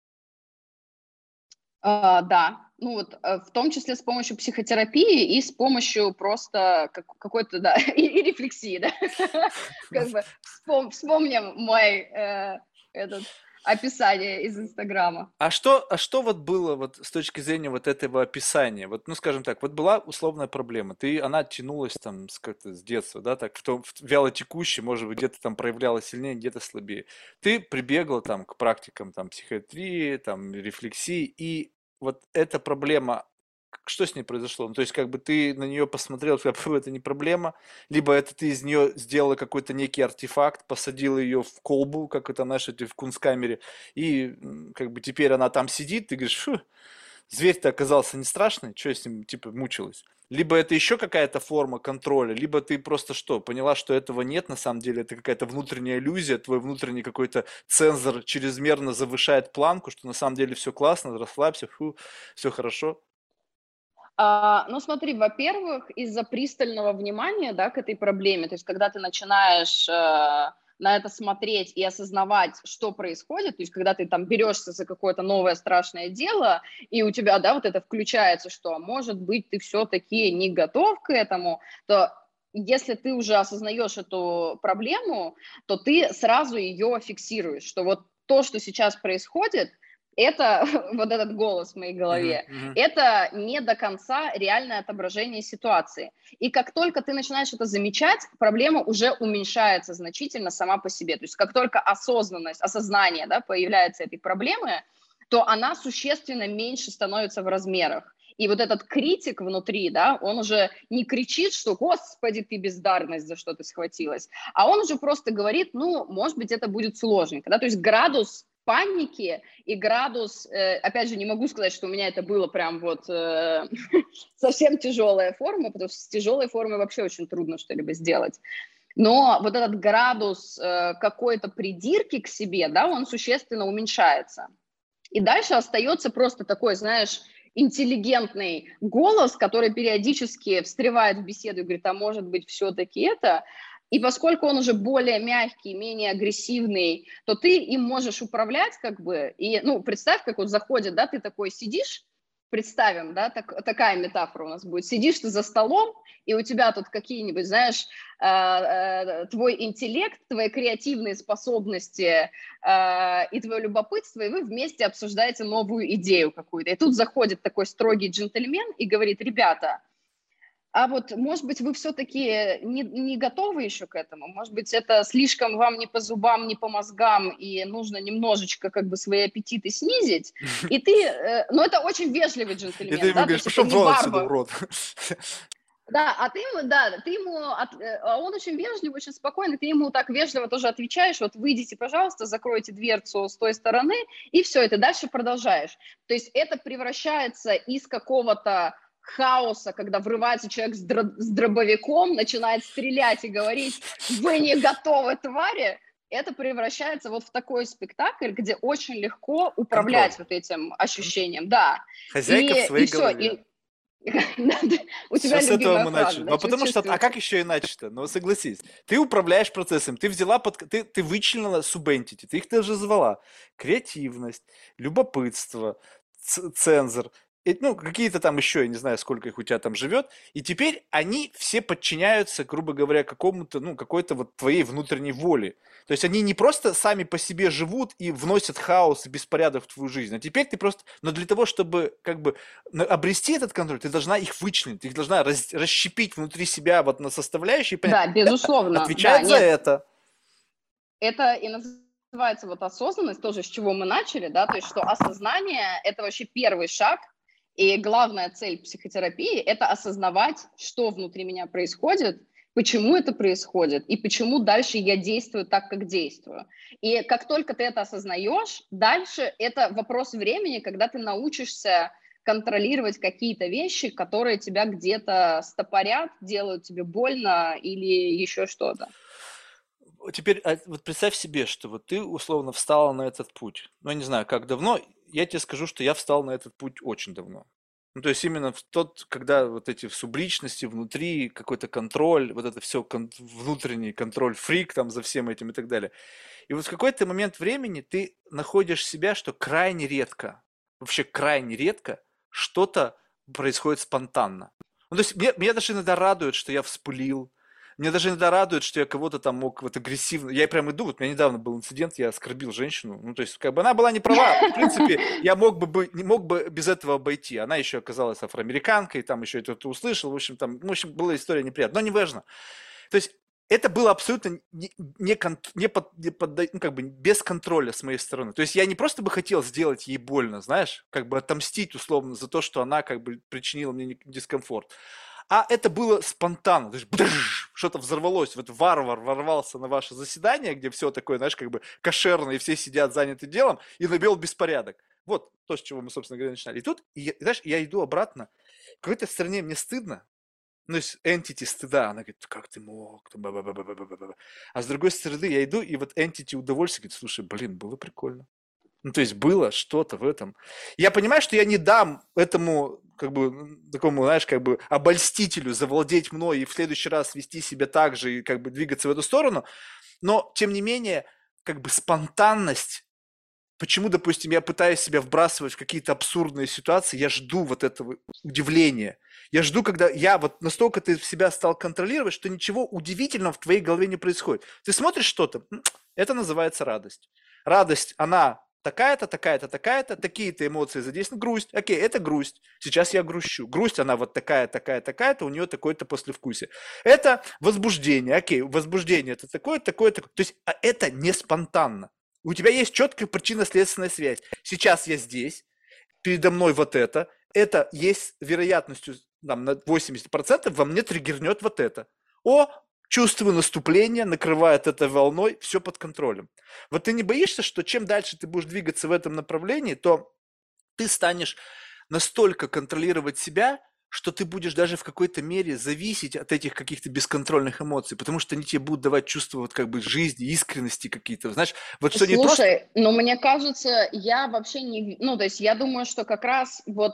Да, ну вот, в том числе с помощью психотерапии и с помощью просто какой-то, да, и рефлексии, да. Как бы вспомним этот описание из Инстаграма. А что вот было вот с точки зрения вот этого описания? Вот, ну, скажем так, вот была условная проблема, она тянулась там как-то с детства, да, так, вялотекущей, может быть, где-то там проявлялась сильнее, где-то слабее. Ты прибегла там к практикам там психиатрии, там рефлексии, и вот эта проблема, что с ней произошло? Ну, то есть, как бы ты на нее посмотрел, сказал, «Фу, это не проблема, либо это ты из нее сделала какой-то некий артефакт, посадила ее в колбу, как это, знаешь, в кунсткамере, и как бы теперь она там сидит, ты говоришь, фу, зверь-то оказался не страшный, что с ним, типа, мучилась. Либо это еще какая-то форма контроля, либо ты просто что, поняла, что этого нет, на самом деле, это какая-то внутренняя иллюзия, твой внутренний какой-то цензор чрезмерно завышает планку, что на самом деле все классно, расслабься, фу, все хорошо. Ну, смотри, во-первых, из-за пристального внимания, да, к этой проблеме, то есть когда ты начинаешь на это смотреть и осознавать, что происходит, то есть когда ты там берешься за какое-то новое страшное дело, и у тебя, да, вот это включается, что, может быть, ты все-таки не готов к этому, то если ты уже осознаешь эту проблему, то ты сразу ее фиксируешь, что вот то, что сейчас происходит, это вот этот голос в моей Мгм, голове, мгм. это не до конца реальное отображение ситуации. И как только ты начинаешь это замечать, проблема уже уменьшается значительно сама по себе. То есть как только осознание, да, появляется этой проблемы, то она существенно меньше становится в размерах. И вот этот критик внутри, да, он уже не кричит, что «Господи, ты бездарность, за что ты схватилась», а он уже просто говорит, ну, может быть, это будет сложненько, да, то есть градус паники и градус, опять же, не могу сказать, что у меня это было прям вот совсем тяжелая форма, потому что с тяжелой формой вообще очень трудно что-либо сделать. Но вот этот градус какой-то придирки к себе, да, он существенно уменьшается. И дальше остается просто такой, знаешь, интеллигентный голос, который периодически встревает в беседу и говорит, а может быть все-таки это? И поскольку он уже более мягкий, менее агрессивный, то ты им можешь управлять как бы. И, ну, представь, как вот заходит, да, ты такой сидишь, представим, да, такая метафора у нас будет. Сидишь ты за столом, и у тебя тут какие-нибудь, знаешь, твой интеллект, твои креативные способности и твое любопытство, и вы вместе обсуждаете новую идею какую-то. И тут заходит такой строгий джентльмен и говорит, ребята, а вот, может быть, вы все-таки не готовы еще к этому? Может быть, это слишком вам не по зубам, не по мозгам, и нужно немножечко как бы свои аппетиты снизить? И ты, ну, это очень вежливый И ты джентльмен, ему да, то говоришь, есть это пошел не вон отсюда, варвар. урод. Да, а ты ему, да, а он очень вежливый, очень спокойный, ты ему так вежливо тоже отвечаешь, вот выйдите, пожалуйста, закройте дверцу с той стороны, и все, и ты дальше продолжаешь. То есть это превращается из какого-то хаоса, когда врывается человек с дробовиком, начинает стрелять и говорить, вы не готовы, твари, это превращается вот в такой спектакль, где очень легко Контроль. управлять вот этим ощущением, да. Хозяйка в И своей все, голове. и у Все тебя с этого любимая мы фраза, начали. да, Ну, потому что, а как чувствуется. еще иначе-то? Ну, согласись. Ты управляешь процессом, ты взяла ты вычленила субентити, ты их тоже звала. Креативность, любопытство, цензор, ну, какие-то там еще, я не знаю, сколько их у тебя там живет, и теперь они все подчиняются, грубо говоря, какому-то, ну, какой-то вот твоей внутренней воле. То есть они не просто сами по себе живут и вносят хаос и беспорядок в твою жизнь, а теперь ты просто, но для того, чтобы как бы обрести этот контроль, ты должна их вычленить, ты их должна расщепить внутри себя вот на составляющие и понять, Да, безусловно, да, отвечает за нет, это. это и называется вот осознанность, тоже с чего мы начали, да, то есть что осознание– это вообще первый шаг, и главная цель психотерапии– это осознавать, что внутри меня происходит, почему это происходит, и почему дальше я действую так, как действую. И как только ты это осознаешь, дальше это вопрос времени, когда ты научишься контролировать какие-то вещи, которые тебя где-то стопорят, делают тебе больно или еще что-то. Теперь вот представь себе, что вот ты условно встала на этот путь. Ну, я не знаю, как давно. Я тебе скажу, что я встал на этот путь очень давно. Ну, то есть именно в тот, когда вот эти субличности внутри, какой-то контроль, вот это все внутренний контроль, фрик там за всем этим и так далее. И вот в какой-то момент времени ты находишь себя, что крайне редко, вообще крайне редко что-то происходит спонтанно. Ну, то есть меня даже иногда радует, что я вспылил, Мне даже иногда радует, что я кого-то там мог вот агрессивно... Я прям иду, вот у меня недавно был инцидент, я оскорбил женщину, ну, то есть, как бы она была не права, в принципе, я не мог бы без этого обойти. Она еще оказалась афроамериканкой, там еще это услышал, в общем, там, в общем, была история неприятная, но неважно. То есть, это было абсолютно ну, как бы без контроля с моей стороны. То есть я не просто бы хотел сделать ей больно, знаешь, как бы отомстить условно за то, что она как бы причинила мне дискомфорт. А это было спонтанно. То есть что-то взорвалось. Вот варвар ворвался на ваше заседание, где все такое, знаешь, как бы кошерно, и все сидят заняты делом, и навел беспорядок. Вот то, с чего мы, собственно говоря, начинали. И тут, знаешь, я иду обратно. В какой-то стороне мне стыдно, ну, есть entity стыда, она говорит, как ты мог, а с другой стороны я иду, и вот entity удовольствия говорит, слушай, блин, было прикольно. Ну, то есть было что-то в этом. Я понимаю, что я не дам этому, как бы, такому, знаешь, как бы обольстителю завладеть мной и в следующий раз вести себя так же и как бы двигаться в эту сторону, но, тем не менее, как бы спонтанность. Почему, допустим, я пытаюсь себя вбрасывать в какие-то абсурдные ситуации, я жду вот этого удивления. Я жду, когда я вот настолько ты себя стал контролировать, что ничего удивительного в твоей голове не происходит. Ты смотришь что-то, это называется радость. Радость, она такая-то, такая-то, такая-то, такие-то эмоции задействованы. Грусть, окей, это грусть. Сейчас я грущу. Грусть, она вот такая, такая, такая-то, у нее такое-то послевкусие. Это возбуждение, окей, возбуждение это такое, такое, такое. То есть это не спонтанно. У тебя есть четкая причинно-следственная связь. Сейчас я здесь, передо мной вот это есть вероятностью там, на 80% во мне триггернет вот это. Чувствую наступление, накрывает это волной, все под контролем. Вот ты не боишься, что чем дальше ты будешь двигаться в этом направлении, то ты станешь настолько контролировать себя, что ты будешь даже в какой-то мере зависеть от этих каких-то бесконтрольных эмоций, потому что они тебе будут давать чувство вот как бы жизни, искренности какие-то, знаешь, вот что не просто... Слушай, ну мне кажется, я вообще не... Ну, то есть я думаю, что как раз вот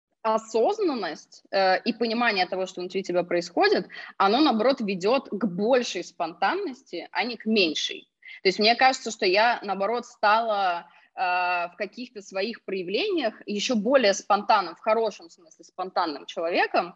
осознанность и понимание того, что внутри тебя происходит, оно, наоборот, ведет к большей спонтанности, а не к меньшей. То есть мне кажется, что я, наоборот, стала в каких-то своих проявлениях еще более спонтанным, в хорошем смысле спонтанным человеком,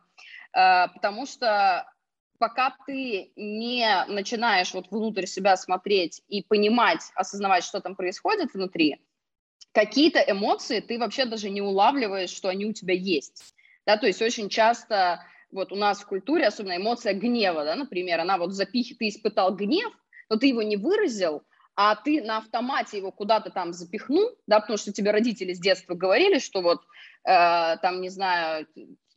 потому что пока ты не начинаешь вот внутрь себя смотреть и понимать, осознавать, что там происходит внутри, какие-то эмоции ты вообще даже не улавливаешь, что они у тебя есть. Да, то есть очень часто вот у нас в культуре, особенно эмоция гнева, да, например, она вот ты испытал гнев, но ты его не выразил, а ты на автомате его куда-то там запихнул, да, потому что тебе родители с детства говорили, что вот там, не знаю,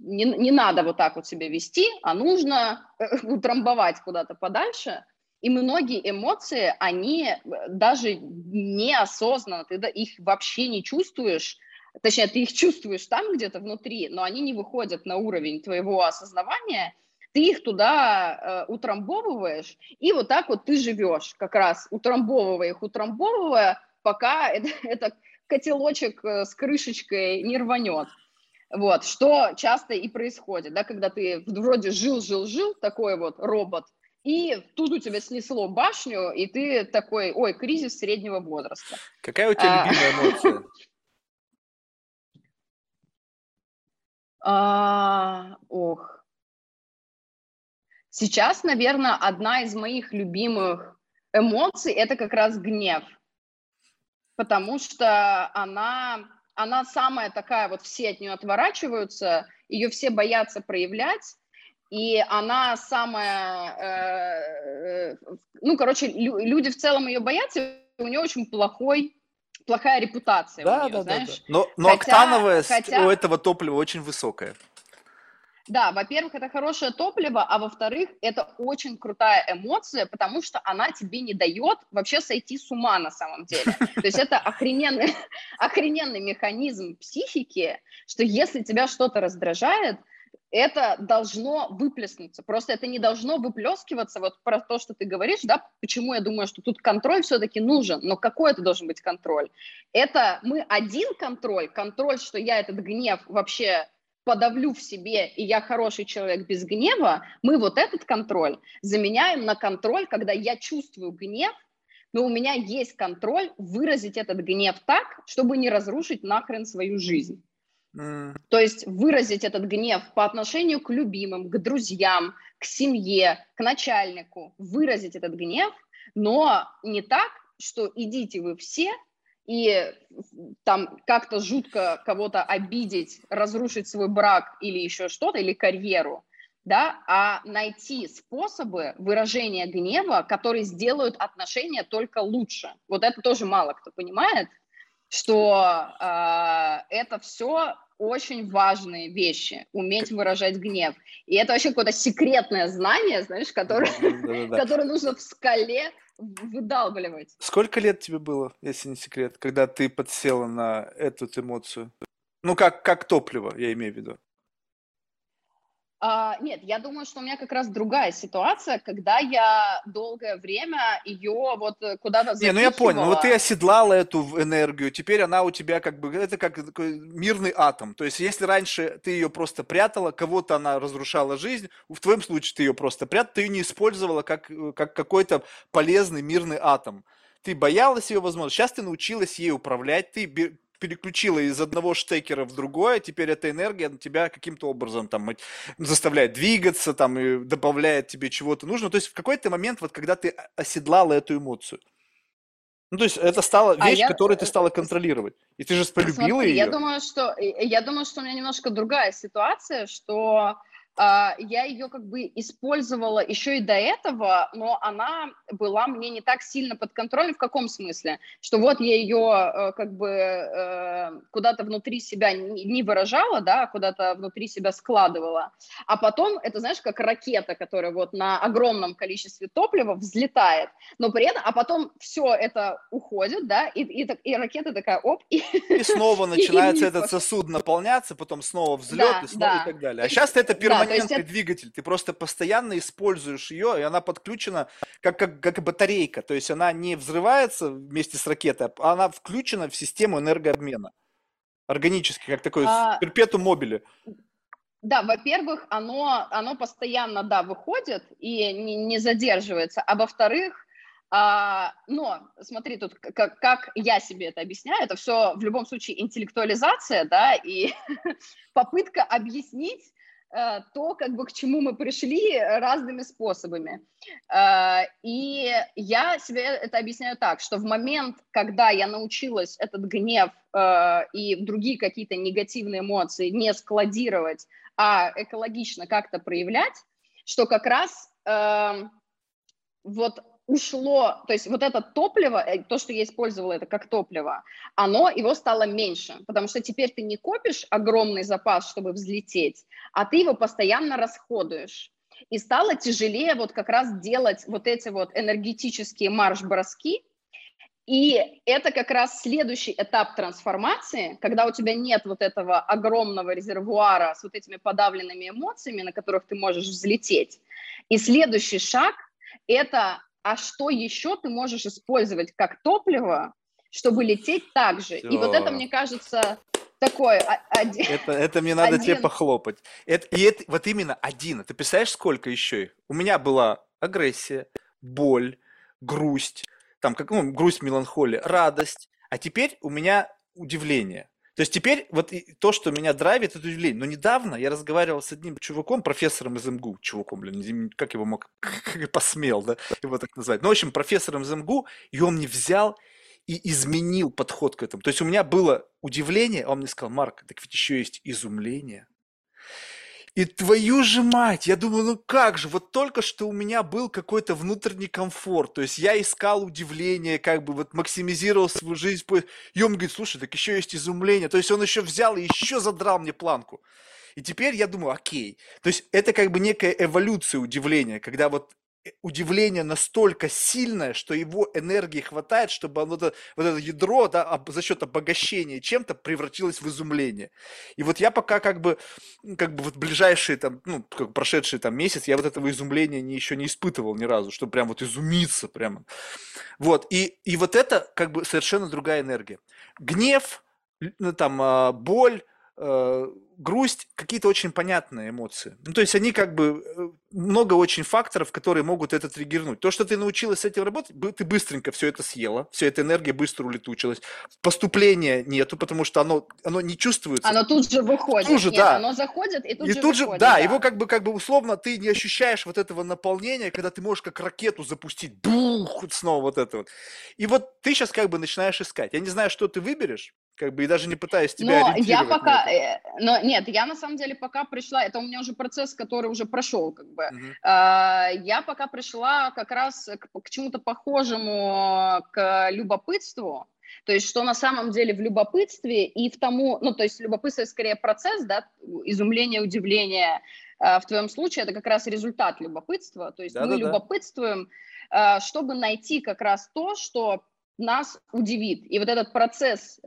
не надо вот так вот себя вести, а нужно утрамбовать куда-то подальше. И многие эмоции, они даже неосознанно, ты их вообще не чувствуешь, точнее, ты их чувствуешь там где-то внутри, но они не выходят на уровень твоего осознавания, ты их туда утрамбовываешь, и вот так вот ты живешь, как раз утрамбовывая, пока это котелочек с крышечкой не рванет. Вот, что часто и происходит, да, когда ты вроде жил, такой вот робот, и тут у тебя снесло башню, и ты такой, ой, кризис среднего возраста. Какая у тебя любимая эмоция? Ох. Сейчас, наверное, одна из моих любимых эмоций – это как раз гнев, потому что она самая такая, вот все от нее отворачиваются, ее все боятся проявлять, и она самая, ну, короче, люди в целом ее боятся, у нее очень плохая репутация у Да, нее, да, да, да. знаешь. Но Хотя, октановая у хотя, этого топлива очень высокая. да, во-первых, это хорошее топливо, а во-вторых, это очень крутая эмоция, потому что она тебе не дает вообще сойти с ума на самом деле. То есть это охрененный, охрененный механизм психики, что если тебя что-то раздражает, это должно выплеснуться. Просто это не должно выплескиваться, вот про то, что ты говоришь, да, почему я думаю, что тут контроль все-таки нужен, но какой это должен быть контроль? Это мы один контроль, что я этот гнев вообще подавлю в себе, и я хороший человек без гнева, мы вот этот контроль заменяем на контроль, когда я чувствую гнев, но у меня есть контроль выразить этот гнев так, чтобы не разрушить нахрен свою жизнь. М. То есть выразить этот гнев по отношению к любимым, к друзьям, к семье, к начальнику, выразить этот гнев, но не так, что идите вы все и там как-то жутко кого-то обидеть, разрушить свой брак или еще что-то, или карьеру, да, а найти способы выражения гнева, которые сделают отношения только лучше. Вот это тоже мало кто понимает, что это все очень важные вещи, К уметь выражать гнев. И это вообще какое-то секретное знание, знаешь, которое, Да-да-да. которое нужно в скале выдалбливать. Сколько лет тебе было, если не секрет, когда ты подсела на эту эмоцию? Ну, как топливо, я имею в виду. Нет, я думаю, что у меня как раз другая ситуация, когда я долгое время ее вот куда-то Не, ну я понял. Ну вот ты запихивала. оседлала эту энергию, теперь она у тебя как бы, это как такой мирный атом. То есть если раньше ты ее просто прятала, кого-то она разрушала жизнь, в твоем случае ты ее просто прятала, ты ее не использовала как какой-то полезный мирный атом. Ты боялась ее, возможно. Сейчас ты научилась ей управлять, ты переключила из одного штекера в другое, теперь эта энергия тебя каким-то образом там заставляет двигаться, там, и добавляет тебе чего-то нужного. То есть в какой-то момент, вот когда ты оседлала эту эмоцию, ну, то есть это стала А вещь, я, которую ты стала контролировать. И ты же полюбила смотри, ее. я думаю, что у меня немножко другая ситуация, что я ее как бы использовала еще и до этого, но она была мне не так сильно подконтрольна. В каком смысле? Что вот я ее как бы куда-то внутри себя не выражала, да, а куда-то внутри себя складывала, а потом это, знаешь, как ракета, которая вот на огромном количестве топлива взлетает, но при этом, а потом все это уходит, да, и ракета такая, оп, И снова и начинается вниз этот пошла. сосуд наполняться, потом снова взлет Да, и, снова, и да. так далее. То А есть, сейчас это да, то есть перманентный двигатель. Ты просто постоянно используешь ее, и она подключена как батарейка. То есть она не взрывается вместе с ракетой, а она включена в систему энергообмена. Органически, как такой а, перпетум мобили. да, во-первых, оно постоянно, да, выходит и не задерживается, а во-вторых, но смотри, тут как я себе это объясняю, это все в любом случае интеллектуализация, да, и попытка объяснить то, как бы к чему мы пришли разными способами. И я себе это объясняю так, что в момент, когда я научилась этот гнев и другие какие-то негативные эмоции не складировать, а экологично как-то проявлять, что как раз вот ушло, то есть вот это топливо, то, что я использовала это как топливо, его стало меньше, потому что теперь ты не копишь огромный запас, чтобы взлететь, а ты его постоянно расходуешь. И стало тяжелее вот как раз делать вот эти вот энергетические марш-броски, и это как раз следующий этап трансформации, когда у тебя нет вот этого огромного резервуара с вот этими подавленными эмоциями, на которых ты можешь взлететь. И следующий шаг – это, а что еще ты можешь использовать как топливо, чтобы лететь так же. И вот это, Все. мне кажется, такой Это мне надо тебе один. похлопать. Это вот именно один. Ты представляешь, сколько еще их? У меня была агрессия, боль, грусть, там, грусть, меланхолия, радость. А теперь у меня удивление. То есть теперь вот то, что меня драйвит, это удивление. Но недавно я разговаривал с одним чуваком, профессором из МГУ, чуваком, блин, как его мог, как я посмел, да, его так назвать. Ну, в общем, профессором из МГУ, и он мне взял и изменил подход к этому. То есть у меня было удивление, а он мне сказал: Марк, так ведь еще есть изумление. И твою же мать, я думаю, ну как же, вот только что у меня был какой-то внутренний комфорт, то есть я искал удивление, как бы вот максимизировал свою жизнь, и он мне говорит: слушай, так еще есть изумление, то есть он еще взял и еще задрал мне планку. И теперь я думаю, окей, то есть это как бы некая эволюция удивления, когда вот удивление настолько сильное, что его энергии хватает, чтобы вот это ядро, да, за счет обогащения чем-то превратилось в изумление. И вот я пока как бы вот ближайшие там, ну, как прошедший там месяц, я вот этого изумления еще не испытывал ни разу, чтобы прям вот изумиться прямо. Вот, и вот это как бы совершенно другая энергия. Гнев, ну, там, боль, грусть, какие-то очень понятные эмоции. Ну, то есть они как бы много очень факторов, которые могут это триггернуть. То, что ты научилась с этим работать, ты быстренько все это съела, вся эта энергия быстро улетучилась. Поступления нету, потому что оно не чувствуется. Оно тут же Тут выходит. же, Нет, да. оно заходит и тут И же тут же, выходит, да, его да. как бы условно ты не ощущаешь вот этого наполнения, когда ты можешь как ракету запустить, бух, снова вот это вот. И вот ты сейчас как бы начинаешь искать. Я не знаю, что ты выберешь, как бы, и даже не пытаюсь тебя Но я ориентировать на пока, это. но нет, я на самом деле пока пришла, это у меня уже процесс, который уже прошел, как бы. Мгм. Я пока пришла как раз к чему-то похожему к любопытству, то есть что на самом деле в любопытстве и в тому, ну, то есть любопытство скорее процесс, да, изумление, удивление. В твоем случае это как раз результат любопытства, то есть мы Да-да-да. любопытствуем, чтобы найти как раз то, что нас удивит. И вот этот процесс,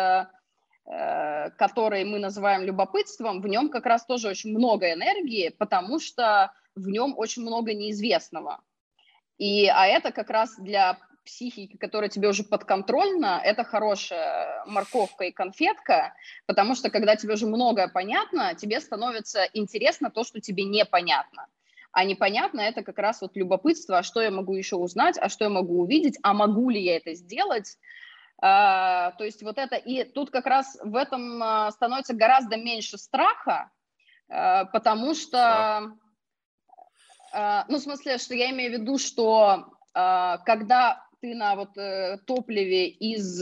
который мы называем любопытством, в нем как раз тоже очень много энергии, потому что в нем очень много неизвестного. А это как раз для психики, которая тебе уже подконтрольна, это хорошая морковка и конфетка, потому что когда тебе уже многое понятно, тебе становится интересно то, что тебе непонятно. А непонятно это как раз вот любопытство, а что я могу еще узнать, а что я могу увидеть, а могу ли я это сделать. То есть вот это, и тут как раз в этом становится гораздо меньше страха, потому Страх. что, ну, в смысле, что я имею в виду, что когда ты на вот топливе из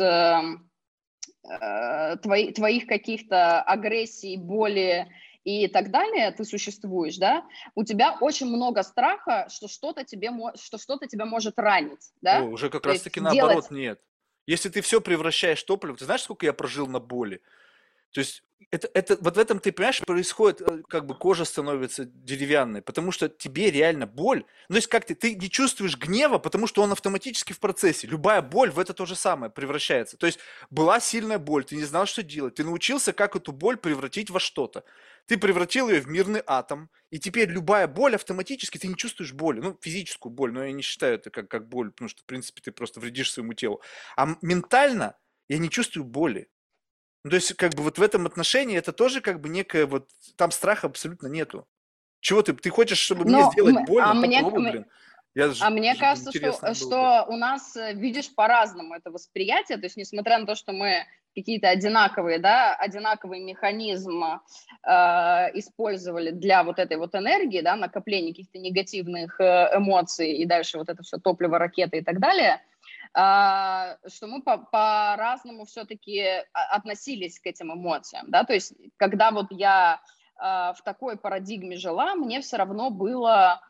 твоих каких-то агрессий, боли и так далее, ты существуешь, да, у тебя очень много страха, что что-то тебя может ранить, О, да, уже как то есть раз-таки делать, наоборот нет. Если ты все превращаешь в топливо, ты знаешь, сколько я прожил на боли? То есть вот в этом, ты понимаешь, происходит, как бы кожа становится деревянной, потому что тебе реально боль. Ну, то есть как ты не чувствуешь гнева, потому что он автоматически в процессе. Любая боль в это то же самое превращается. То есть была сильная боль, ты не знал, что делать. Ты научился, как эту боль превратить во что-то. Ты превратил ее в мирный атом, и теперь любая боль автоматически, ты не чувствуешь боли, ну, физическую боль, но я не считаю это как боль, потому что, в принципе, ты просто вредишь своему телу. А ментально я не чувствую боли. Ну, то есть, как бы вот в этом отношении это тоже как бы некое вот, там страха абсолютно нету. Чего ты хочешь, чтобы мне но сделать больно? Попробуй, блин. мне кажется, Интересно было бы. что у нас, видишь, по-разному это восприятие, то есть несмотря на то, что мы какие-то одинаковые, да, одинаковый механизм использовали для вот этой вот энергии, да, накопления каких-то негативных эмоций и дальше вот это все топливо, ракеты и так далее, что мы по-разному все-таки относились к этим эмоциям, да, то есть когда вот я в такой парадигме жила, мне все равно было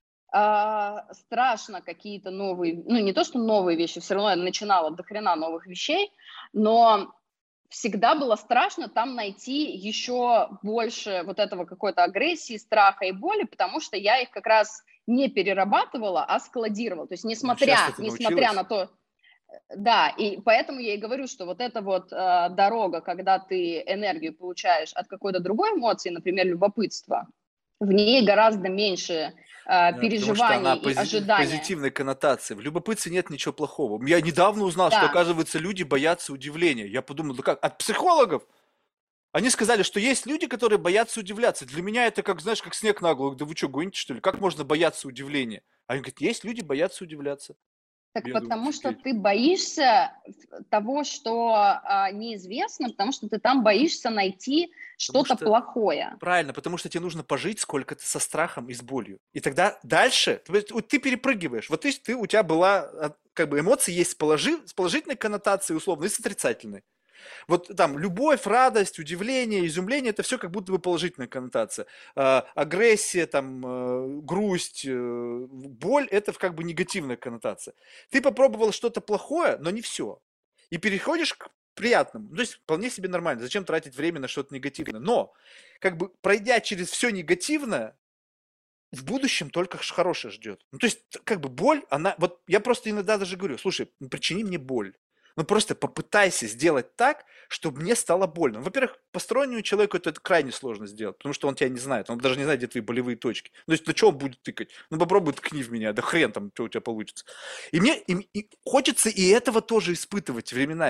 страшно какие-то новые, ну не то, что новые вещи, все равно я начинала до хрена новых вещей, но всегда было страшно там найти еще больше вот этого какой-то агрессии, страха и боли, потому что я их как раз не перерабатывала, а складировала. То есть Ну, сейчас ты несмотря научилась. на то, да, и поэтому я и говорю, что вот эта вот дорога, когда ты энергию получаешь от какой-то другой эмоции, например, любопытства, в ней гораздо меньше Потому что она переживаний и в ожидания. позитивной коннотации. В любопытстве нет ничего плохого. Я недавно узнал, что, Да, оказывается, люди боятся удивления. Я подумал, да как? От психологов? Они сказали, что есть люди, которые боятся удивляться. Для меня это как, знаешь, как снег на голову. Да вы что, гоните, что ли? Как можно бояться удивления? А они говорят, есть люди, боятся удивляться. так Я думаю, потому что офигеть. ты боишься того, что неизвестно, потому что ты там боишься найти Потому что-то что плохое. правильно, потому что тебе нужно пожить сколько-то со страхом и с болью. И тогда дальше, то есть вот ты перепрыгиваешь. Вот у тебя была, как бы эмоции есть с положительной коннотацией условно и с отрицательной. Вот там любовь, радость, удивление, изумление, это все как будто бы положительная коннотация. Агрессия, там, грусть, боль, это как бы негативная коннотация. Ты попробовал что-то плохое, но не все. И переходишь к приятному. Ну, то есть вполне себе нормально. Зачем тратить время на что-то негативное? Но, как бы пройдя через все негативное, в будущем только хорошее ждет. Ну, то есть, как бы боль, она... Вот я просто иногда даже говорю, слушай, ну, причини мне боль. Ну, просто попытайся сделать так, чтобы мне стало больно. Ну, во-первых, постороннему человеку это крайне сложно сделать, потому что он тебя не знает. Он даже не знает, где твои болевые точки. Ну, то есть, на что он будет тыкать? Ну, попробуй ткни в меня, да хрен там, что у тебя получится. И мне хочется и этого тоже испытывать временами.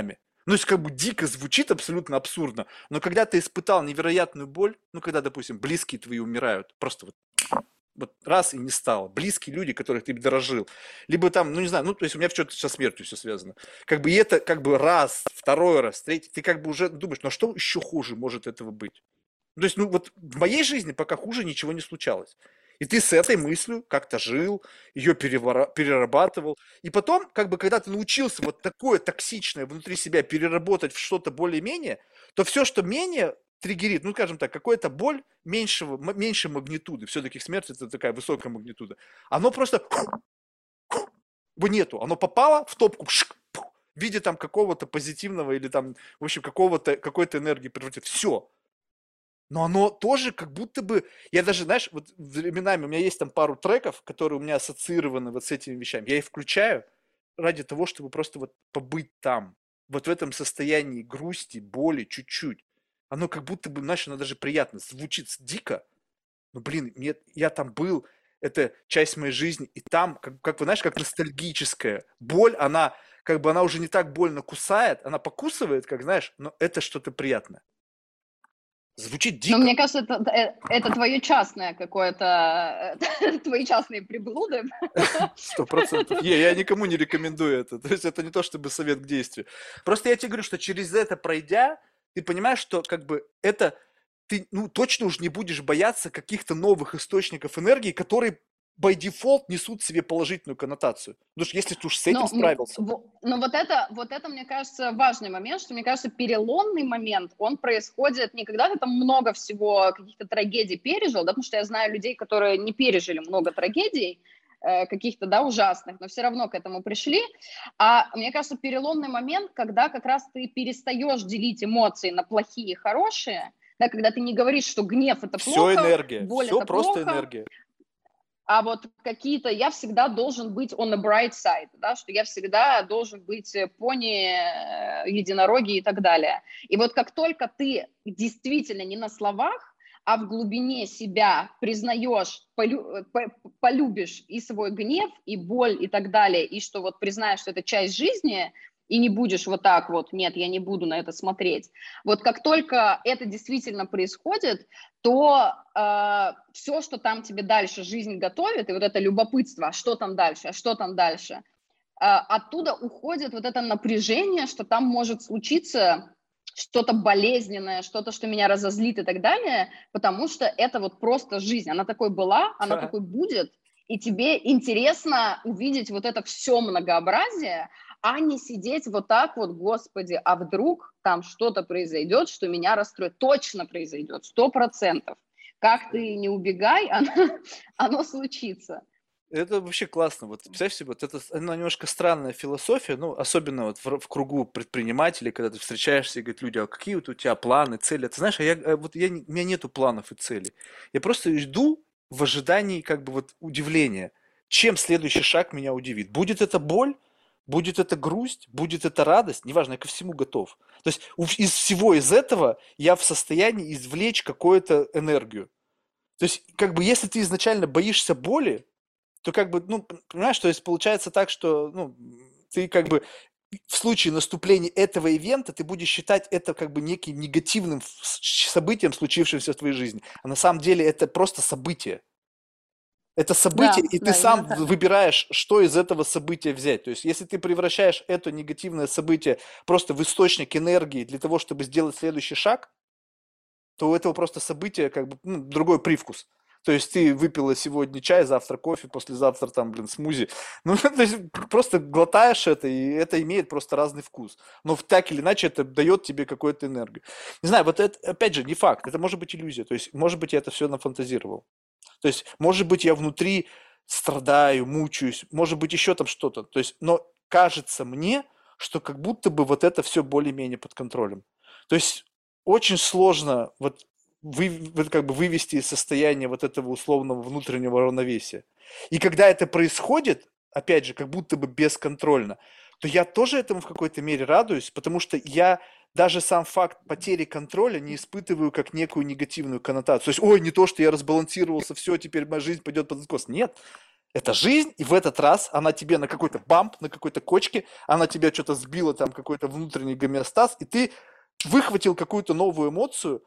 Ну, то есть, как бы дико звучит, абсолютно абсурдно. Но когда ты испытал невероятную боль, ну, когда, допустим, близкие твои умирают, просто вот раз и не стало. Близкие люди, которых ты дорожил. Либо там, ну не знаю, ну то есть у меня что-то со смертью все связано. Как бы и это как бы раз, второй раз, третий, ты как бы уже думаешь, ну а что еще хуже может этого быть? Ну, то есть, ну вот в моей жизни пока хуже ничего не случалось. И ты с этой мыслью как-то жил, ее перерабатывал. И потом, как бы, когда ты научился вот такое токсичное внутри себя переработать в что-то более-менее, то все, что менее триггерит, ну, скажем так, какая-то боль меньшей магнитуды, все-таки смерть это такая высокая магнитуда, оно просто его нету, оно попало в топку, в виде там какого-то позитивного или там, в общем, какой-то энергии превратит. Все. Но оно тоже как будто бы... Я даже, знаешь, вот временами у меня есть там пару треков, которые у меня ассоциированы вот с этими вещами. Я их включаю ради того, чтобы просто вот побыть там. Вот в этом состоянии грусти, боли чуть-чуть. Оно как будто бы, знаешь, оно даже приятно. Звучит дико, но, блин, я там был, это часть моей жизни. И там, как вы знаешь, как ностальгическая боль, она как бы она уже не так больно кусает, она покусывает, как знаешь, но это что-то приятное. Звучит Но дико. мне кажется, это твое частное какое-то, твои частные приблуды. 100%. Я никому не рекомендую это. То есть это не то чтобы совет к действию. Просто я тебе говорю, что через это пройдя, ты понимаешь, что как бы это ты ну, точно уже не будешь бояться каких-то новых источников энергии, которые by default несут в себе положительную коннотацию. Потому что если ты уж с этим Но, справился. но вот это, мне кажется, важный момент, что, мне кажется, переломный момент, он происходит не когда ты там много всего, каких-то трагедий пережил, да, потому что я знаю людей, которые не пережили много трагедий, каких-то, да, ужасных, но все равно к этому пришли. А мне кажется, переломный момент, когда как раз ты перестаешь делить эмоции на плохие и хорошие, да, когда ты не говоришь, что гнев это Все плохо, энергия, боль все это просто плохо, энергия. а вот какие-то, я всегда должен быть on the bright side, да, что я всегда должен быть пони, единороги и так далее. И вот как только ты действительно не на словах, а в глубине себя признаешь, полюбишь и свой гнев, и боль, и так далее, и что вот признаешь, что это часть жизни, и не будешь вот так вот, нет, я не буду на это смотреть. Вот как только это действительно происходит, то все, что там тебе дальше жизнь готовит, и вот это любопытство, а что там дальше, а что там дальше, оттуда уходит вот это напряжение, что там может случиться что-то болезненное, что-то, что меня разозлит и так далее, потому что это вот просто жизнь. Она такой была, она такой будет, и тебе интересно увидеть вот это все многообразие, а не сидеть вот так вот, господи, а вдруг там что-то произойдет, что меня расстроит. Точно произойдет, 100%. Как ты не убегай, оно случится. Это вообще классно. Вот представь себе, вот это она немножко странная философия, ну, особенно вот в кругу предпринимателей, когда ты встречаешься и говорят люди, а какие вот у тебя планы, цели? Ты знаешь, у меня нету планов и целей. Я просто жду в ожидании как бы вот удивления, чем следующий шаг меня удивит. Будет это боль, будет это грусть, будет это радость, неважно, я ко всему готов. То есть из всего из этого я в состоянии извлечь какую-то энергию. То есть, как бы, если ты изначально боишься боли, то как бы, ну, понимаешь, то есть получается так, что, ну, ты как бы в случае наступления этого ивента ты будешь считать это как бы неким негативным событием, случившимся в твоей жизни. А на самом деле это просто событие. Это событие, Да, и ты да, именно сам так. выбираешь, что из этого события взять. То есть, если ты превращаешь это негативное событие просто в источник энергии для того, чтобы сделать следующий шаг, то у этого просто события как бы ну, другой привкус. То есть ты выпила сегодня чай, завтра кофе, послезавтра там, блин, смузи. Ну, то есть просто глотаешь это, и это имеет просто разный вкус. Но так или иначе это дает тебе какую-то энергию. Не знаю, вот это, опять же, не факт. Это может быть иллюзия. То есть, может быть, я это все нафантазировал. То есть, может быть, я внутри страдаю, мучаюсь, может быть, еще там что-то. То есть, но кажется мне, что как будто бы вот это все более-менее под контролем. То есть, очень сложно вот как бы вывести из состояния вот этого условного внутреннего равновесия. И когда это происходит, опять же, как будто бы бесконтрольно, то я тоже этому в какой-то мере радуюсь, потому что я даже сам факт потери контроля не испытываю как некую негативную коннотацию. То есть, ой, не то, что я разбалансировался, все, теперь моя жизнь пойдет под откос. Нет, Это жизнь, и в этот раз она тебе на какой-то бамп, на какой-то кочке, она тебя что-то сбила, там какой-то внутренний гомеостаз, и ты выхватил какую-то новую эмоцию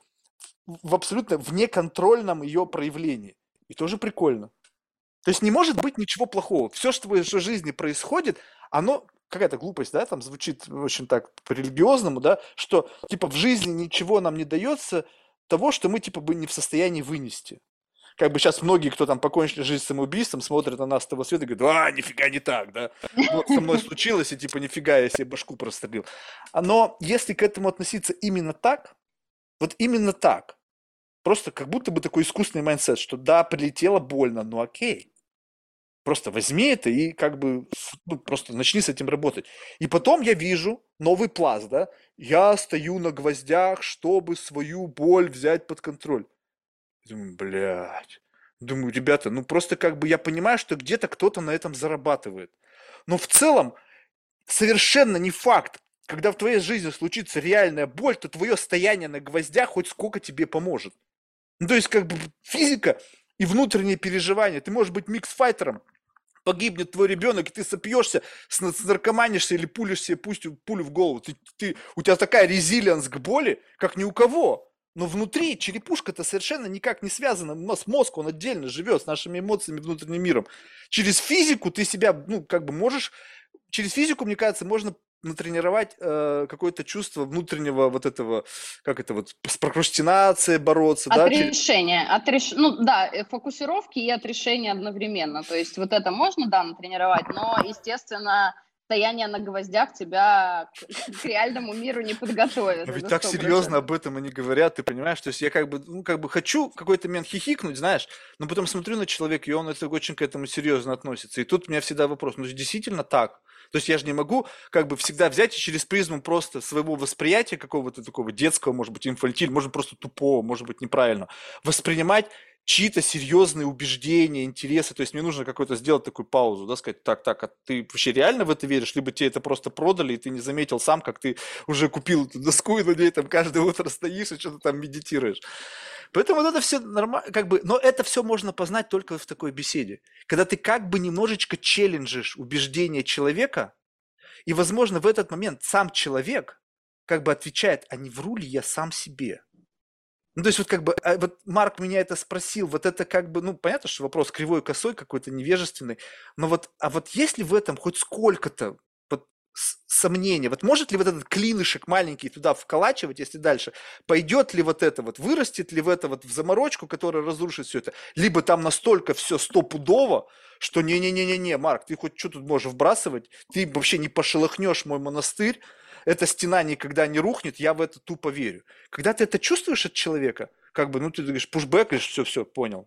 в абсолютно внеконтрольном ее проявлении. И тоже прикольно. То есть не может быть ничего плохого. Все, что в твоей жизни происходит, оно, какая-то глупость, да, там звучит очень так по-религиозному, да, что типа в жизни ничего нам не дается того, что мы типа бы не в состоянии вынести. Как бы сейчас многие, кто там покончили жизнь самоубийством, смотрят на нас с того света и говорят, нифига не так, да, вот со мной случилось, и типа нифига, я себе башку прострелил. Но если к этому относиться именно так, вот именно так, просто как будто бы такой искусственный майндсет, что да, прилетело больно, ну окей. Просто возьми это и как бы просто начни с этим работать. И потом я вижу новый пласт, да, я стою на гвоздях, чтобы свою боль взять под контроль. Думаю, блядь. Думаю, ребята, ну просто как бы я понимаю, что где-то кто-то на этом зарабатывает. Но в целом совершенно не факт, когда в твоей жизни случится реальная боль, то твое стояние на гвоздях хоть сколько тебе поможет. Ну, то есть как бы физика и внутренние переживания. Ты можешь быть микс-файтером, погибнет твой ребенок, и ты сопьешься, наркоманишься или пулишь себе пулю в голову. У тебя такая резилиенс к боли, как ни у кого. Но внутри черепушка-то совершенно никак не связана. У нас мозг, он отдельно живет с нашими эмоциями, внутренним миром. Через физику ты себя, ну, как бы можешь... Через физику, мне кажется, можно натренировать какое-то чувство внутреннего вот этого, как это вот, с прокрастинацией бороться, да? Отрешение. Ну да, фокусировки и отрешение одновременно. То есть вот это можно, да, натренировать, но, естественно, стояние на гвоздях тебя к реальному миру не подготовит. Но ведь так серьезно об этом они говорят, ты понимаешь? То есть я как бы хочу в какой-то момент хихикнуть, знаешь, но потом смотрю на человека, и он это очень к этому серьезно относится. И тут у меня всегда вопрос, ну действительно так? То есть я же не могу как бы всегда взять и через призму просто своего восприятия какого-то такого детского, может быть, инфантиль, может просто тупого, может быть, неправильно, воспринимать чьи-то серьезные убеждения, интересы. То есть мне нужно какой-то сделать такую паузу, да, сказать, так, а ты вообще реально в это веришь? Либо тебе это просто продали, и ты не заметил сам, как ты уже купил эту доску, и на ней там каждое утро стоишь и что-то там медитируешь. Поэтому вот это все нормально, как бы, но это все можно познать только в такой беседе. Когда ты как бы немножечко челленджишь убеждения человека, и, возможно, в этот момент сам человек как бы отвечает, а не вру ли я сам себе? Ну, то есть вот как бы, вот Марк меня это спросил, вот это как бы, ну, понятно, что вопрос кривой, косой, какой-то невежественный, но вот, а вот есть ли в этом хоть сколько-то вот сомнения? Вот может ли вот этот клинышек маленький туда вколачивать, если дальше, пойдет ли вот это вот, вырастет ли в это вот в заморочку, которая разрушит все это, либо там настолько все стопудово, что не-не-не-не-не, Марк, ты хоть что тут можешь вбрасывать, ты вообще не пошелохнешь мой монастырь, эта стена никогда не рухнет, я в это тупо верю. Когда ты это чувствуешь от человека, как бы, ну, ты говоришь, пушбэк, говоришь, все, понял,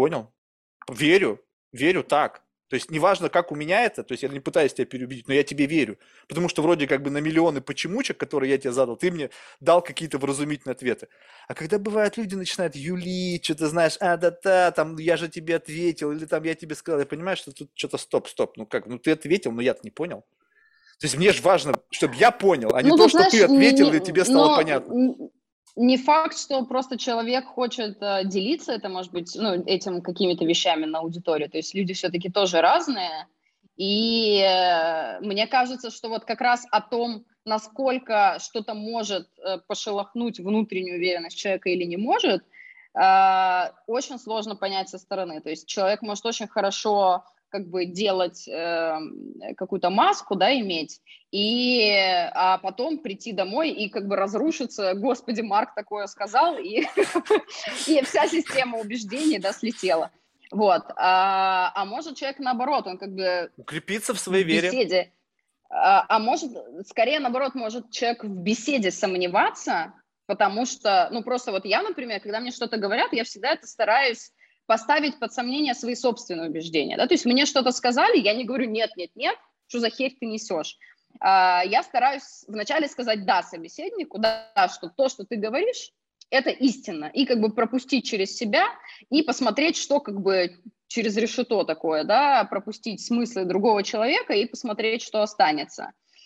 верю так. То есть неважно, как у меня это, то есть я не пытаюсь тебя переубедить, но я тебе верю. Потому что вроде как бы на миллионы почемучек, которые я тебе задал, ты мне дал какие-то вразумительные ответы. А когда бывают люди начинают юлить, что-то знаешь, да-да, там я же тебе ответил, или там я тебе сказал, я понимаю, что тут что-то стоп, ну как, ну ты ответил, но я-то не понял. То есть мне же важно, чтобы я понял, а не то, что ты ответил, и тебе стало понятно. Не факт, что просто человек хочет делиться, это может быть, ну, этим какими-то вещами на аудиторию. То есть люди все-таки тоже разные. И мне кажется, что вот как раз о том, насколько что-то может пошелохнуть внутреннюю уверенность человека или не может, очень сложно понять со стороны. То есть человек может очень хорошо как бы делать какую-то маску, да, иметь, а потом прийти домой и как бы разрушиться, господи, Марк такое сказал, и вся система убеждений, да, слетела. Вот. А может человек наоборот, он как бы... Укрепиться в своей вере. Беседе. А может, скорее наоборот, может человек в беседе сомневаться, потому что, ну просто вот я, например, когда мне что-то говорят, я всегда это стараюсь поставить под сомнение свои собственные убеждения. Да? То есть мне что-то сказали, я не говорю нет, что за херь ты несешь. Я стараюсь вначале сказать да собеседнику, да, что то, что ты говоришь, это истина. И как бы пропустить через себя и посмотреть, что как бы через решето такое, да, пропустить смыслы другого человека и посмотреть, что останется.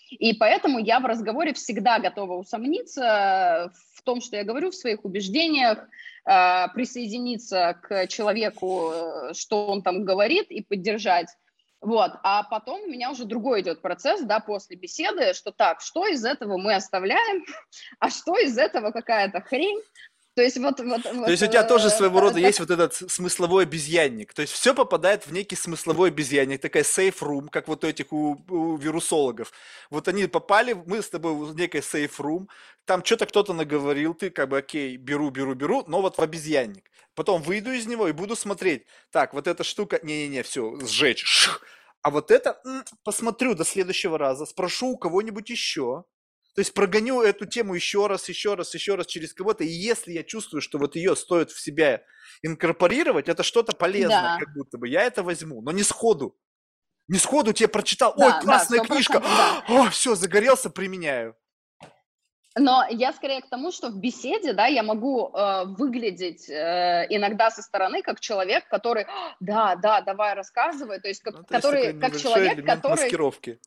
И поэтому я в разговоре всегда готова усомниться в том, что я говорю, в своих убеждениях, присоединиться к человеку, что он там говорит, и поддержать. Вот. А потом у меня уже другой идет процесс, да, после беседы, что так, что из этого мы оставляем, а что из этого какая-то хрень. То есть То есть у тебя тоже своего рода есть вот этот смысловой обезьянник. То есть все попадает в некий смысловой обезьянник, такая safe room, как вот этих у вирусологов. Вот они попали, мы с тобой в некой safe room, там что-то кто-то наговорил, ты как бы окей, беру, но вот в обезьянник. Потом выйду из него и буду смотреть. Так, вот эта штука, не-не-не, все, сжечь. Шух. А вот это посмотрю до следующего раза, спрошу у кого-нибудь еще. То есть прогоню эту тему еще раз через кого-то, и если я чувствую, что вот ее стоит в себя инкорпорировать, это что-то полезное, Да. как будто бы, я это возьму, но не сходу. Не сходу тебе прочитал, Да, ой, классная 100%, книжка, да. о, все, загорелся, применяю. Но я скорее к тому, что в беседе, да, я могу выглядеть иногда со стороны как человек, который, да, давай рассказывай, то есть Ну, то есть такой как небольшой человек, элемент который... маскировки.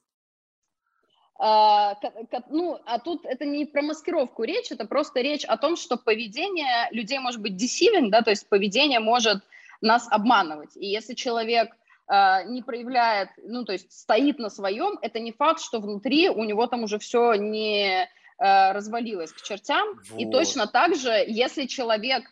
Ну, а тут это не про маскировку речь, это просто речь о том, что поведение людей может быть deceiving, да, то есть поведение может нас обманывать. И если человек не проявляет, ну, то есть стоит на своем, это не факт, что внутри у него там уже все не развалилось к чертям. Вот. И точно так же, если человек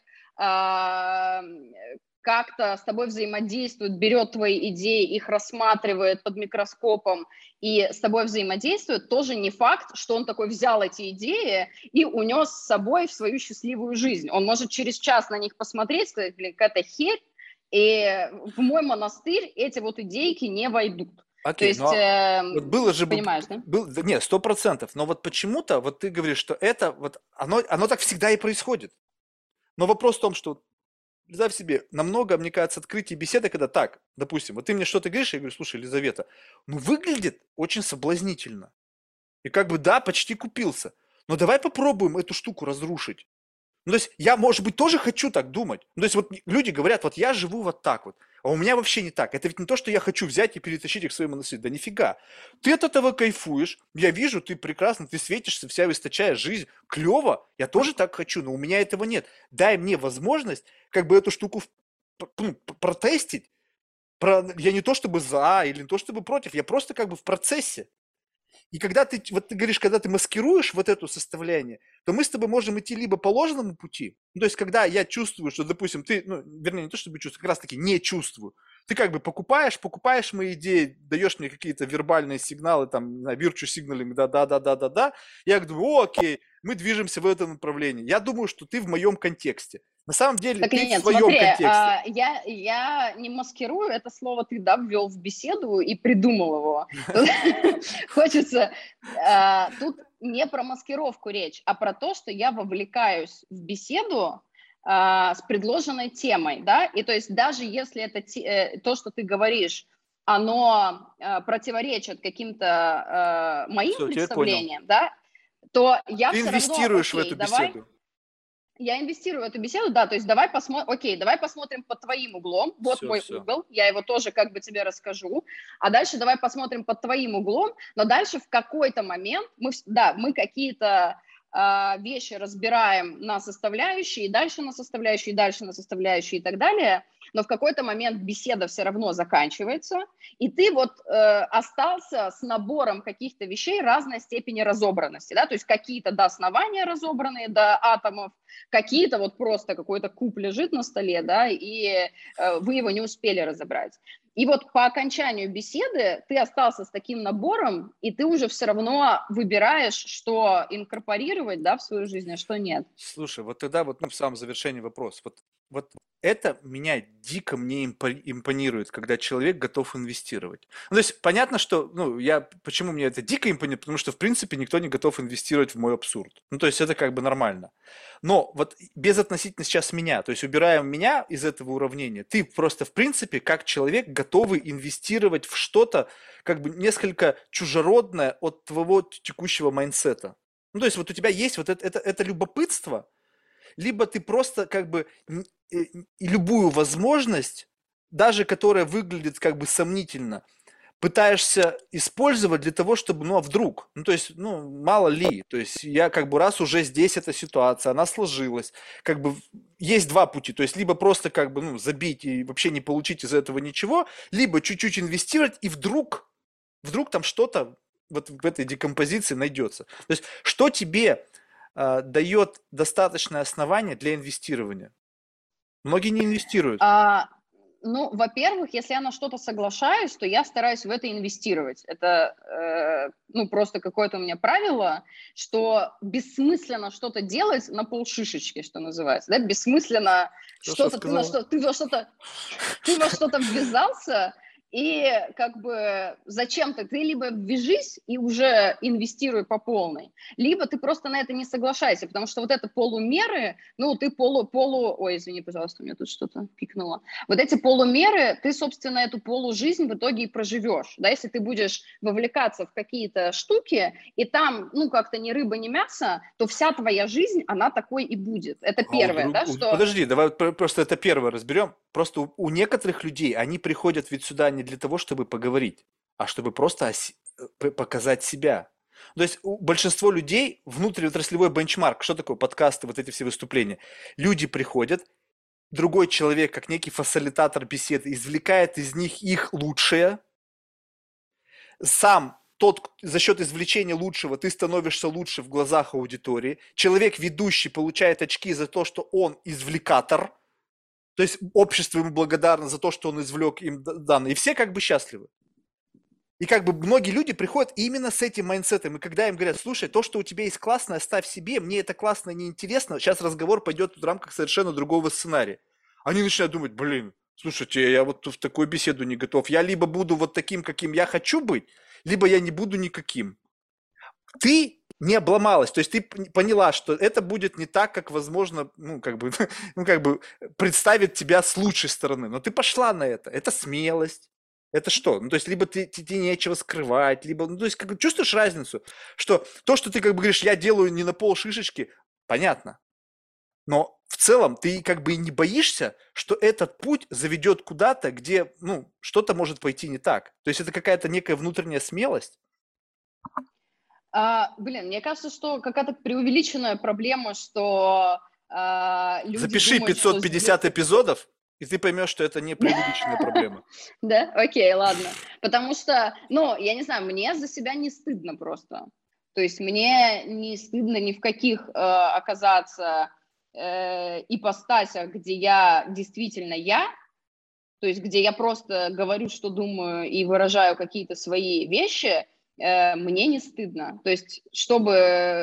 как-то с тобой взаимодействует, берет твои идеи, их рассматривает под микроскопом и с тобой взаимодействует, тоже не факт, что он такой взял эти идеи и унес с собой в свою счастливую жизнь. Он может через час на них посмотреть, сказать, блин, какая-то херь, и в мой монастырь эти вот идейки не войдут. Окей, То есть, вот было же... понимаешь, да? Нет, 100%. Но вот почему-то, вот ты говоришь, что это, вот оно так всегда и происходит. Но вопрос в том, что представь себе, намного, мне кажется, открытие беседы, когда так, допустим, вот ты мне что-то говоришь, я говорю, слушай, Елизавета, ну выглядит очень соблазнительно. И как бы, да, почти купился. Но давай попробуем эту штуку разрушить. Ну, то есть я, может быть, тоже хочу так думать. Ну, то есть вот люди говорят, вот я живу вот так вот, а у меня вообще не так. Это ведь не то, что я хочу взять и перетащить их в своему монастырь. Да нифига. Ты от этого кайфуешь. Я вижу, ты прекрасно, ты светишься, вся источаешь жизнь. Клево. Я тоже так хочу, но у меня этого нет. Дай мне возможность как бы эту штуку протестить. Я не то чтобы за или не то чтобы против, я просто как бы в процессе. И когда ты, вот ты говоришь, когда ты маскируешь вот это составление, то мы с тобой можем идти либо по ложному пути, ну, то есть когда я чувствую, что, допустим, ты, ну, вернее, не то чтобы чувствую, как раз таки не чувствую, ты как бы покупаешь мои идеи, даешь мне какие-то вербальные сигналы, там, на virtue signaling, да, я думаю, о, окей, мы движемся в этом направлении. Я думаю, что ты в моем контексте. На самом деле, Так ты нет, в своем смотри, контексте. я не маскирую, это слово ты, да, ввел в беседу и придумал его. Хочется, тут не про маскировку речь, а про то, что я вовлекаюсь в беседу с предложенной темой, да, и то есть даже если это то, что ты говоришь, оно противоречит каким-то моим Все, теперь понял. представлениям, да, то я Ты все равно, инвестируешь в окей, эту давай. беседу. Я инвестирую в эту беседу, да, то есть давай посмотрим под твоим углом, вот Всё, мой всё. угол, я его тоже как бы тебе расскажу, а дальше давай посмотрим под твоим углом, но дальше в какой-то момент мы какие-то вещи разбираем на составляющие, и дальше на составляющие, и дальше на составляющие и так далее, но в какой-то момент беседа все равно заканчивается, и ты вот остался с набором каких-то вещей разной степени разобранности, да, то есть какие-то до основания разобранные, до атомов, какие-то вот просто какой-то куб лежит на столе, да, и вы его не успели разобрать. И вот по окончанию беседы ты остался с таким набором, и ты уже все равно выбираешь, что инкорпорировать, да, в свою жизнь, а что нет. Слушай, вот тогда вот, ну, в самом завершении вопрос. Вот это меня дико мне импонирует, когда человек готов инвестировать. Ну, то есть понятно, что, ну, почему мне это дико импонирует, потому что, в принципе, никто не готов инвестировать в мой абсурд. Ну, то есть это как бы нормально. Но вот без относительно сейчас меня, то есть убираем меня из этого уравнения, ты просто, в принципе, как человек, готовый инвестировать в что-то, как бы несколько чужеродное от твоего текущего майндсета. Ну, то есть вот у тебя есть вот это любопытство, либо ты просто как бы и любую возможность, даже которая выглядит как бы сомнительно, пытаешься использовать для того, чтобы, ну, а вдруг, ну, то есть, ну, мало ли, то есть я как бы раз уже здесь эта ситуация, она сложилась, как бы есть два пути, то есть либо просто как бы, ну, забить и вообще не получить из этого ничего, либо чуть-чуть инвестировать и вдруг там что-то вот в этой декомпозиции найдется. То есть что тебе дает достаточное основание для инвестирования? Многие не инвестируют. Ну, во-первых, если я на что-то соглашаюсь, то я стараюсь в это инвестировать. Это, ну, просто какое-то у меня правило, что бессмысленно что-то делать на полшишечки, что называется, да, бессмысленно Хорошо что-то, сказала. ты во что-то ввязался, и как бы зачем-то ты либо ввяжись и уже инвестируй по полной, либо ты просто на это не соглашайся, потому что вот это полумеры, ну, ты ой, извини, пожалуйста, у меня тут что-то пикнуло. Вот эти полумеры, ты, собственно, эту полужизнь в итоге и проживешь, да, если ты будешь вовлекаться в какие-то штуки, и там, ну, как-то ни рыба, ни мясо, то вся твоя жизнь, она такой и будет. Это первое, да, что... Подожди, давай просто это первое разберем. Просто у некоторых людей, они приходят ведь сюда не для того, чтобы поговорить, а чтобы просто показать себя. То есть у большинства людей внутриотраслевой бенчмарк, что такое подкасты, вот эти все выступления. Люди приходят, другой человек, как некий фасилитатор беседы, извлекает из них их лучшее, сам за счет извлечения лучшего ты становишься лучше в глазах аудитории. Человек, ведущий, получает очки за то, что он извлекатор. То есть общество ему благодарно за то, что он извлек им данные. И все как бы счастливы. И как бы многие люди приходят именно с этим майндсетом. И когда им говорят, слушай, то, что у тебя есть классное, оставь себе, мне это классно и неинтересно, сейчас разговор пойдет в рамках совершенно другого сценария. Они начинают думать, блин, слушайте, я вот в такую беседу не готов. Я либо буду вот таким, каким я хочу быть, либо я не буду никаким. Ты не обломалась, то есть ты поняла, что это будет не так, как, возможно, ну, как бы представит тебя с лучшей стороны, но ты пошла на это. Это смелость. Это что? Ну, то есть, либо тебе нечего скрывать, либо, ну, то есть, как, чувствуешь разницу, что то, что ты, как бы, говоришь, я делаю не на пол шишечки, понятно, но в целом ты, как бы, и не боишься, что этот путь заведет куда-то, где, ну, что-то может пойти не так. То есть, это какая-то некая внутренняя смелость. Блин, мне кажется, что какая-то преувеличенная проблема, что люди Запиши думают, что... 550 эпизодов, и ты поймешь, что это не преувеличенная проблема. Да? Окей, ладно. Потому что, ну, я не знаю, мне за себя не стыдно просто. То есть мне не стыдно ни в каких оказаться ипостасях, где я действительно я, то есть где я просто говорю, что думаю и выражаю какие-то свои вещи, мне не стыдно. То есть что бы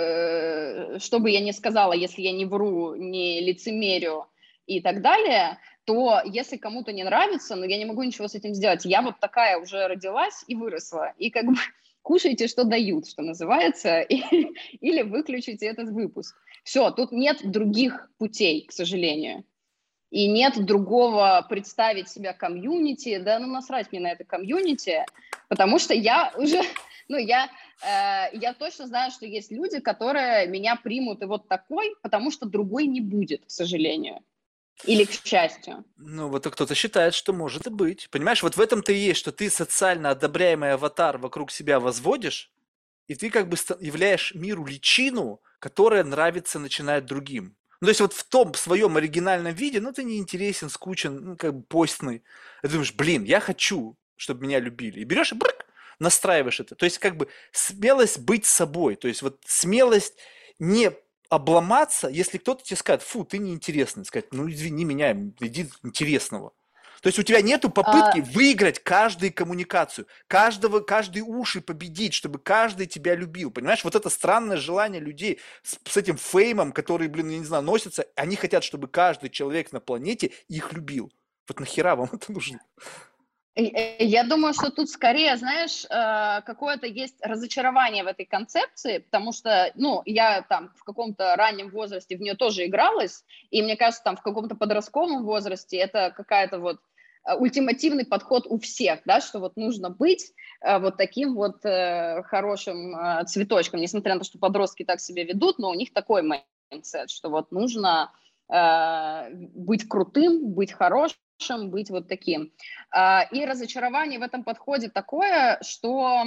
я ни сказала, если я не вру, не лицемерю и так далее, то если кому-то не нравится, но я не могу ничего с этим сделать. Я вот такая уже родилась и выросла. И как бы кушайте, что дают, что называется, или выключите этот выпуск. Все, тут нет других путей, к сожалению. И нет другого представить себя комьюнити, да, ну насрать мне на это комьюнити, потому что я уже, ну я точно знаю, что есть люди, которые меня примут и вот такой, потому что другой не будет, к сожалению. Или к счастью. Ну, вот кто-то считает, что может и быть. Понимаешь, вот в этом-то и есть, что ты социально одобряемый аватар вокруг себя возводишь, и ты как бы являешь миру личину, которая нравится, начинает другим. Ну, то есть вот в том своем оригинальном виде, ну, ты не интересен, скучен, ну, как бы постный. И ты думаешь, блин, я хочу, чтобы меня любили. И берешь и настраиваешь это. То есть как бы смелость быть собой. То есть вот смелость не обломаться, если кто-то тебе скажет, фу, ты неинтересный. Сказать, ну, извини меня, иди интересного. То есть у тебя нету попытки выиграть каждую коммуникацию, каждый уши победить, чтобы каждый тебя любил. Понимаешь, вот это странное желание людей с этим феймом, который, блин, я не знаю, носится, они хотят, чтобы каждый человек на планете их любил. Вот нахера вам это нужно? Я думаю, что тут скорее, знаешь, какое-то есть разочарование в этой концепции, потому что, ну, я там в каком-то раннем возрасте в нее тоже игралась, и мне кажется, там в каком-то подростковом возрасте это какая-то вот ультимативный подход у всех, да, что вот нужно быть вот таким вот хорошим цветочком, несмотря на то, что подростки так себя ведут, но у них такой майндсет, что вот нужно быть крутым, быть хорошим, быть вот таким. И разочарование в этом подходе такое, что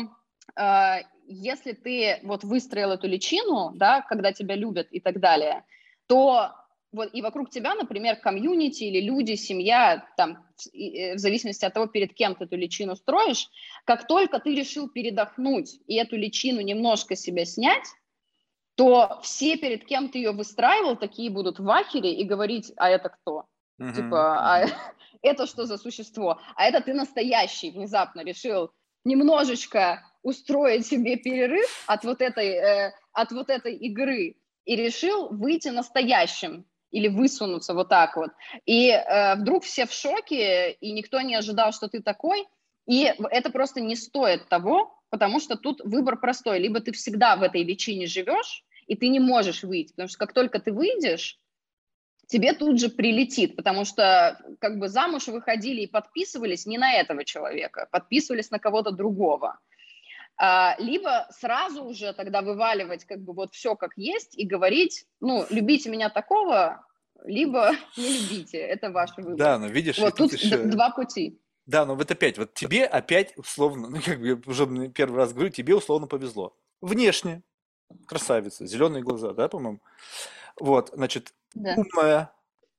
если ты вот выстроил эту личину, да, когда тебя любят и так далее, то вот и вокруг тебя, например, комьюнити или люди, семья, там, в зависимости от того, перед кем ты эту личину строишь, как только ты решил передохнуть и эту личину немножко себя снять, то все, перед кем ты ее выстраивал, такие будут в ахере и говорить, а это кто? Типа, а это что за существо? А это ты настоящий, внезапно решил немножечко устроить себе перерыв от вот этой игры и решил выйти настоящим или высунуться вот так вот. И вдруг все в шоке, и никто не ожидал, что ты такой. И это просто не стоит того, потому что тут выбор простой. Либо ты всегда в этой личине живешь, и ты не можешь выйти, потому что как только ты выйдешь, тебе тут же прилетит, потому что как бы замуж выходили и подписывались не на этого человека, подписывались на кого-то другого. Либо сразу уже тогда вываливать как бы вот все как есть и говорить, ну, любите меня такого, либо не любите, это ваш выбор. Да, но видишь, и Вот тут тут еще... два пути. Да, но вот опять, вот тебе опять условно, ну, как бы я уже первый раз говорю, тебе условно повезло. Внешне красавица, зеленые глаза, да, по-моему? Вот, значит, Да. умная.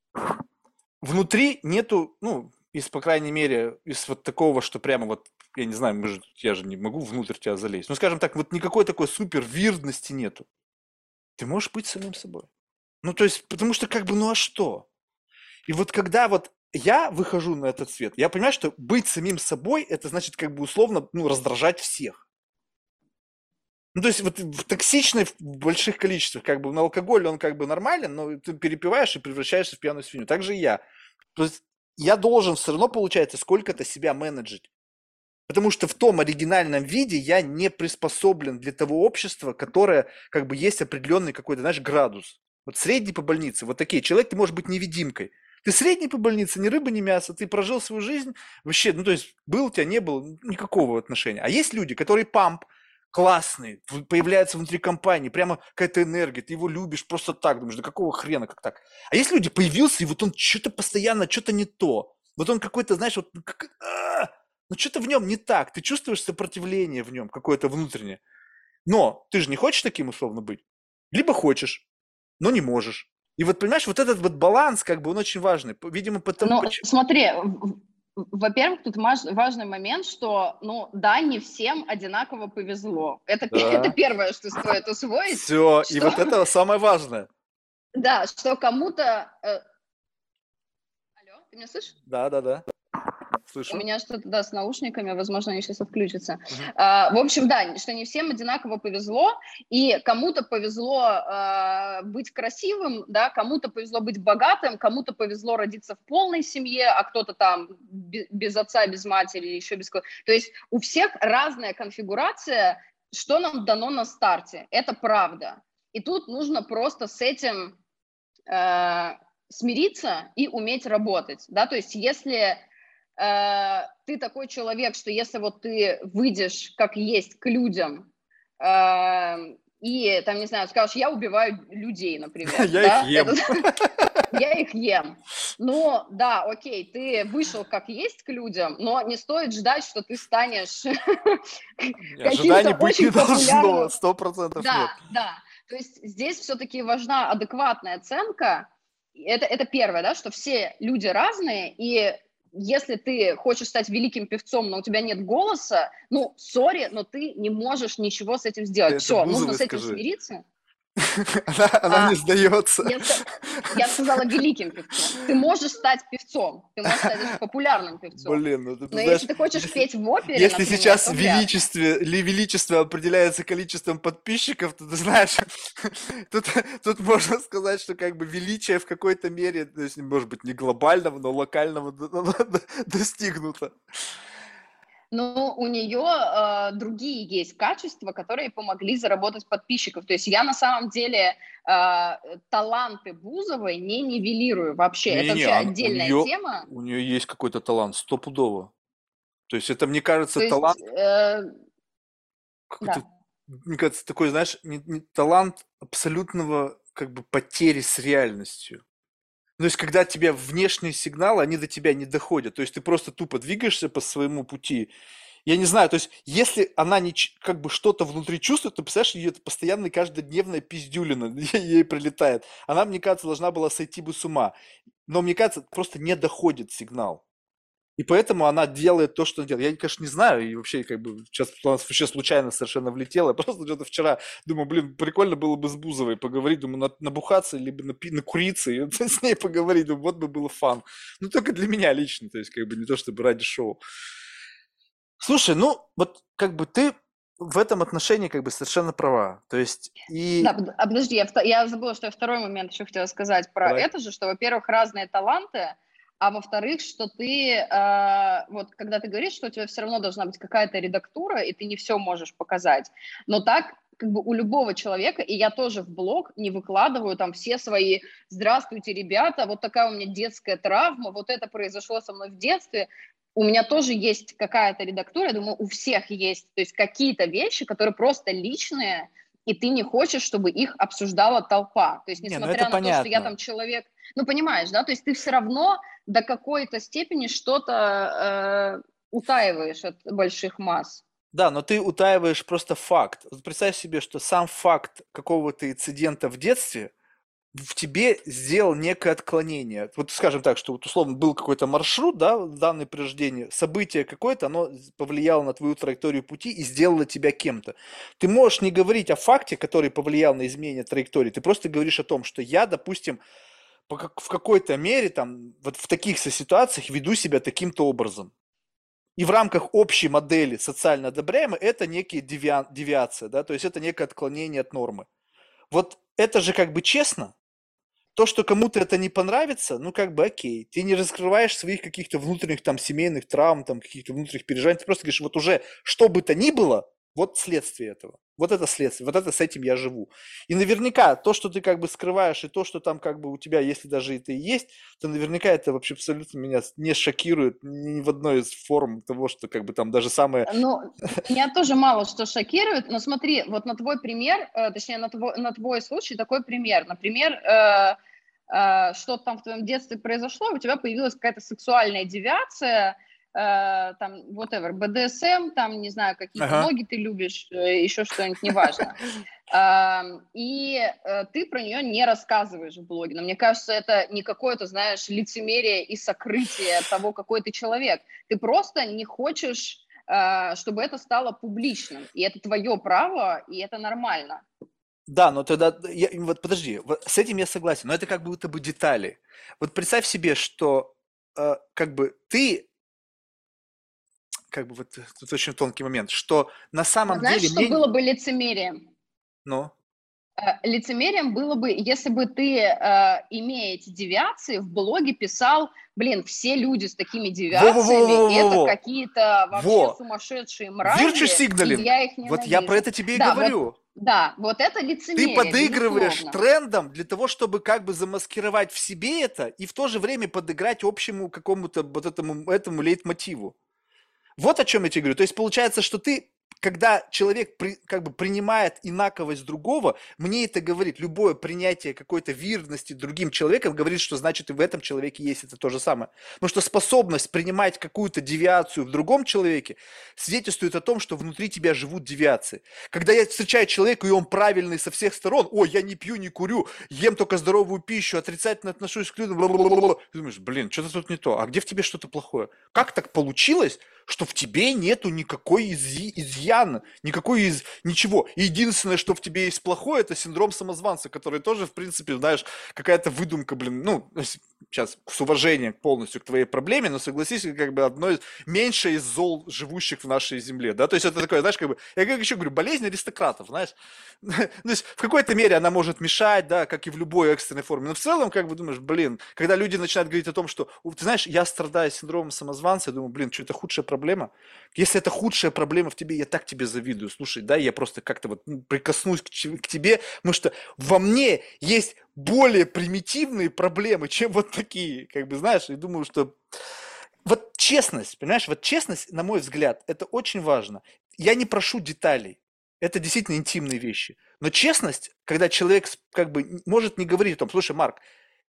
Внутри нету, ну, по крайней мере, из вот такого, что прямо вот, я не знаю, я же не могу внутрь тебя залезть. Ну, скажем так, вот никакой такой супер вирдности нету. Ты можешь быть самим собой. Ну, то есть, потому что как бы, ну а что? И вот когда вот я выхожу на этот свет, я понимаю, что быть самим собой, это значит как бы условно, ну, раздражать всех. Ну, то есть вот в токсичной в больших количествах, как бы на алкоголь он как бы нормален, но ты перепиваешь и превращаешься в пьяную свинью. Так же и я. То есть я должен все равно, получается, сколько-то себя менеджить. Потому что в том оригинальном виде я не приспособлен для того общества, которое как бы есть определенный какой-то, знаешь, градус. Вот средний по больнице, вот такие. Человек, ты можешь быть невидимкой. Ты средний по больнице, ни рыба, ни мясо. Ты прожил свою жизнь вообще, ну то есть был у тебя, не было, никакого отношения. А есть люди, которые памп, классный, появляется внутри компании, прямо какая-то энергия, ты его любишь просто так, думаешь, да какого хрена, как так? А есть люди, появился, и вот он что-то постоянно, что-то не то. Вот он какой-то, знаешь, вот но что-то в нем не так, ты чувствуешь сопротивление в нем какое-то внутреннее. Но ты же не хочешь таким условно быть. Либо хочешь, но не можешь. И вот, понимаешь, вот этот вот баланс, как бы, он очень важный. Видимо, потому... Ну, смотри, во-первых, тут важный момент, что, ну, да, не всем одинаково повезло. Это первое, что стоит усвоить. Все, и вот это самое важное. Да, что кому-то... Алло, ты меня слышишь? Да. Слышу. У меня что-то, да, с наушниками, возможно, они сейчас отключатся. В общем, да, что не всем одинаково повезло, и кому-то повезло быть красивым, да, кому-то повезло быть богатым, кому-то повезло родиться в полной семье, а кто-то там без отца, без матери, еще без... То есть у всех разная конфигурация, что нам дано на старте, это правда. И тут нужно просто с этим смириться и уметь работать, да, то есть если... ты такой человек, что если вот ты выйдешь как есть к людям и там, не знаю, скажешь, я убиваю людей, например. Я их ем. Я их ем. Но да, окей, ты вышел как есть к людям, но не стоит ждать, что ты станешь Ожиданий быть не должно, 100% нет. Да. То есть здесь все-таки важна адекватная оценка. Это первое, да, что все люди разные, и если ты хочешь стать великим певцом, но у тебя нет голоса, ну, сори, но ты не можешь ничего с этим сделать. Все, нужно с этим смириться. Она не сдается. Я сказала великим певцом. Ты можешь стать певцом, ты можешь стать даже популярным певцом. Блин, ну ты но знаешь, если ты хочешь петь в опере, если например, сейчас то величество определяется количеством подписчиков, то ты знаешь, тут можно сказать, что как бы величие в какой-то мере, то есть, может быть, не глобального, но локального достигнуто. Ну, у нее другие есть качества, которые помогли заработать подписчиков. То есть я на самом деле таланты Бузовой не нивелирую вообще. Это вообще отдельная тема. У нее есть какой-то талант, стопудово. То есть это, мне кажется, То талант... да. Мне кажется, такой, знаешь, талант абсолютного как бы потери с реальностью. То есть, когда тебе внешние сигналы, они до тебя не доходят. То есть, ты просто тупо двигаешься по своему пути. Я не знаю, то есть, если она не, как бы что-то внутри чувствует, то, представляешь, ее это постоянная каждодневная пиздюлина ей прилетает. Она, мне кажется, должна была сойти бы с ума. Но, мне кажется, просто не доходит сигнал. И поэтому она делает то, что она делает. Я, конечно, не знаю, и вообще, как бы, сейчас у нас вообще случайно совершенно влетело. Я просто что-то вчера думаю, блин, прикольно было бы с Бузовой поговорить, думаю, набухаться, либо накуриться, и вот с ней поговорить, думаю, вот бы было фан. Ну, только для меня лично, то есть, как бы, не то чтобы ради шоу. Слушай, ну, вот, как бы, ты в этом отношении, как бы, совершенно права. То есть, Да, и... подожди, я забыла, что я второй момент еще хотела сказать про Давай. это же, что, во-первых, разные таланты, а во-вторых, что ты, вот когда ты говоришь, что у тебя все равно должна быть какая-то редактура, и ты не все можешь показать, но так как бы у любого человека, и я тоже в блог не выкладываю там все свои «Здравствуйте, ребята, вот такая у меня детская травма, вот это произошло со мной в детстве». У меня тоже есть какая-то редактура, я думаю, у всех есть, то есть какие-то вещи, которые просто личные, и ты не хочешь, чтобы их обсуждала толпа. То есть, Не, ну это несмотря на то, что я там понятно. человек, ну, понимаешь, да, то есть ты все равно до какой-то степени что-то утаиваешь от больших масс. Да, но ты утаиваешь просто факт. Вот представь себе, что сам факт какого-то инцидента в детстве в тебе сделал некое отклонение. Вот скажем так, что вот условно был какой-то маршрут, да, данный при рождении, событие какое-то, оно повлияло на твою траекторию пути и сделало тебя кем-то. Ты можешь не говорить о факте, который повлиял на изменение траектории, ты просто говоришь о том, что я, допустим, в какой-то мере там вот в таких ситуациях веду себя таким-то образом. И в рамках общей модели социально одобряемой это некие девиация, да, то есть это некое отклонение от нормы. Вот это же как бы честно. То, что кому-то это не понравится, ну как бы окей. Ты не раскрываешь своих каких-то внутренних там семейных травм, там каких-то внутренних переживаний. Ты просто говоришь, вот уже что бы то ни было, вот следствие этого. Вот это следствие, вот это с этим я живу. И наверняка то, что ты как бы скрываешь, и то, что там как бы у тебя, если даже это и есть, то наверняка это вообще абсолютно меня не шокирует ни в одной из форм того, что как бы там даже самое... Ну, меня тоже мало что шокирует, но смотри, вот на твой пример, точнее, на твой случай такой пример. Например, что там в твоем детстве произошло, у тебя появилась какая-то сексуальная девиация, там, whatever, БДСМ, там, не знаю, какие-то Ага. ноги ты любишь, еще что-нибудь, неважно. И ты про нее не рассказываешь в блоге. Но мне кажется, это не какое-то, знаешь, лицемерие и сокрытие того, какой ты человек. Ты просто не хочешь, чтобы это стало публичным. И это твое право, и это нормально. Да, но тогда, вот подожди, вот с этим я согласен, но это как будто бы детали. Вот представь себе, что как бы ты, как бы вот тут очень тонкий момент, что на самом Знаешь, деле что было бы лицемерием? ну, Лицемерием было бы, если бы ты, имея эти девиации, в блоге писал, блин, все люди с такими девиациями, это во-во-во-во-во-во, какие-то вообще во, сумасшедшие virtue мрази, и signaling, я их вот я про ненавижу. это тебе и Да, говорю. да, вот это Ты лицемерие, подыгрываешь безусловно. трендом для того, чтобы как бы замаскировать в себе это и в то же время подыграть общему какому-то вот этому лейтмотиву. Вот о чем я тебе говорю. То есть получается, что ты, когда человек как бы принимает инаковость другого, мне это говорит, любое принятие какой-то вирности другим человеком говорит, что значит и в этом человеке есть это то же самое. Потому что способность принимать какую-то девиацию в другом человеке свидетельствует о том, что внутри тебя живут девиации. Когда я встречаю человека, и он правильный со всех сторон, ой, я не пью, не курю, ем только здоровую пищу, отрицательно отношусь к людям, ты думаешь, блин, что-то тут не то, а где в тебе что-то плохое? Как так получилось, что в тебе нету никакой изъяна, ничего. И единственное, что в тебе есть плохое, это синдром самозванца, который тоже, в принципе, знаешь, какая-то выдумка, блин, ну, сейчас с уважением полностью к твоей проблеме, но согласись, как бы одно из, меньше из зол, живущих в нашей земле, да, то есть это такое, знаешь, как бы, я как еще говорю, болезнь аристократов, знаешь, то есть в какой-то мере она может мешать, да, как и в любой экстренной форме, но в целом, как бы думаешь, блин, когда люди начинают говорить о том, что, ты знаешь, я страдаю синдромом самозванца, я думаю, блин, что это худшая проблема? Если это худшая проблема в тебе, я так тебе завидую, слушай, да, я просто как-то вот прикоснусь к тебе, потому что во мне есть более примитивные проблемы, чем вот такие, как бы, знаешь, и думаю, что вот честность, понимаешь, вот честность, на мой взгляд, это очень важно. Я не прошу деталей, это действительно интимные вещи. Но честность, когда человек как бы может не говорить о том, слушай, Марк,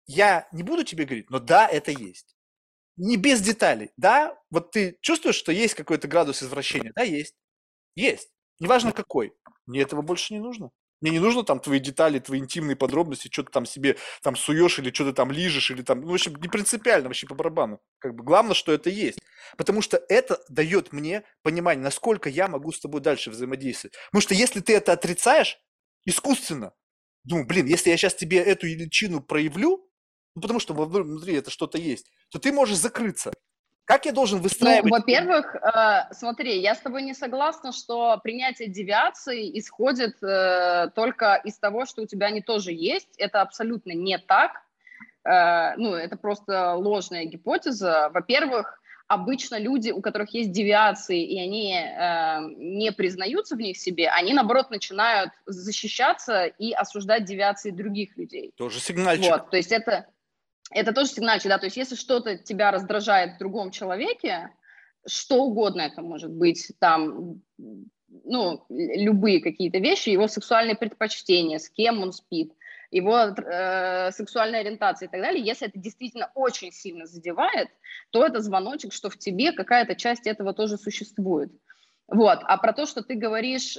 я не буду тебе говорить, но да, это есть. Не без деталей. Да, вот ты чувствуешь, что есть какой-то градус извращения? Да, есть. Есть. Неважно какой. Мне этого больше не нужно. Мне не нужно там твои детали, твои интимные подробности, что ты там себе там суешь или что ты там лижешь, или там, ну, в общем, не принципиально, вообще по барабану. Как бы главное, что это есть. Потому что это дает мне понимание, насколько я могу с тобой дальше взаимодействовать. Потому что если ты это отрицаешь искусственно, думаю, блин, если я сейчас тебе эту величину проявлю, ну, потому что внутри это что-то есть, то ты можешь закрыться. Как я должен Ну, выстраивать? во-первых, смотри, я с тобой не согласна, что принятие девиации исходит только из того, что у тебя они тоже есть. Это абсолютно не так. Ну, это просто ложная гипотеза. Во-первых, обычно люди, у которых есть девиации, и они не признаются в них себе, они, наоборот, начинают защищаться и осуждать девиации других людей. Тоже сигнальчик. Вот, то есть это тоже сигнальчик, да, то есть если что-то тебя раздражает в другом человеке, что угодно это может быть, там, ну, любые какие-то вещи, его сексуальные предпочтения, с кем он спит, его сексуальная ориентация и так далее, если это действительно очень сильно задевает, то это звоночек, что в тебе какая-то часть этого тоже существует. Вот, а про то, что ты говоришь,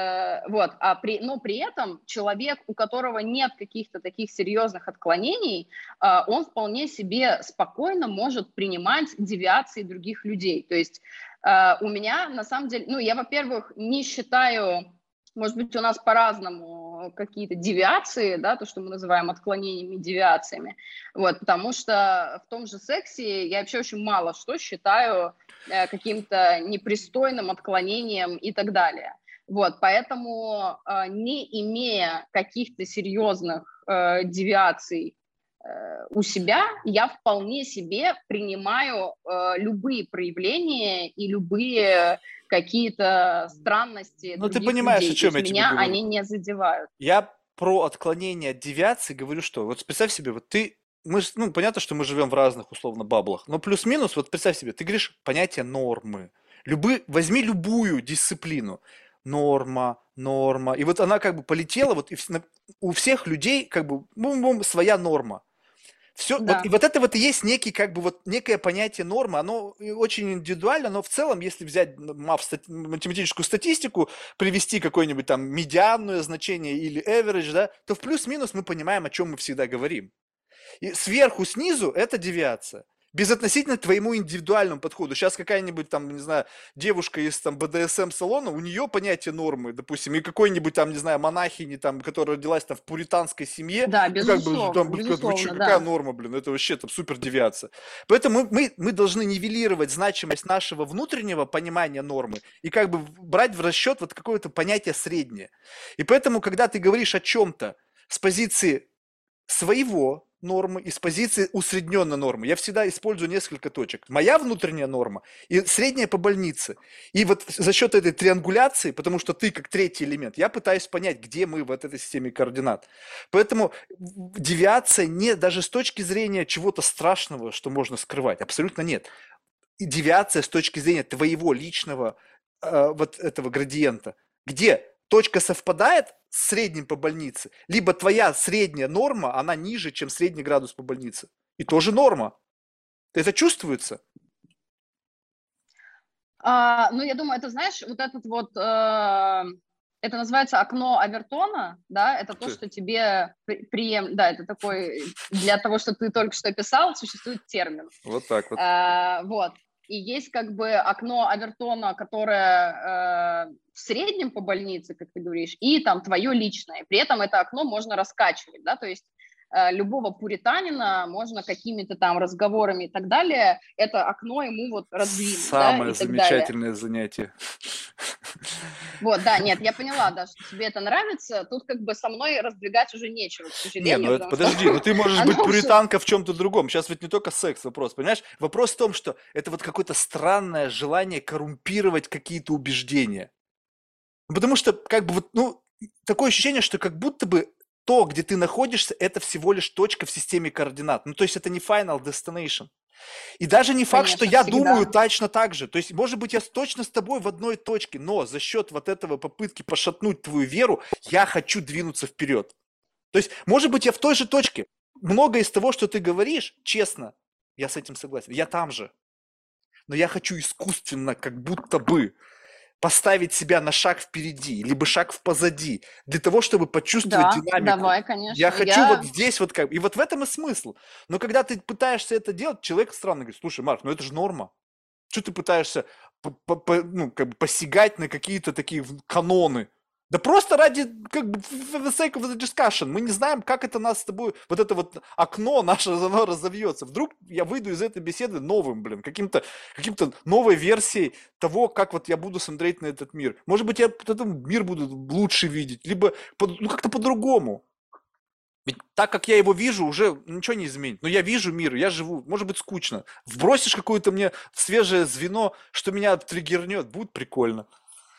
но при этом человек, у которого нет каких-то таких серьезных отклонений, он вполне себе спокойно может принимать девиации других людей. То есть у меня, на самом деле, ну, я, во-первых, не считаю, может быть, у нас по-разному какие-то девиации, да, то, что мы называем отклонениями, девиациями, вот, потому что в том же сексе я вообще очень мало что считаю каким-то непристойным отклонением и так далее. Вот, поэтому, не имея каких-то серьезных девиаций у себя, я вполне себе принимаю любые проявления и любые какие-то странности Ну, ты других понимаешь, людей. о чем То я есть тебе меня говорю. они не задевают. Я про отклонение от девиации говорю, что вот представь себе, вот ты, ну, понятно, что мы живем в разных, условно, баблах, но плюс-минус, вот представь себе, ты говоришь понятие нормы. Возьми любую дисциплину. Норма. И вот она как бы полетела, вот у всех людей как бы своя норма. Все, Да. вот это вот и есть некий, как бы вот некое понятие нормы, оно очень индивидуально, но в целом, если взять математическую статистику, привести какое-нибудь там медианное значение или average, да, то в плюс-минус мы понимаем, о чем мы всегда говорим. И сверху, снизу это девиация. Безотносительно твоему индивидуальному подходу. Сейчас какая-нибудь там, не знаю, девушка из там БДСМ-салона, у нее понятие нормы, допустим, и какой-нибудь там, не знаю, монахини, там, которая родилась там в пуританской семье, Да, ну как бы безусловно, там, вы безусловно, че, да. какая норма, блин, это вообще там супер девиация. Поэтому мы должны нивелировать значимость нашего внутреннего понимания нормы и как бы брать в расчет вот какое-то понятие среднее. И поэтому, когда ты говоришь о чем-то с позиции своего нормы и с позиции усредненной нормы. Я всегда использую несколько точек. Моя внутренняя норма и средняя по больнице. И вот за счет этой триангуляции, потому что ты как третий элемент, я пытаюсь понять, где мы в этой системе координат. Поэтому девиация не даже с точки зрения чего-то страшного, что можно скрывать, абсолютно нет. И девиация с точки зрения твоего личного вот этого градиента, где точка совпадает с средним по больнице, либо твоя средняя норма, она ниже, чем средний градус по больнице. И тоже норма. Это чувствуется? Ну, я думаю, это, знаешь, вот этот вот, это называется окно Авертона, да, это то, что тебе да, это такой, для того, что ты только что описал, существует термин. Вот так вот. Вот. И есть как бы окно Авертона, которое в среднем по больнице, как ты говоришь, и там твое личное. При этом это окно можно раскачивать, да, то есть любого пуританина можно какими-то там разговорами и так далее, это окно ему вот раздвинуть. Самое да, и замечательное занятие. Вот, да, нет, я поняла, да, что тебе это нравится. Тут как бы со мной раздвигать уже нечего, к сожалению. Не, ну это подожди, ну ты можешь быть пуританка в чем-то другом. Сейчас ведь не только секс вопрос, понимаешь? Вопрос в том, что это вот какое-то странное желание коррумпировать какие-то убеждения. Потому что как бы вот, ну, такое ощущение, что как будто бы то, где ты находишься, это всего лишь точка в системе координат. Ну, то есть это не final destination. И даже не факт, Конечно, что я всегда. думаю точно так же. То есть, может быть, я точно с тобой в одной точке, но за счет вот этого попытки пошатнуть твою веру, я хочу двинуться вперед. То есть, может быть, я в той же точке, многое из того, что ты говоришь, честно, я с этим согласен, я там же. Но я хочу искусственно, как будто бы, поставить себя на шаг впереди, либо шаг в позади, для того, чтобы почувствовать Да, динамику. давай, Я конечно. хочу вот здесь вот как... И вот в этом и смысл. Но когда ты пытаешься это делать, человек странно говорит, слушай, Марк, ну это же норма. Что ты пытаешься ну, как бы посягать на какие-то такие каноны? Да просто ради, как бы, for the sake of the discussion. Мы не знаем, как это нас с тобой, вот это вот окно наше, оно разовьется. Вдруг я выйду из этой беседы новым, каким-то новой версией того, как вот я буду смотреть на этот мир. Может быть, я этот мир буду лучше видеть, либо ну, как-то по-другому. Ведь так, как я его вижу, уже ничего не изменит. Но я вижу мир, я живу, может быть, скучно. Вбросишь какое-то мне свежее звено, что меня триггернет, будет прикольно.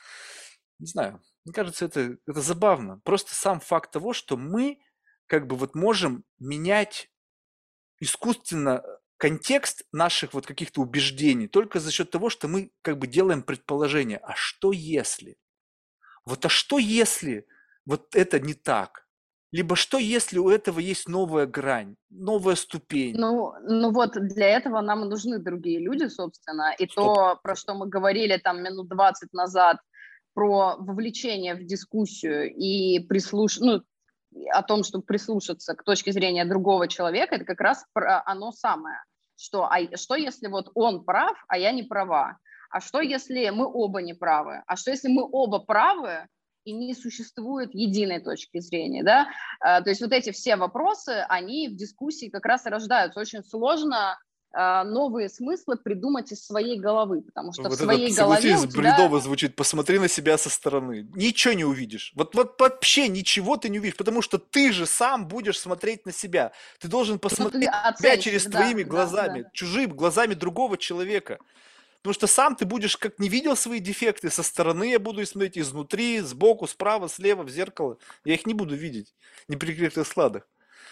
Не знаю, мне кажется, это забавно. Просто сам факт того, что мы как бы вот можем менять искусственно контекст наших вот каких-то убеждений только за счет того, что мы как бы делаем предположение. А что если? Вот а что если вот это не так? Либо что если у этого есть новая грань, новая ступень? Ну вот для этого нам и нужны другие люди, собственно. И Стоп. то, про что мы говорили там минут 20 назад, про вовлечение в дискуссию и ну, о том, чтобы прислушаться к точке зрения другого человека, это как раз про оно самое. Что если вот он прав, а я не права? А что если мы оба не правы? А что если мы оба правы, и не существует единой точки зрения, да? То есть вот эти все вопросы, они в дискуссии как раз и рождаются. Очень сложно новые смыслы придумать из своей головы, потому что в Вот это, своей голове согласись, у тебя... бредово звучит. Посмотри на себя со стороны. Ничего не увидишь. Вот вообще ничего ты не увидишь, потому что ты же сам будешь смотреть на себя. Ты должен Ну, ты посмотреть на себя через оценщик, да, твоими да, глазами, да. чужими глазами другого человека. Потому что сам ты будешь как не видел свои дефекты, со стороны я буду их смотреть изнутри, сбоку, справа, слева, в зеркало. Я их не буду видеть, не при каких-то складах.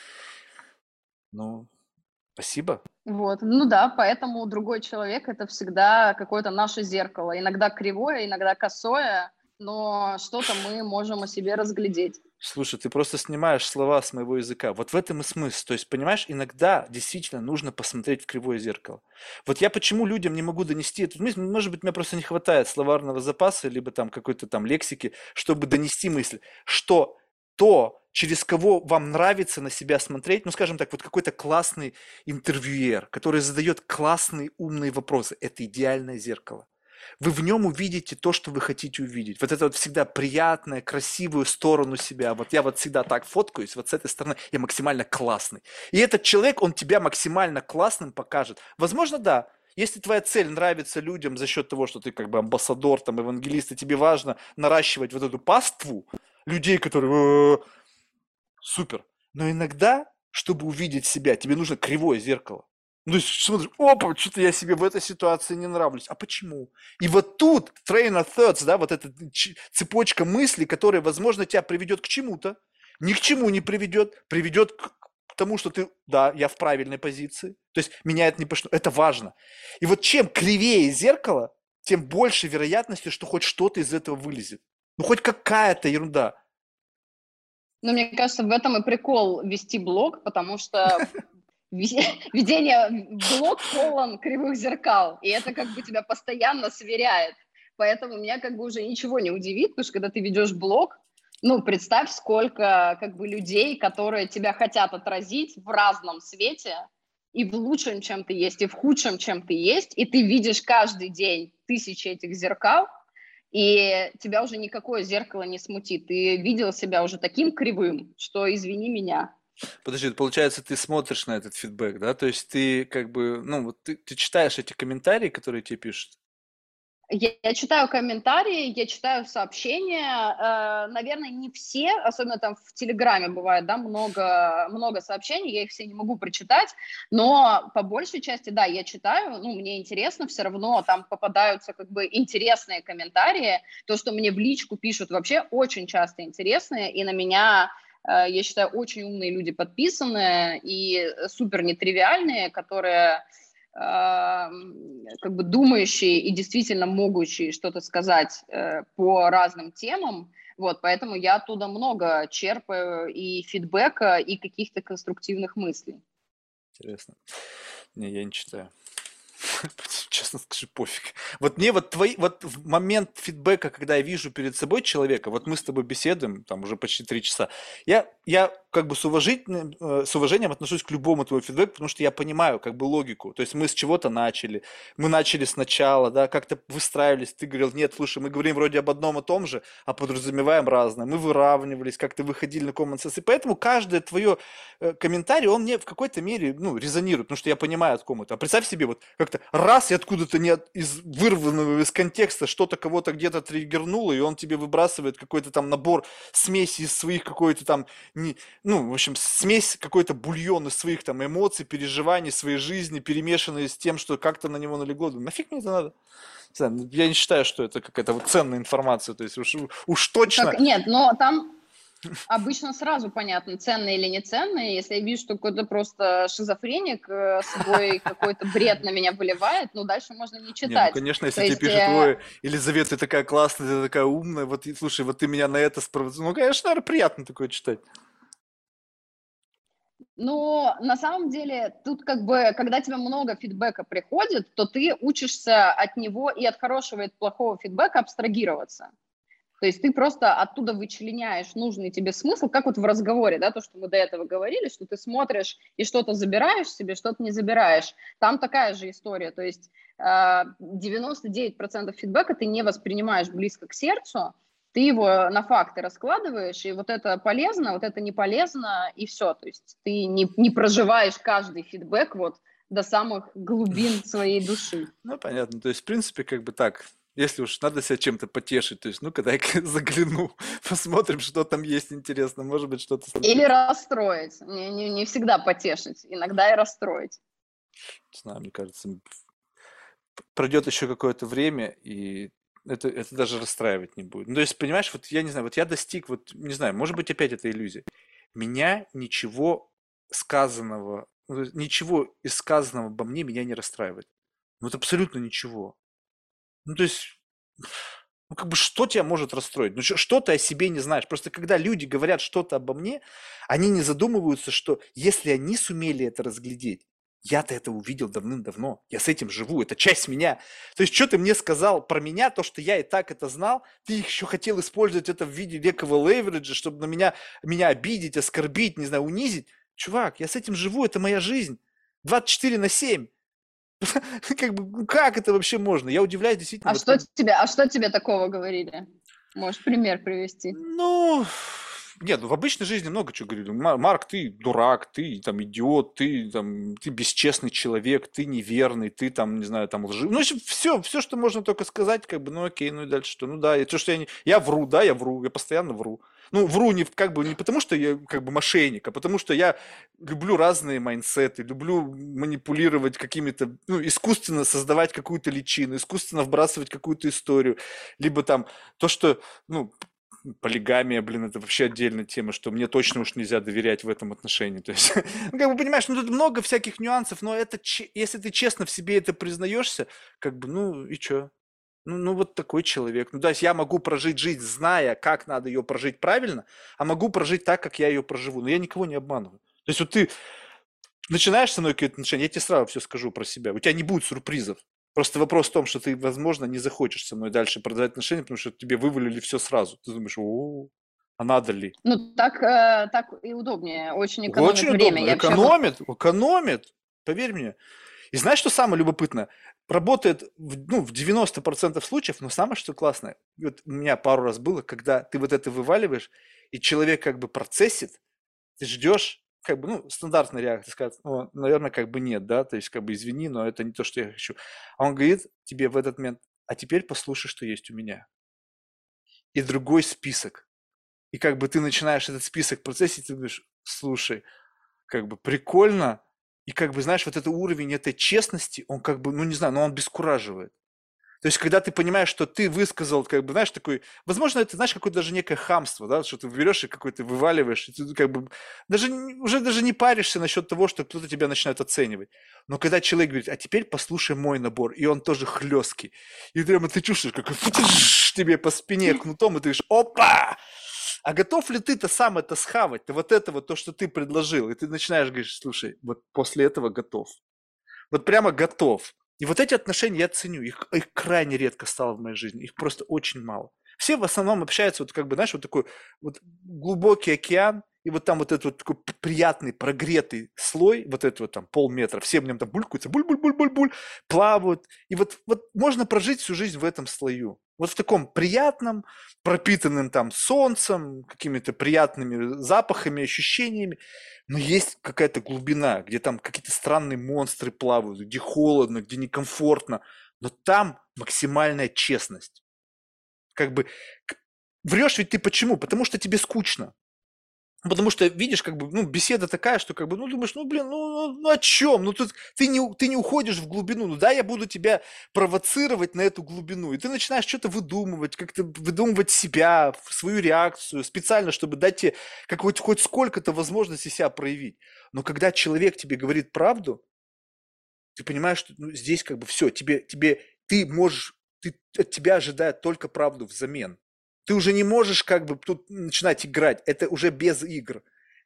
Ну, спасибо. Вот, ну да, поэтому другой человек – это всегда какое-то наше зеркало. Иногда кривое, иногда косое, но что-то мы можем о себе разглядеть. Слушай, ты просто снимаешь слова с моего языка. Вот в этом и смысл. То есть, понимаешь, иногда действительно нужно посмотреть в кривое зеркало. Вот я почему людям не могу донести эту мысль, может быть, мне просто не хватает словарного запаса, либо там какой-то там лексики, чтобы донести мысль, что то, через кого вам нравится на себя смотреть, ну, скажем так, вот какой-то классный интервьюер, который задает классные умные вопросы, это идеальное зеркало. Вы в нем увидите то, что вы хотите увидеть. Вот это вот всегда приятная, красивую сторону себя. Вот я вот всегда так фоткаюсь, вот с этой стороны я максимально классный. И этот человек, он тебя максимально классным покажет. Возможно, да. Если твоя цель нравится людям за счет того, что ты как бы амбассадор, там, евангелист, и тебе важно наращивать вот эту паству людей, которые супер. Но иногда, чтобы увидеть себя, тебе нужно кривое зеркало. Ну, то есть смотришь, опа, что-то я себе в этой ситуации не нравлюсь. А почему? И вот тут train of thoughts, да, вот эта цепочка мыслей, которая, возможно, тебя приведет к чему-то, ни к чему не приведет к тому, что ты, да, я в правильной позиции. То есть меня это не пошло. Это важно. И вот чем кривее зеркало, тем больше вероятности, что хоть что-то из этого вылезет. Ну, хоть какая-то ерунда. Но мне кажется, в этом и прикол вести блог, потому что ведение блог полон кривых зеркал, и это как бы тебя постоянно сверяет. Поэтому меня как бы уже ничего не удивит, потому что когда ты ведешь блог, ну, представь, сколько как бы людей, которые тебя хотят отразить в разном свете, и в лучшем, чем ты есть, и в худшем, чем ты есть, и ты видишь каждый день тысячи этих зеркал, и тебя уже никакое зеркало не смутит. Ты видел себя уже таким кривым, что извини меня. Подожди, получается, ты смотришь на этот фидбэк, да? То есть ты как бы, ну, вот ты читаешь эти комментарии, которые тебе пишут? Я читаю комментарии, я читаю сообщения. Наверное, не все, особенно там в Телеграме бывает, да, много сообщений, я их все не могу прочитать, но по большей части, да, я читаю, ну, мне интересно, все равно там попадаются как бы интересные комментарии. То, что мне в личку пишут, вообще очень часто интересные, и на меня, я считаю, очень умные люди подписаны и супер нетривиальные, которые как бы думающие и действительно могущие что-то сказать по разным темам. Вот, поэтому я оттуда много черпаю и фидбэка, и каких-то конструктивных мыслей. Интересно. Не, я не читаю. Честно скажу, пофиг. Вот мне вот твои, вот в момент фидбэка, когда я вижу перед собой человека, вот мы с тобой беседуем, там уже почти 3 часа, я как бы с уважением отношусь к любому твоему фидбэку, потому что я понимаю как бы логику. То есть мы с чего-то начали, мы начали сначала, да, как-то выстраивались, ты говорил, нет, слушай, мы говорим вроде об одном и том же, а подразумеваем разное. Мы выравнивались, как-то выходили на common sense. И поэтому каждое твое комментарий, он мне в какой-то мере, ну, резонирует, потому что я понимаю, от кому это. А представь себе, вот как-то раз и откуда-то не из вырванного из контекста что-то кого-то где-то триггернуло, и он тебе выбрасывает какой-то там набор смеси из своих какой-то там, ну, в общем, смесь, какой-то бульон из своих там эмоций, переживаний, своей жизни, перемешанные с тем, что как-то на него налегло. Нафиг мне это надо? Я не считаю, что это какая-то вот ценная информация, то есть уж точно... Нет, но там обычно сразу понятно, ценные или не ценные. Если я вижу, что какой-то просто шизофреник свой какой-то бред на меня выливает, ну, дальше можно не Не, ну читать. конечно, То если тебе есть, пишут, ой, Елизавета, ты такая классная, ты такая умная, вот слушай, вот ты меня на это спровоцировал. Ну, конечно, наверное, приятно такое читать. но на самом деле тут как бы, когда тебе много фидбэка приходит, то ты учишься от него и от хорошего, и от плохого фидбэка абстрагироваться. То есть ты просто оттуда вычленяешь нужный тебе смысл, как вот в разговоре, да, то, что мы до этого говорили, что ты смотришь и что-то забираешь себе, что-то не забираешь. Там такая же история, то есть 99% фидбэка ты не воспринимаешь близко к сердцу, ты его на факты раскладываешь, и вот это полезно, вот это не полезно, и все. То есть ты не проживаешь каждый фидбэк вот до самых глубин своей души. Ну, понятно. То есть, в принципе, как бы так, если уж надо себя чем-то потешить, то есть, ну, когда я загляну, посмотрим, что там есть интересно, может быть, что-то Или случится. расстроить. Не всегда потешить, иногда и расстроить. Не знаю, мне кажется, пройдет еще какое-то время, и это даже расстраивать не будет. Ну, то есть, понимаешь, вот я не знаю, вот я достиг, вот, не знаю, может быть, опять это иллюзия. Меня ничего сказанного, ну, то есть ничего из сказанного обо мне меня не расстраивает. Ну, вот абсолютно ничего. Ну, то есть, ну, как бы, что тебя может расстроить? Ну, что ты о себе не знаешь? Просто когда люди говорят что-то обо мне, они не задумываются, что если они сумели это разглядеть, я-то это увидел давным-давно, я с этим живу, это часть меня. То есть, что ты мне сказал про меня, то, что я и так это знал, ты еще хотел использовать это в виде некого левериджа, чтобы меня обидеть, оскорбить, не знаю, унизить. Чувак, я с этим живу, это моя жизнь. 24/7. Как бы, ну как это вообще можно? Я удивляюсь действительно, вот как... А что тебе такого говорили? Можешь пример привести? Ну, нет, ну в обычной жизни много чего говорили. Марк, ты дурак, ты там идиот, ты там, ты бесчестный человек, ты неверный, ты там, не знаю, там лживый. Ну, в общем, все, что можно только сказать, как бы, ну окей, ну и дальше что? Ну да, и то, что я вру, да, я вру, я постоянно вру. Ну, вру не, как бы, не потому, что я как бы мошенник, а потому, что я люблю разные майндсеты, люблю манипулировать какими-то, ну, искусственно создавать какую-то личину, искусственно вбрасывать какую-то историю, либо там то, что, ну, полигамия, блин, это вообще отдельная тема, что мне точно уж нельзя доверять в этом отношении. То есть, ну, как бы понимаешь, ну тут много всяких нюансов, но это, если ты честно в себе это признаешься, как бы, ну и чё? Ну вот такой человек. Ну, то есть я могу прожить жизнь, зная, как надо ее прожить правильно, а могу прожить так, как я ее проживу. Но я никого не обманываю. То есть вот ты начинаешь со мной какие-то отношения, я тебе сразу все скажу про себя. У тебя не будет сюрпризов. Просто вопрос в том, что ты, возможно, не захочешь со мной дальше продолжать отношения, потому что тебе вывалили все сразу. Ты думаешь, а надо ли? Ну, так и удобнее, очень экономит Очень время. удобно. Я вообще вот Экономит. Поверь мне. И знаешь, что самое любопытное? Работает в 90% случаев, но самое что классное, вот у меня пару раз было, когда ты вот это вываливаешь, и человек как бы процессит, ты ждешь, как бы, ну, стандартная реакция, сказать, ну, наверное, как бы нет, да, то есть, как бы, извини, но это не то, что я хочу. А он говорит тебе в этот момент, а теперь послушай, что есть у меня. И другой список. И как бы ты начинаешь этот список процессить, ты думаешь, слушай, как бы прикольно, и как бы, знаешь, вот этот уровень этой честности, он как бы, ну, не знаю, но он бескураживает. То есть, когда ты понимаешь, что ты высказал, как бы, знаешь, такой, возможно, это, знаешь, какое-то даже некое хамство, да, что ты берешь и какой-то вываливаешь, и ты как бы уже даже не паришься насчет того, что кто-то тебя начинает оценивать. Но когда человек говорит, а теперь послушай мой набор, и он тоже хлесткий, и прямо ты чувствуешь, как тебе по спине кнутом, и ты говоришь, опа! А готов ли ты-то сам это схавать? Ты вот это вот, то, что ты предложил, и ты начинаешь говорить, слушай, вот после этого готов. Вот прямо готов. И вот эти отношения я ценю, их крайне редко стало в моей жизни, их просто очень мало. Все в основном общаются, вот как бы, знаешь, вот такой вот глубокий океан, и вот там вот этот вот такой приятный, прогретый слой, вот это вот там полметра, все в нем там булькаются, буль-буль-буль-буль-буль, плавают. И вот можно прожить всю жизнь в этом слою. Вот в таком приятном, пропитанным там солнцем, какими-то приятными запахами, ощущениями. Но есть какая-то глубина, где там какие-то странные монстры плавают, где холодно, где некомфортно. Но там максимальная честность. Как бы врешь ведь ты почему? Потому что тебе скучно. Потому что, видишь, как бы, ну, беседа такая, что как бы, ну, думаешь, ну, блин, ну о чем? Ну, тут ты не уходишь в глубину. Ну, да, я буду тебя провоцировать на эту глубину. И ты начинаешь что-то выдумывать, как-то выдумывать себя, свою реакцию, специально, чтобы дать тебе хоть сколько-то возможности себя проявить. Но когда человек тебе говорит правду, ты понимаешь, что ну, здесь как бы все, ты можешь, от тебя ожидают только правду взамен. Ты уже не можешь как бы тут начинать играть, это уже без игр.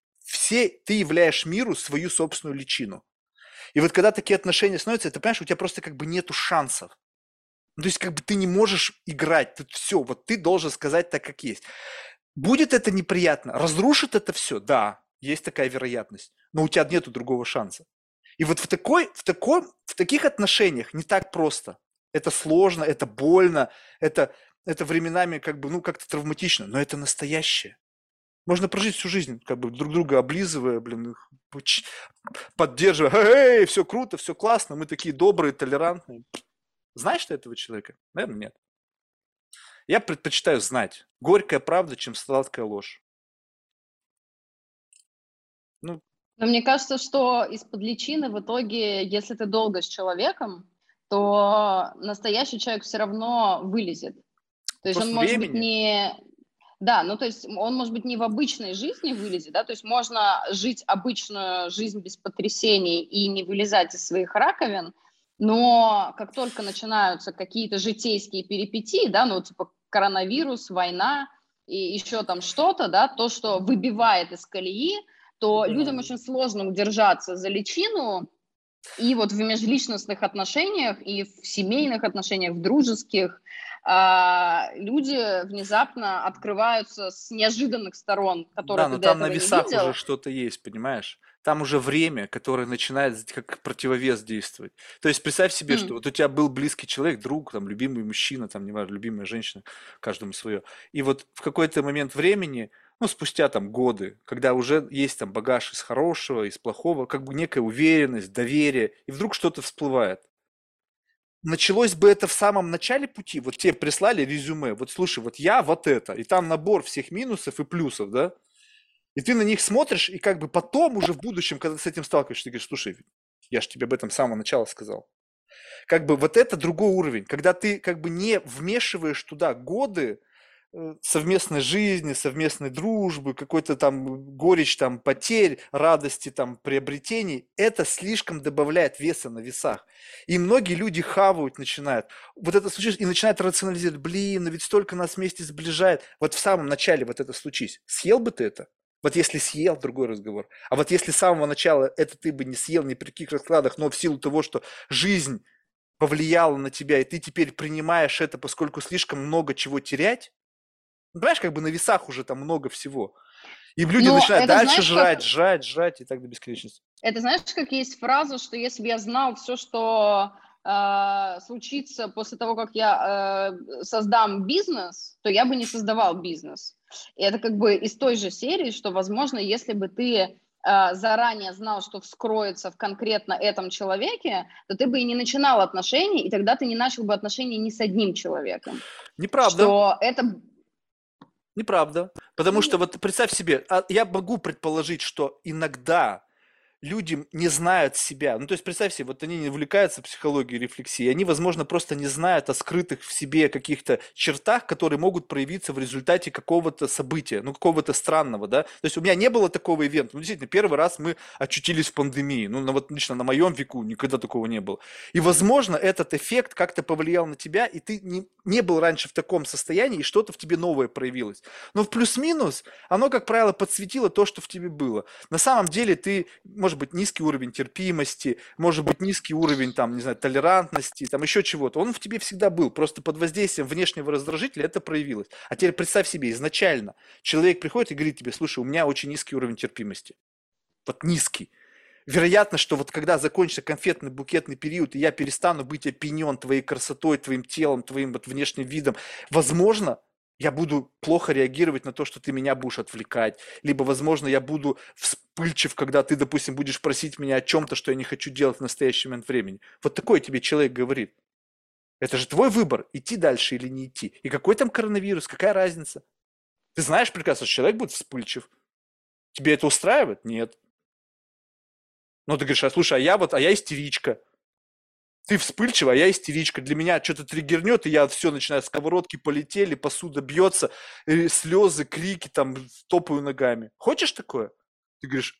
Ты являешь миру свою собственную личину. И вот когда такие отношения становятся, ты понимаешь, у тебя просто как бы нету шансов. Ну, то есть как бы ты не можешь играть, тут все, вот ты должен сказать так, как есть. Будет это неприятно, разрушит это все, да, есть такая вероятность, но у тебя нету другого шанса. И вот в таких отношениях не так просто. Это сложно, это больно, это временами как бы, ну, как-то травматично, но это настоящее. Можно прожить всю жизнь, как бы друг друга облизывая, блин, поддерживая, эй, все круто, все классно, мы такие добрые, толерантные. Знаешь ты этого человека? Наверное, нет. Я предпочитаю знать. Горькая правда, чем сладкая ложь. Ну, Но мне кажется, что из-под личины в итоге, если ты долго с человеком, то настоящий человек все равно вылезет. То есть он вопрос может быть времени. не... Да, ну то есть он может быть не в обычной жизни вылезет, да, то есть можно жить обычную жизнь без потрясений и не вылезать из своих раковин, но как только начинаются какие-то житейские перипетии, да, ну типа коронавирус, война и еще там что-то, да, то, что выбивает из колеи, то людям Да. очень сложно удержаться за личину, и вот в межличностных отношениях, и в семейных отношениях, в дружеских, люди внезапно открываются с неожиданных сторон, которые Да, ты но до там на этого не весах уже видел. что-то есть, понимаешь? Там уже время, которое начинает как противовес действовать. То есть представь себе, что М. вот у тебя был близкий человек, друг, там, любимый мужчина, там, неважно, любимая женщина, каждому свое. И вот в какой-то момент времени, ну, спустя там годы, когда уже есть там багаж из хорошего, из плохого, как бы некая уверенность, доверие, и вдруг что-то всплывает. Началось бы это в самом начале пути, вот тебе прислали резюме, вот слушай, вот я вот это, и там набор всех минусов и плюсов, да, и ты на них смотришь, и как бы потом уже в будущем, когда ты с этим сталкиваешься, ты говоришь, слушай, я же тебе об этом с самого начала сказал. Как бы вот это другой уровень, когда ты как бы не вмешиваешь туда годы совместной жизни, совместной дружбы, какой-то там горечь там потерь, радости там приобретений, это слишком добавляет веса на весах. И многие люди хавают начинают. Вот это случилось, и начинают рационализировать, блин, ну ведь столько нас вместе сближает. Вот в самом начале вот это случись. Съел бы ты это? Вот если съел, другой разговор. А вот если с самого начала это ты бы не съел ни при каких раскладах, но в силу того, что жизнь повлияла на тебя, и ты теперь принимаешь это, поскольку слишком много чего терять, ну, понимаешь, как бы на весах уже там много всего. И люди Но начинают это дальше знаешь, как жрать и так до бесконечности. Это знаешь, как есть фраза, что если бы я знал все, что случится после того, как я создам бизнес, то я бы не создавал бизнес. И это как бы из той же серии, что, возможно, если бы ты заранее знал, что вскроется в конкретно этом человеке, то ты бы и не начинал отношений, и тогда ты не начал бы отношения ни с одним человеком. Неправда. Что это... Неправда. Потому что Ну, вот представь себе, я могу предположить, что иногда люди не знают себя. Ну, то есть, представь себе, вот они не увлекаются психологией рефлексии, они, возможно, просто не знают о скрытых в себе каких-то чертах, которые могут проявиться в результате какого-то события, ну, какого-то странного, да. То есть у меня не было такого ивента. Ну, действительно, первый раз мы очутились в пандемии. Ну, вот лично на моем веку никогда такого не было. И, возможно, этот эффект как-то повлиял на тебя, и ты не был раньше в таком состоянии, и что-то в тебе новое проявилось. Но в плюс-минус оно, как правило, подсветило то, что в тебе было. На самом деле ты, может быть, низкий уровень терпимости, может быть, низкий уровень, там, не знаю, толерантности, там, еще чего-то. Он в тебе всегда был, просто под воздействием внешнего раздражителя это проявилось. А теперь представь себе, изначально человек приходит и говорит тебе: слушай, у меня очень низкий уровень терпимости. Вот низкий. Вероятно, что вот когда закончится конфетно-букетный период, и я перестану быть опьянен твоей красотой, твоим телом, твоим вот внешним видом, возможно, я буду плохо реагировать на то, что ты меня будешь отвлекать. Либо, возможно, я буду вспыльчив, когда ты, допустим, будешь просить меня о чем-то, что я не хочу делать в настоящий момент времени. Вот такой тебе человек говорит. Это же твой выбор, идти дальше или не идти. И какой там коронавирус, какая разница? Ты знаешь прекрасно, что человек будет вспыльчив. Тебе это устраивает? Нет. Ну, ты говоришь: слушай, а я истеричка. Ты вспыльчивая, а я истеричка. Для меня что-то триггернет, и я все начинаю, сковородки полетели, посуда бьется, слезы, крики, там, топаю ногами. Хочешь такое? Ты говоришь: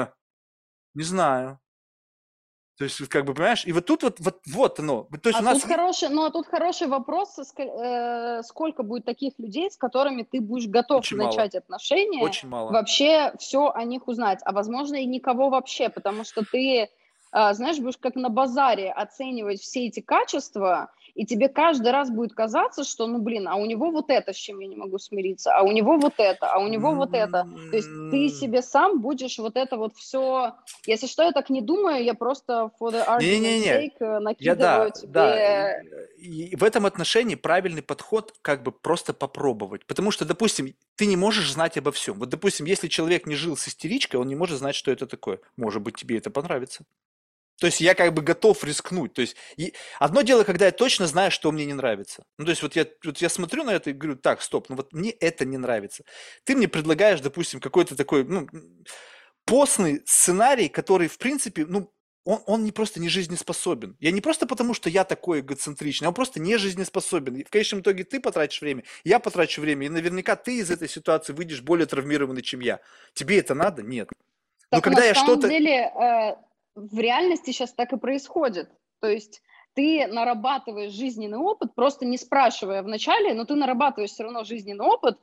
не знаю. То есть, как бы, понимаешь, и вот тут вот оно. То есть у нас... тут хороший вопрос, сколько будет таких людей, с которыми ты будешь готов Очень мало. начать отношения, Очень мало. вообще все о них узнать, а возможно и никого вообще, потому что ты, знаешь, будешь как на базаре оценивать все эти качества, и тебе каждый раз будет казаться, что, ну, блин, а у него вот это, с чем я не могу смириться, а у него вот это, а у него вот это. То есть ты себе сам будешь вот это вот все... Если что, я так не думаю, я просто for the argument's Не-не-не. sake накидываю тебе... И в этом отношении правильный подход как бы просто попробовать. Потому что, допустим, ты не можешь знать обо всем. Вот, допустим, если человек не жил с истеричкой, он не может знать, что это такое. Может быть, тебе это понравится. То есть я как бы готов рискнуть. То есть одно дело, когда я точно знаю, что мне не нравится. Ну, то есть вот я смотрю на это и говорю: так, стоп, ну вот мне это не нравится. Ты мне предлагаешь, допустим, какой-то такой, ну, постный сценарий, который, в принципе, ну, он просто не жизнеспособен. Я не просто потому, что я такой эгоцентричный, он просто не жизнеспособен. И в конечном итоге ты потратишь время, я потрачу время, и наверняка ты из этой ситуации выйдешь более травмированный, чем я. Тебе это надо? Нет. Но Так когда на я самом что-то... деле в реальности сейчас так и происходит. То есть ты нарабатываешь жизненный опыт, просто не спрашивая вначале, но ты нарабатываешь все равно жизненный опыт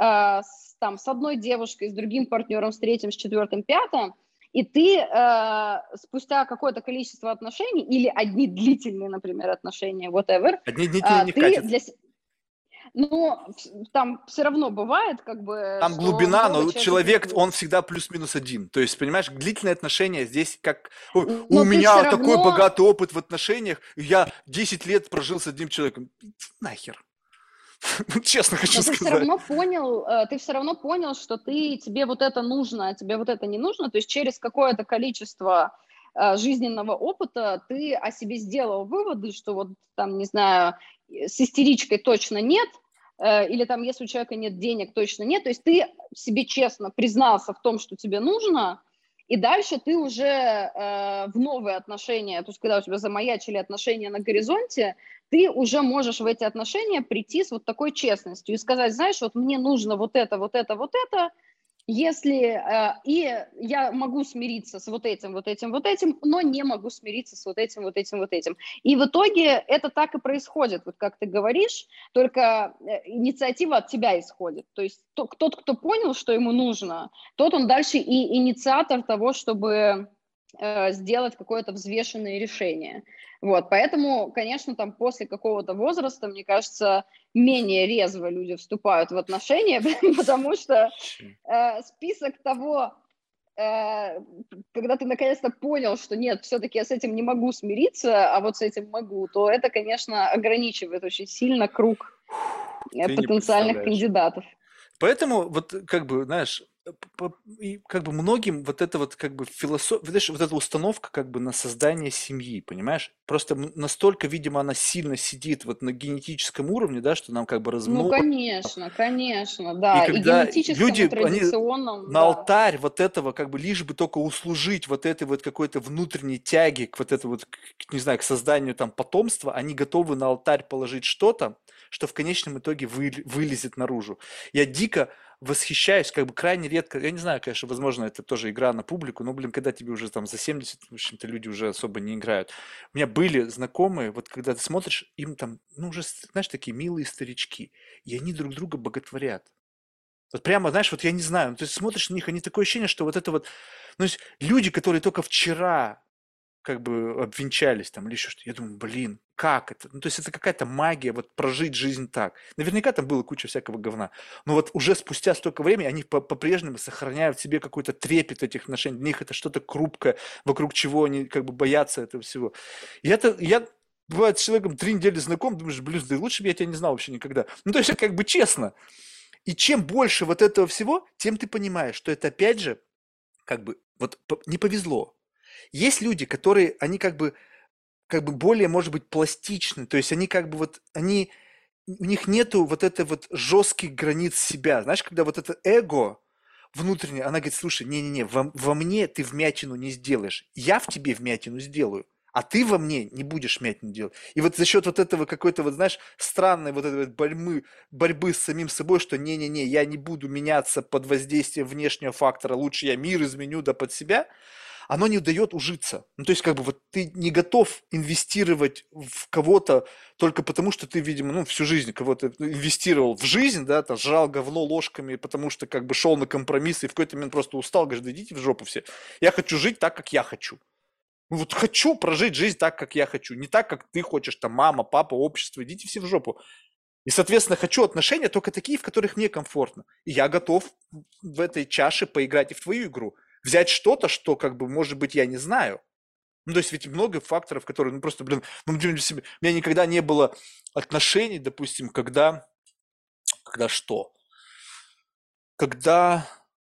с одной девушкой, с другим партнером, с третьим, с четвертым, пятым, и ты спустя какое-то количество отношений, или одни длительные, например, отношения, whatever, Одни длительные не ты катят. Ну, там все равно бывает, как бы, Там что глубина, много но человек... человек, он всегда плюс-минус один. То есть, понимаешь, длительные отношения здесь как... У Но ты меня все такой равно... богатый опыт в отношениях, я 10 лет прожил с одним человеком. Иди нахер. Честно хочу Но ты все сказать. равно понял, что тебе вот это нужно, а тебе вот это не нужно. То есть через какое-то количество жизненного опыта ты о себе сделал выводы, что вот там, не знаю, с истеричкой точно нет, или там, если у человека нет денег, точно нет. То есть ты себе честно признался в том, что тебе нужно, и дальше ты уже в новые отношения, то есть когда у тебя замаячили отношения на горизонте, ты уже можешь в эти отношения прийти с вот такой честностью и сказать: знаешь, вот мне нужно вот это, вот это, вот это, если и я могу смириться с вот этим, вот этим, вот этим, но не могу смириться с вот этим, вот этим, вот этим. И в итоге это так и происходит, вот как ты говоришь, только инициатива от тебя исходит. То есть тот, кто понял, что ему нужно, тот он дальше и инициатор того, чтобы сделать какое-то взвешенное решение. Вот, поэтому, конечно, там после какого-то возраста, мне кажется, менее резво люди вступают в отношения, потому что список того, когда ты наконец-то понял, что нет, все-таки я с этим не могу смириться, а вот с этим могу, то это, конечно, ограничивает очень сильно круг Ты не потенциальных представляешь. кандидатов. Поэтому, вот как бы, знаешь, и как бы многим вот это вот как бы философия, знаешь, вот эта установка как бы на создание семьи, понимаешь? Просто настолько, видимо, она сильно сидит вот на генетическом уровне, да, что нам как бы Ну, размножить. конечно, И да. И когда генетическом, и люди, они традиционном, на да. алтарь вот этого, как бы лишь бы только услужить вот этой вот какой-то внутренней тяге к вот этой вот, не знаю, к созданию там потомства, они готовы на алтарь положить что-то, что в конечном итоге вылезет наружу. Я дико восхищаюсь, как бы крайне редко, я не знаю, конечно, возможно, это тоже игра на публику, но, блин, когда тебе уже там за 70, в общем-то, люди уже особо не играют. У меня были знакомые, вот когда ты смотришь, им там, ну, уже, знаешь, такие милые старички, и они друг друга боготворят. Вот прямо, знаешь, вот я не знаю, ну, ты смотришь на них, они такое ощущение, что вот это вот, ну, то есть люди, которые только вчера как бы обвенчались там или еще что-то, я думаю, блин, как это? Ну, то есть это какая-то магия, вот прожить жизнь так. Наверняка там было куча всякого говна, но вот уже спустя столько времени они по-прежнему сохраняют в себе какой-то трепет этих отношений, для них это что-то хрупкое, вокруг чего они как бы боятся этого всего. Я бывает с человеком 3 недели знаком, думаешь, блин, да лучше бы я тебя не знал вообще никогда. Ну, то есть, как бы честно. И чем больше вот этого всего, тем ты понимаешь, что это опять же, как бы, вот не повезло. Есть люди, которые, они как бы более, может быть, пластичны, то есть они как бы вот, они, у них нету вот этой вот жестких границ себя. Знаешь, когда вот это эго внутреннее, она говорит, слушай, не-не-не, во мне ты вмятину не сделаешь, я в тебе вмятину сделаю, а ты во мне не будешь вмятину делать. И вот за счет вот этого какой-то, вот знаешь, странной вот этой вот борьбы с самим собой, что не-не-не, я не буду меняться под воздействием внешнего фактора, лучше я мир изменю да под себя, оно не дает ужиться. Ну, то есть, как бы вот ты не готов инвестировать в кого-то только потому, что ты, видимо, ну, всю жизнь кого-то инвестировал в жизнь, да, там, жрал говно ложками, потому что как бы шел на компромиссы и в какой-то момент просто устал, говоришь, да идите в жопу все. Я хочу жить так, как я хочу. Ну, вот хочу прожить жизнь так, как я хочу. Не так, как ты хочешь, там, мама, папа, общество, идите все в жопу. И, соответственно, хочу отношения только такие, в которых мне комфортно. И я готов в этой чаше поиграть и в твою игру. Взять что-то, что, как бы, может быть, я не знаю. Ну, то есть ведь много факторов, которые, ну, просто, блин, ну, у меня никогда не было отношений, допустим, когда что? Когда,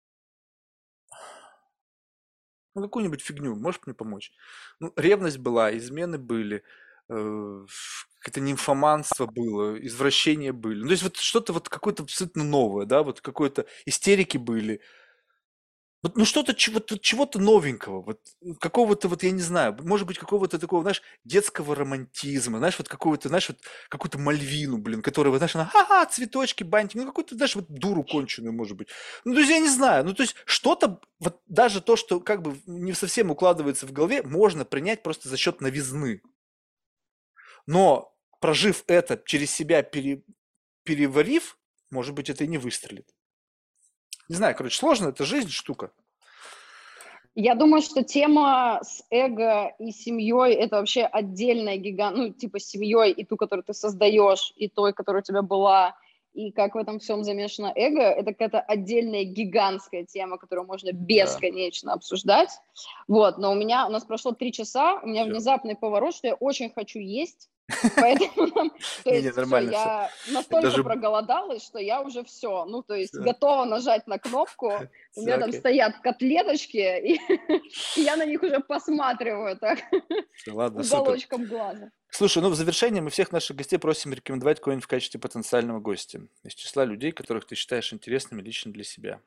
ну, какую-нибудь фигню, можешь мне помочь? Ну, ревность была, измены были, какое-то нимфоманство было, извращения были. Ну, то есть вот что-то вот какое-то абсолютно новое, да, вот какое-то истерики были. Вот, ну что-то чего-то новенького, вот какого-то вот я не знаю, может быть какого-то такого, знаешь, детского романтизма, знаешь, вот какого-то, знаешь, вот какую-то Мальвину, блин, которая, вот, знаешь, она, ха-ха, цветочки, бантики, ну какую-то, знаешь, вот дуру конченую, может быть. Ну то есть я не знаю, ну то есть что-то, вот даже то, что как бы не совсем укладывается в голове, можно принять просто за счет новизны. Но прожив это через себя, переварив, может быть, это и не выстрелит. Не знаю, короче, сложно, это жизнь штука. Я думаю, что тема с эго и семьей – это вообще отдельная гигант, ну, типа с семьей и ту, которую ты создаешь, и той, которая у тебя была, и как в этом всем замешано эго – это какая-то отдельная гигантская тема, которую можно Да, бесконечно обсуждать. Вот, но у нас прошло 3 часа, у меня все. внезапный поворот, что я очень хочу есть, поэтому, то Не-не, есть все, нормально все. я настолько Даже проголодалась, что я уже все, ну, то есть все, готова нажать на кнопку, у все меня там окей. стоят котлеточки, и я на них уже посматриваю так Всё, ладно, супер. уголочком глаза. Слушай, ну в завершение мы всех наших гостей просим рекомендовать кого-нибудь в качестве потенциального гостя из числа людей, которых ты считаешь интересными лично для себя.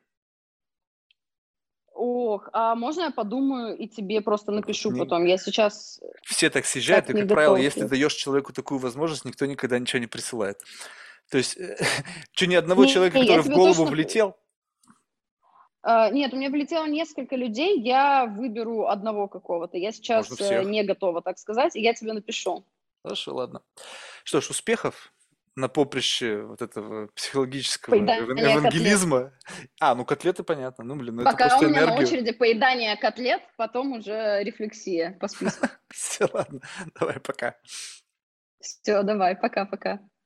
Ох, а можно я подумаю и тебе просто Вот напишу потом? Я сейчас все так съезжают, так и, не как правило, если готовлюсь. даешь человеку такую возможность, никто никогда ничего не присылает. То есть, что ни одного Не, человека, я который в тебе голову точно... влетел, Нет, у меня влетело несколько людей, я выберу одного какого-то. Я можно сейчас всех. не готова, так сказать, и я тебе напишу. Хорошо, ладно. Что ж, успехов на поприще вот этого психологического Поедание котлет. евангелизма. Ну котлеты понятно. Ну, блин, ну это Пока у просто меня на энергию. очереди поедание котлет, потом уже рефлексия по списку. Все, ладно. Давай, пока. Все, давай, пока-пока.